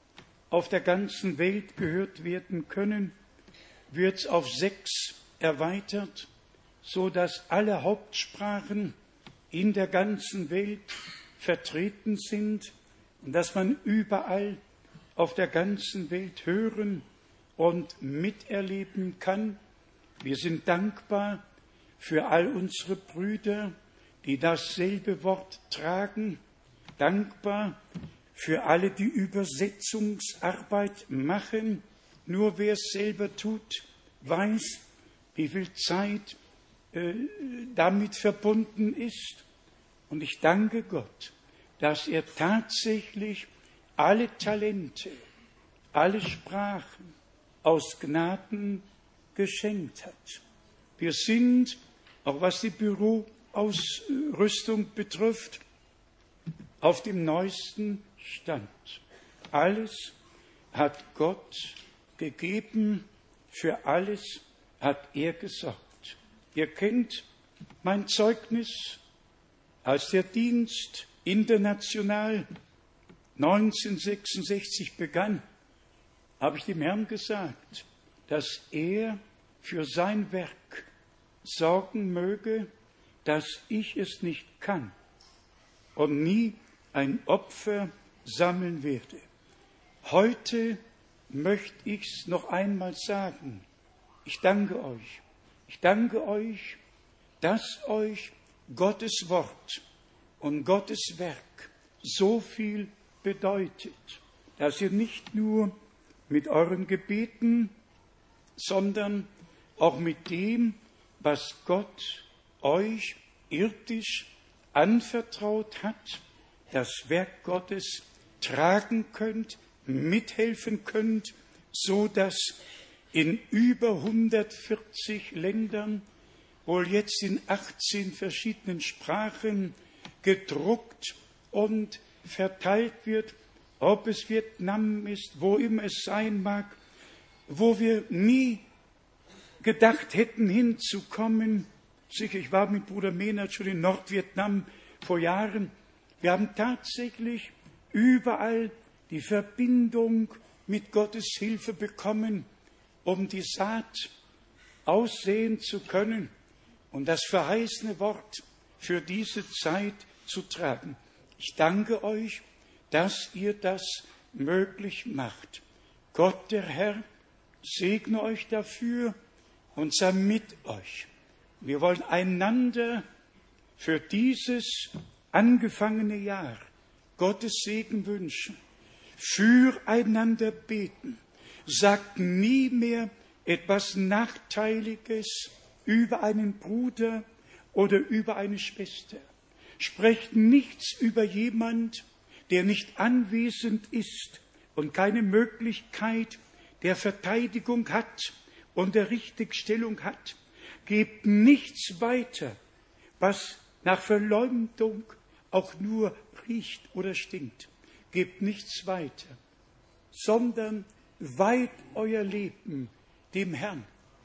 auf der ganzen Welt gehört werden können, wird es auf sechs erweitert, so dass alle Hauptsprachen in der ganzen Welt vertreten sind und dass man überall auf der ganzen Welt hören und miterleben kann. Wir sind dankbar für all unsere Brüder, die dasselbe Wort tragen, dankbar für alle, die Übersetzungsarbeit machen. Nur wer es selber tut, weiß, wie viel Zeit äh, damit verbunden ist. Und ich danke Gott, dass er tatsächlich alle Talente, alle Sprachen aus Gnaden geschenkt hat. Wir sind, auch was die Büroausrüstung betrifft, auf dem neuesten Stand. Alles hat Gott gegeben, für alles hat er gesorgt. Ihr kennt mein Zeugnis, als der Dienst international neunzehnhundertsechsundsechzig begann, habe ich dem Herrn gesagt, dass er für sein Werk sorgen möge, dass ich es nicht kann und nie ein Opfer sammeln werde. Heute möchte ich es noch einmal sagen. Ich danke euch. Ich danke euch, dass euch Gottes Wort und Gottes Werk so viel bedeutet, dass ihr nicht nur mit euren Gebeten, sondern auch mit dem, was Gott euch irdisch anvertraut hat, das Werk Gottes tragen könnt, mithelfen könnt, so dass in über hundertvierzig Ländern, wohl jetzt in achtzehn verschiedenen Sprachen, gedruckt und verteilt wird, ob es Vietnam ist, wo immer es sein mag, wo wir nie gedacht hätten hinzukommen. Sicher, ich war mit Bruder Mehnert schon in Nordvietnam vor Jahren. Wir haben tatsächlich überall die Verbindung mit Gottes Hilfe bekommen, um die Saat aussehen zu können und das verheißene Wort für diese Zeit zu tragen. Ich danke euch, dass ihr das möglich macht. Gott, der Herr, segne euch dafür und sei mit euch. Wir wollen einander für dieses angefangene Jahr Gottes Segen wünschen, füreinander beten. Sagt nie mehr etwas Nachteiliges über einen Bruder oder über eine Schwester. Sprecht nichts über jemand, der nicht anwesend ist und keine Möglichkeit der Verteidigung hat und der Richtigstellung hat. Gebt nichts weiter, was nach Verleumdung auch nur riecht oder stinkt. Gebt nichts weiter, sondern weiht euer Leben dem Herrn.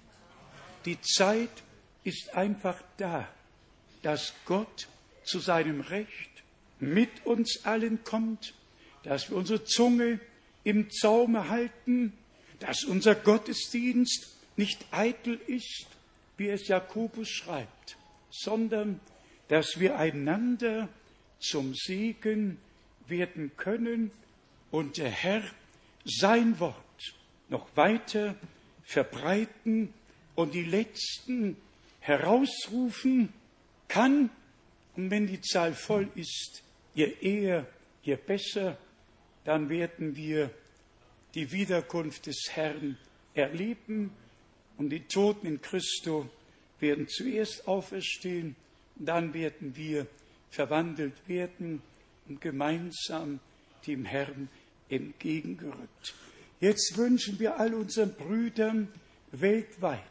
Die Zeit ist einfach da, dass Gott zu seinem Recht mit uns allen kommt, dass wir unsere Zunge im Zaume halten, dass unser Gottesdienst nicht eitel ist, wie es Jakobus schreibt, sondern dass wir einander zum Segen werden können und der Herr sein Wort noch weiter verbreiten und die Letzten herausrufen kann. Und wenn die Zahl voll ist, je eher, je besser, dann werden wir die Wiederkunft des Herrn erleben und die Toten in Christo werden zuerst auferstehen, dann werden wir verwandelt werden und gemeinsam dem Herrn entgegengerückt. Jetzt wünschen wir all unseren Brüdern weltweit,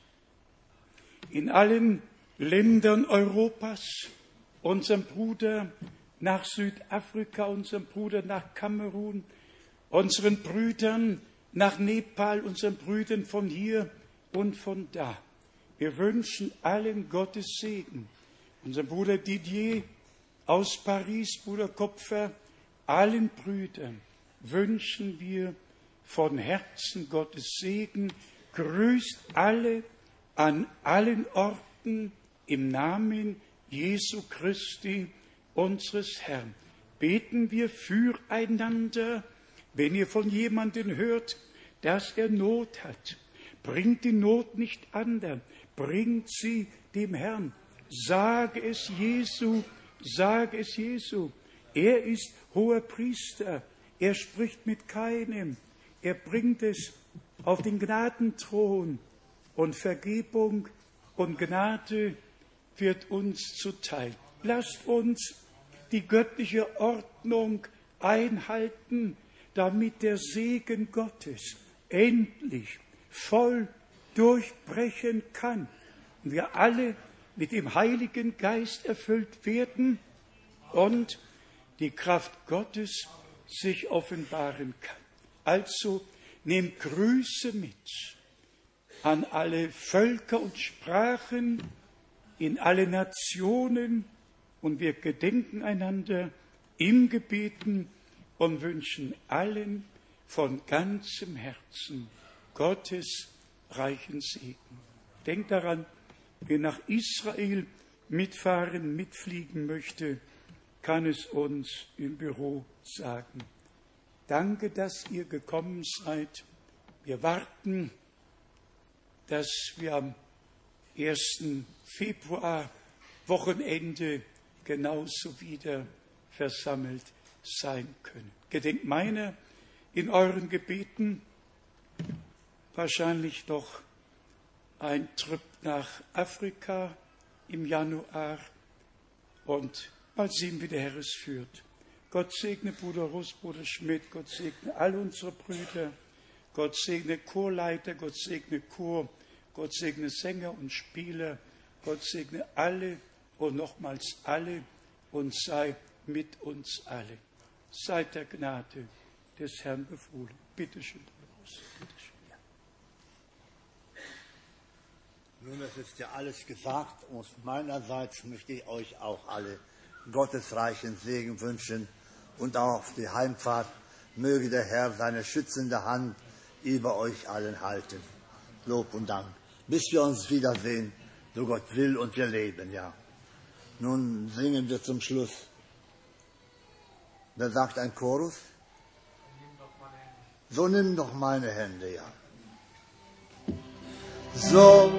in allen Ländern Europas, unserem Bruder nach Südafrika, unserem Bruder nach Kamerun, unseren Brüdern nach Nepal, unseren Brüdern von hier und von da. Wir wünschen allen Gottes Segen. Unser Bruder Didier aus Paris, Bruder Kopfer, allen Brüdern wünschen wir von Herzen Gottes Segen. Grüßt alle an allen Orten im Namen Jesu Christi, unseres Herrn. Beten wir füreinander, wenn ihr von jemandem hört, dass er Not hat. Bringt die Not nicht anderen, bringt sie dem Herrn. Sage es Jesu, sage es Jesu. Er ist hoher Priester, er spricht mit keinem. Er bringt es auf den Gnadenthron und Vergebung und Gnade wird uns zuteil. Lasst uns die göttliche Ordnung einhalten, damit der Segen Gottes endlich voll durchbrechen kann und wir alle mit dem Heiligen Geist erfüllt werden und die Kraft Gottes sich offenbaren kann. Also nehmt Grüße mit an alle Völker und Sprachen, in alle Nationen, und wir gedenken einander im Gebeten und wünschen allen von ganzem Herzen Gottes reichen Segen. Denkt daran, wer nach Israel mitfahren, mitfliegen möchte, kann es uns im Büro sagen. Danke, dass ihr gekommen seid. Wir warten, dass wir am ersten Februar Wochenende genauso wieder versammelt sein können. Gedenkt meiner in euren Gebeten, wahrscheinlich noch ein Trip nach Afrika im Januar und mal sehen, wie der Herr es führt. Gott segne Bruder Russ, Bruder Schmidt, Gott segne all unsere Brüder, Gott segne Chorleiter, Gott segne Chor, Gott segne Sänger und Spieler, Gott segne alle und nochmals alle und sei mit uns alle. Seid der Gnade des Herrn befohlen. Bitte schön, Bruder Russ. Bitte schön. Nun, es ist ja alles gesagt und meinerseits möchte ich euch auch alle gottesreichen Segen wünschen und auch auf die Heimfahrt möge der Herr seine schützende Hand über euch allen halten. Lob und Dank. Bis wir uns wiedersehen, so Gott will und wir leben, ja. Nun singen wir zum Schluss. Wer sagt ein Chorus? So nimm doch meine Hände, ja. So.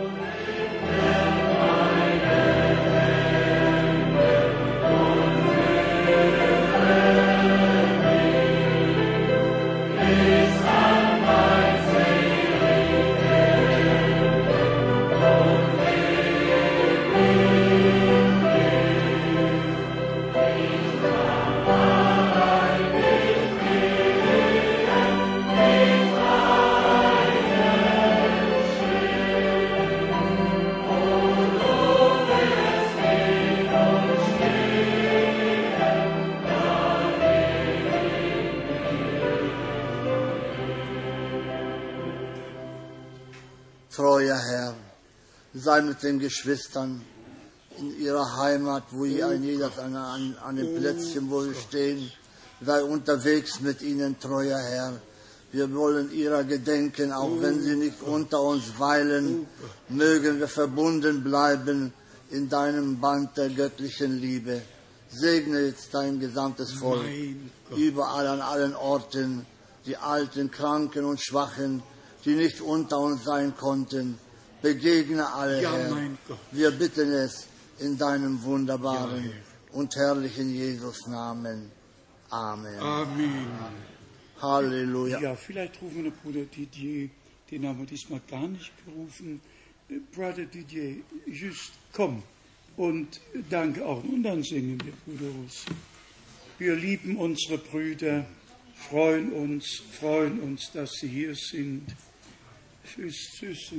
Treuer Herr, sei mit den Geschwistern in ihrer Heimat, wo ihr ein jeder an, an, an dem Plätzchen, wo wir stehen, sei unterwegs mit ihnen, treuer Herr. Wir wollen ihrer gedenken, auch wenn sie nicht unter uns weilen, mögen wir verbunden bleiben in deinem Band der göttlichen Liebe. Segne jetzt dein gesamtes Volk, überall an allen Orten, die Alten, Kranken und Schwachen, die nicht unter uns sein konnten. Begegne alle, ja, Herr. Wir bitten es in deinem wunderbaren ja, und herrlichen Jesus Namen. Amen. Amen. Halleluja. Ja, vielleicht rufen wir Bruder Didier, den haben wir diesmal gar nicht gerufen. Bruder Didier, just komm und danke auch. Und dann singen wir, Bruder Russ. Wir lieben unsere Brüder, freuen uns, freuen uns, dass sie hier sind. Tschüss, tschüss.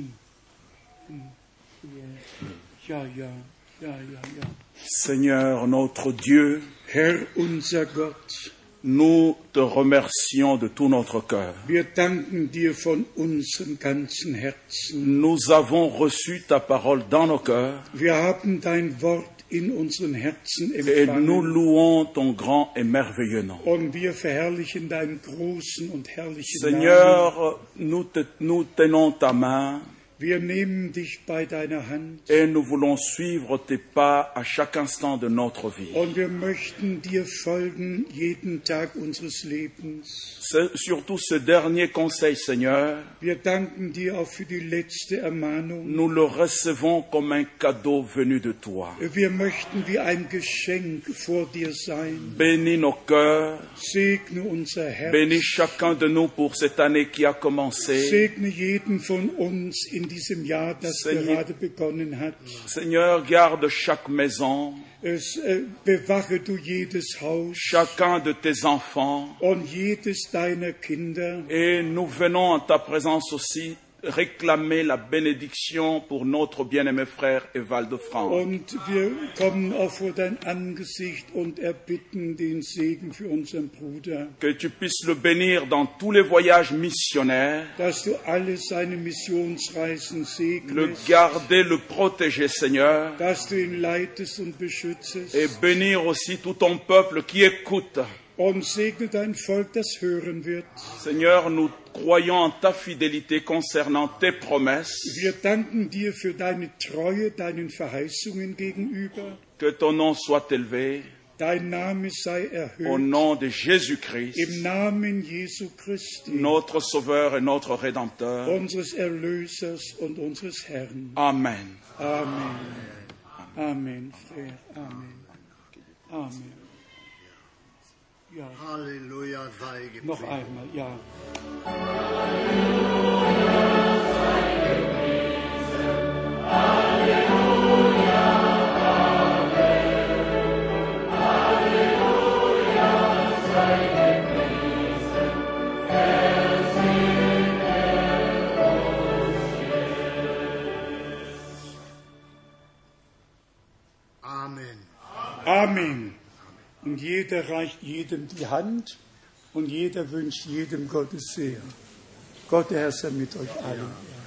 Ja, ja, ja, ja, ja. Seigneur, notre Dieu, Herr, unser Gott, nous te remercions de tout notre cœur. Wir danken dir von unserem ganzen Herzen. Nous avons reçu ta parole dans nos cœurs. Wir haben dein Wort in unseren Herzen Et nous empfangen. louons ton grand et merveilleux nom. Und wir verherrlichen deinen großen und herrlichen Namen. Seigneur, nous, te- nous tenons ta main Wir nehmen dich bei deiner Hand et nous voulons suivre tes pas à chaque instant de notre vie. und wir möchten dir folgen jeden Tag unseres Lebens. C'est surtout ce dernier conseil, Seigneur, Wir danken dir auch für die letzte Ermahnung. nous le recevons comme un cadeau venu de toi. Wir möchten wie ein Geschenk vor dir sein. Bénis nos cœurs, Segne unser Herz. bénis chacun de nous pour cette année qui a commencé. Segne jeden von uns in diesem Jahr, das Seigneur. gerade begonnen hat. Seigneur, garde chaque maison, Es, äh, bewache du jedes Haus chacun de tes enfants, und jedes deiner Kinder. et nous venons en ta présence aussi réclamer la bénédiction pour notre bien-aimé frère Eval de France. Und wir kommen auch vor dein Angesicht und erbitten den Segen für unseren Bruder, Que tu puisses le bénir dans tous les voyages missionnaires, dass du alle seine Missionsreisen le segnest, garder, le protéger, Seigneur, dass du ihn leitest und beschützest. et bénir aussi tout ton peuple qui écoute. Und segne dein Volk, das hören wird. Seigneur, nous croyons en ta fidélité concernant tes promesses. Wir danken dir für deine Treue, deinen Verheißungen gegenüber. Que ton nom soit élevé Dein Name sei au erhöht. nom de Jésus-Christ, Im Namen Jesu Christi, notre Sauveur et notre Rédempteur. unseres Erlösers und unseres Herrn. Amen. Amen. Amen, Frère. Amen. Amen. Ja, Halleluja sei gepriesen. noch einmal, ja. Amen. Amen. Und jeder reicht jedem die Hand und jeder wünscht jedem Gottes Segen. Gott, der Herr, sei mit euch allen.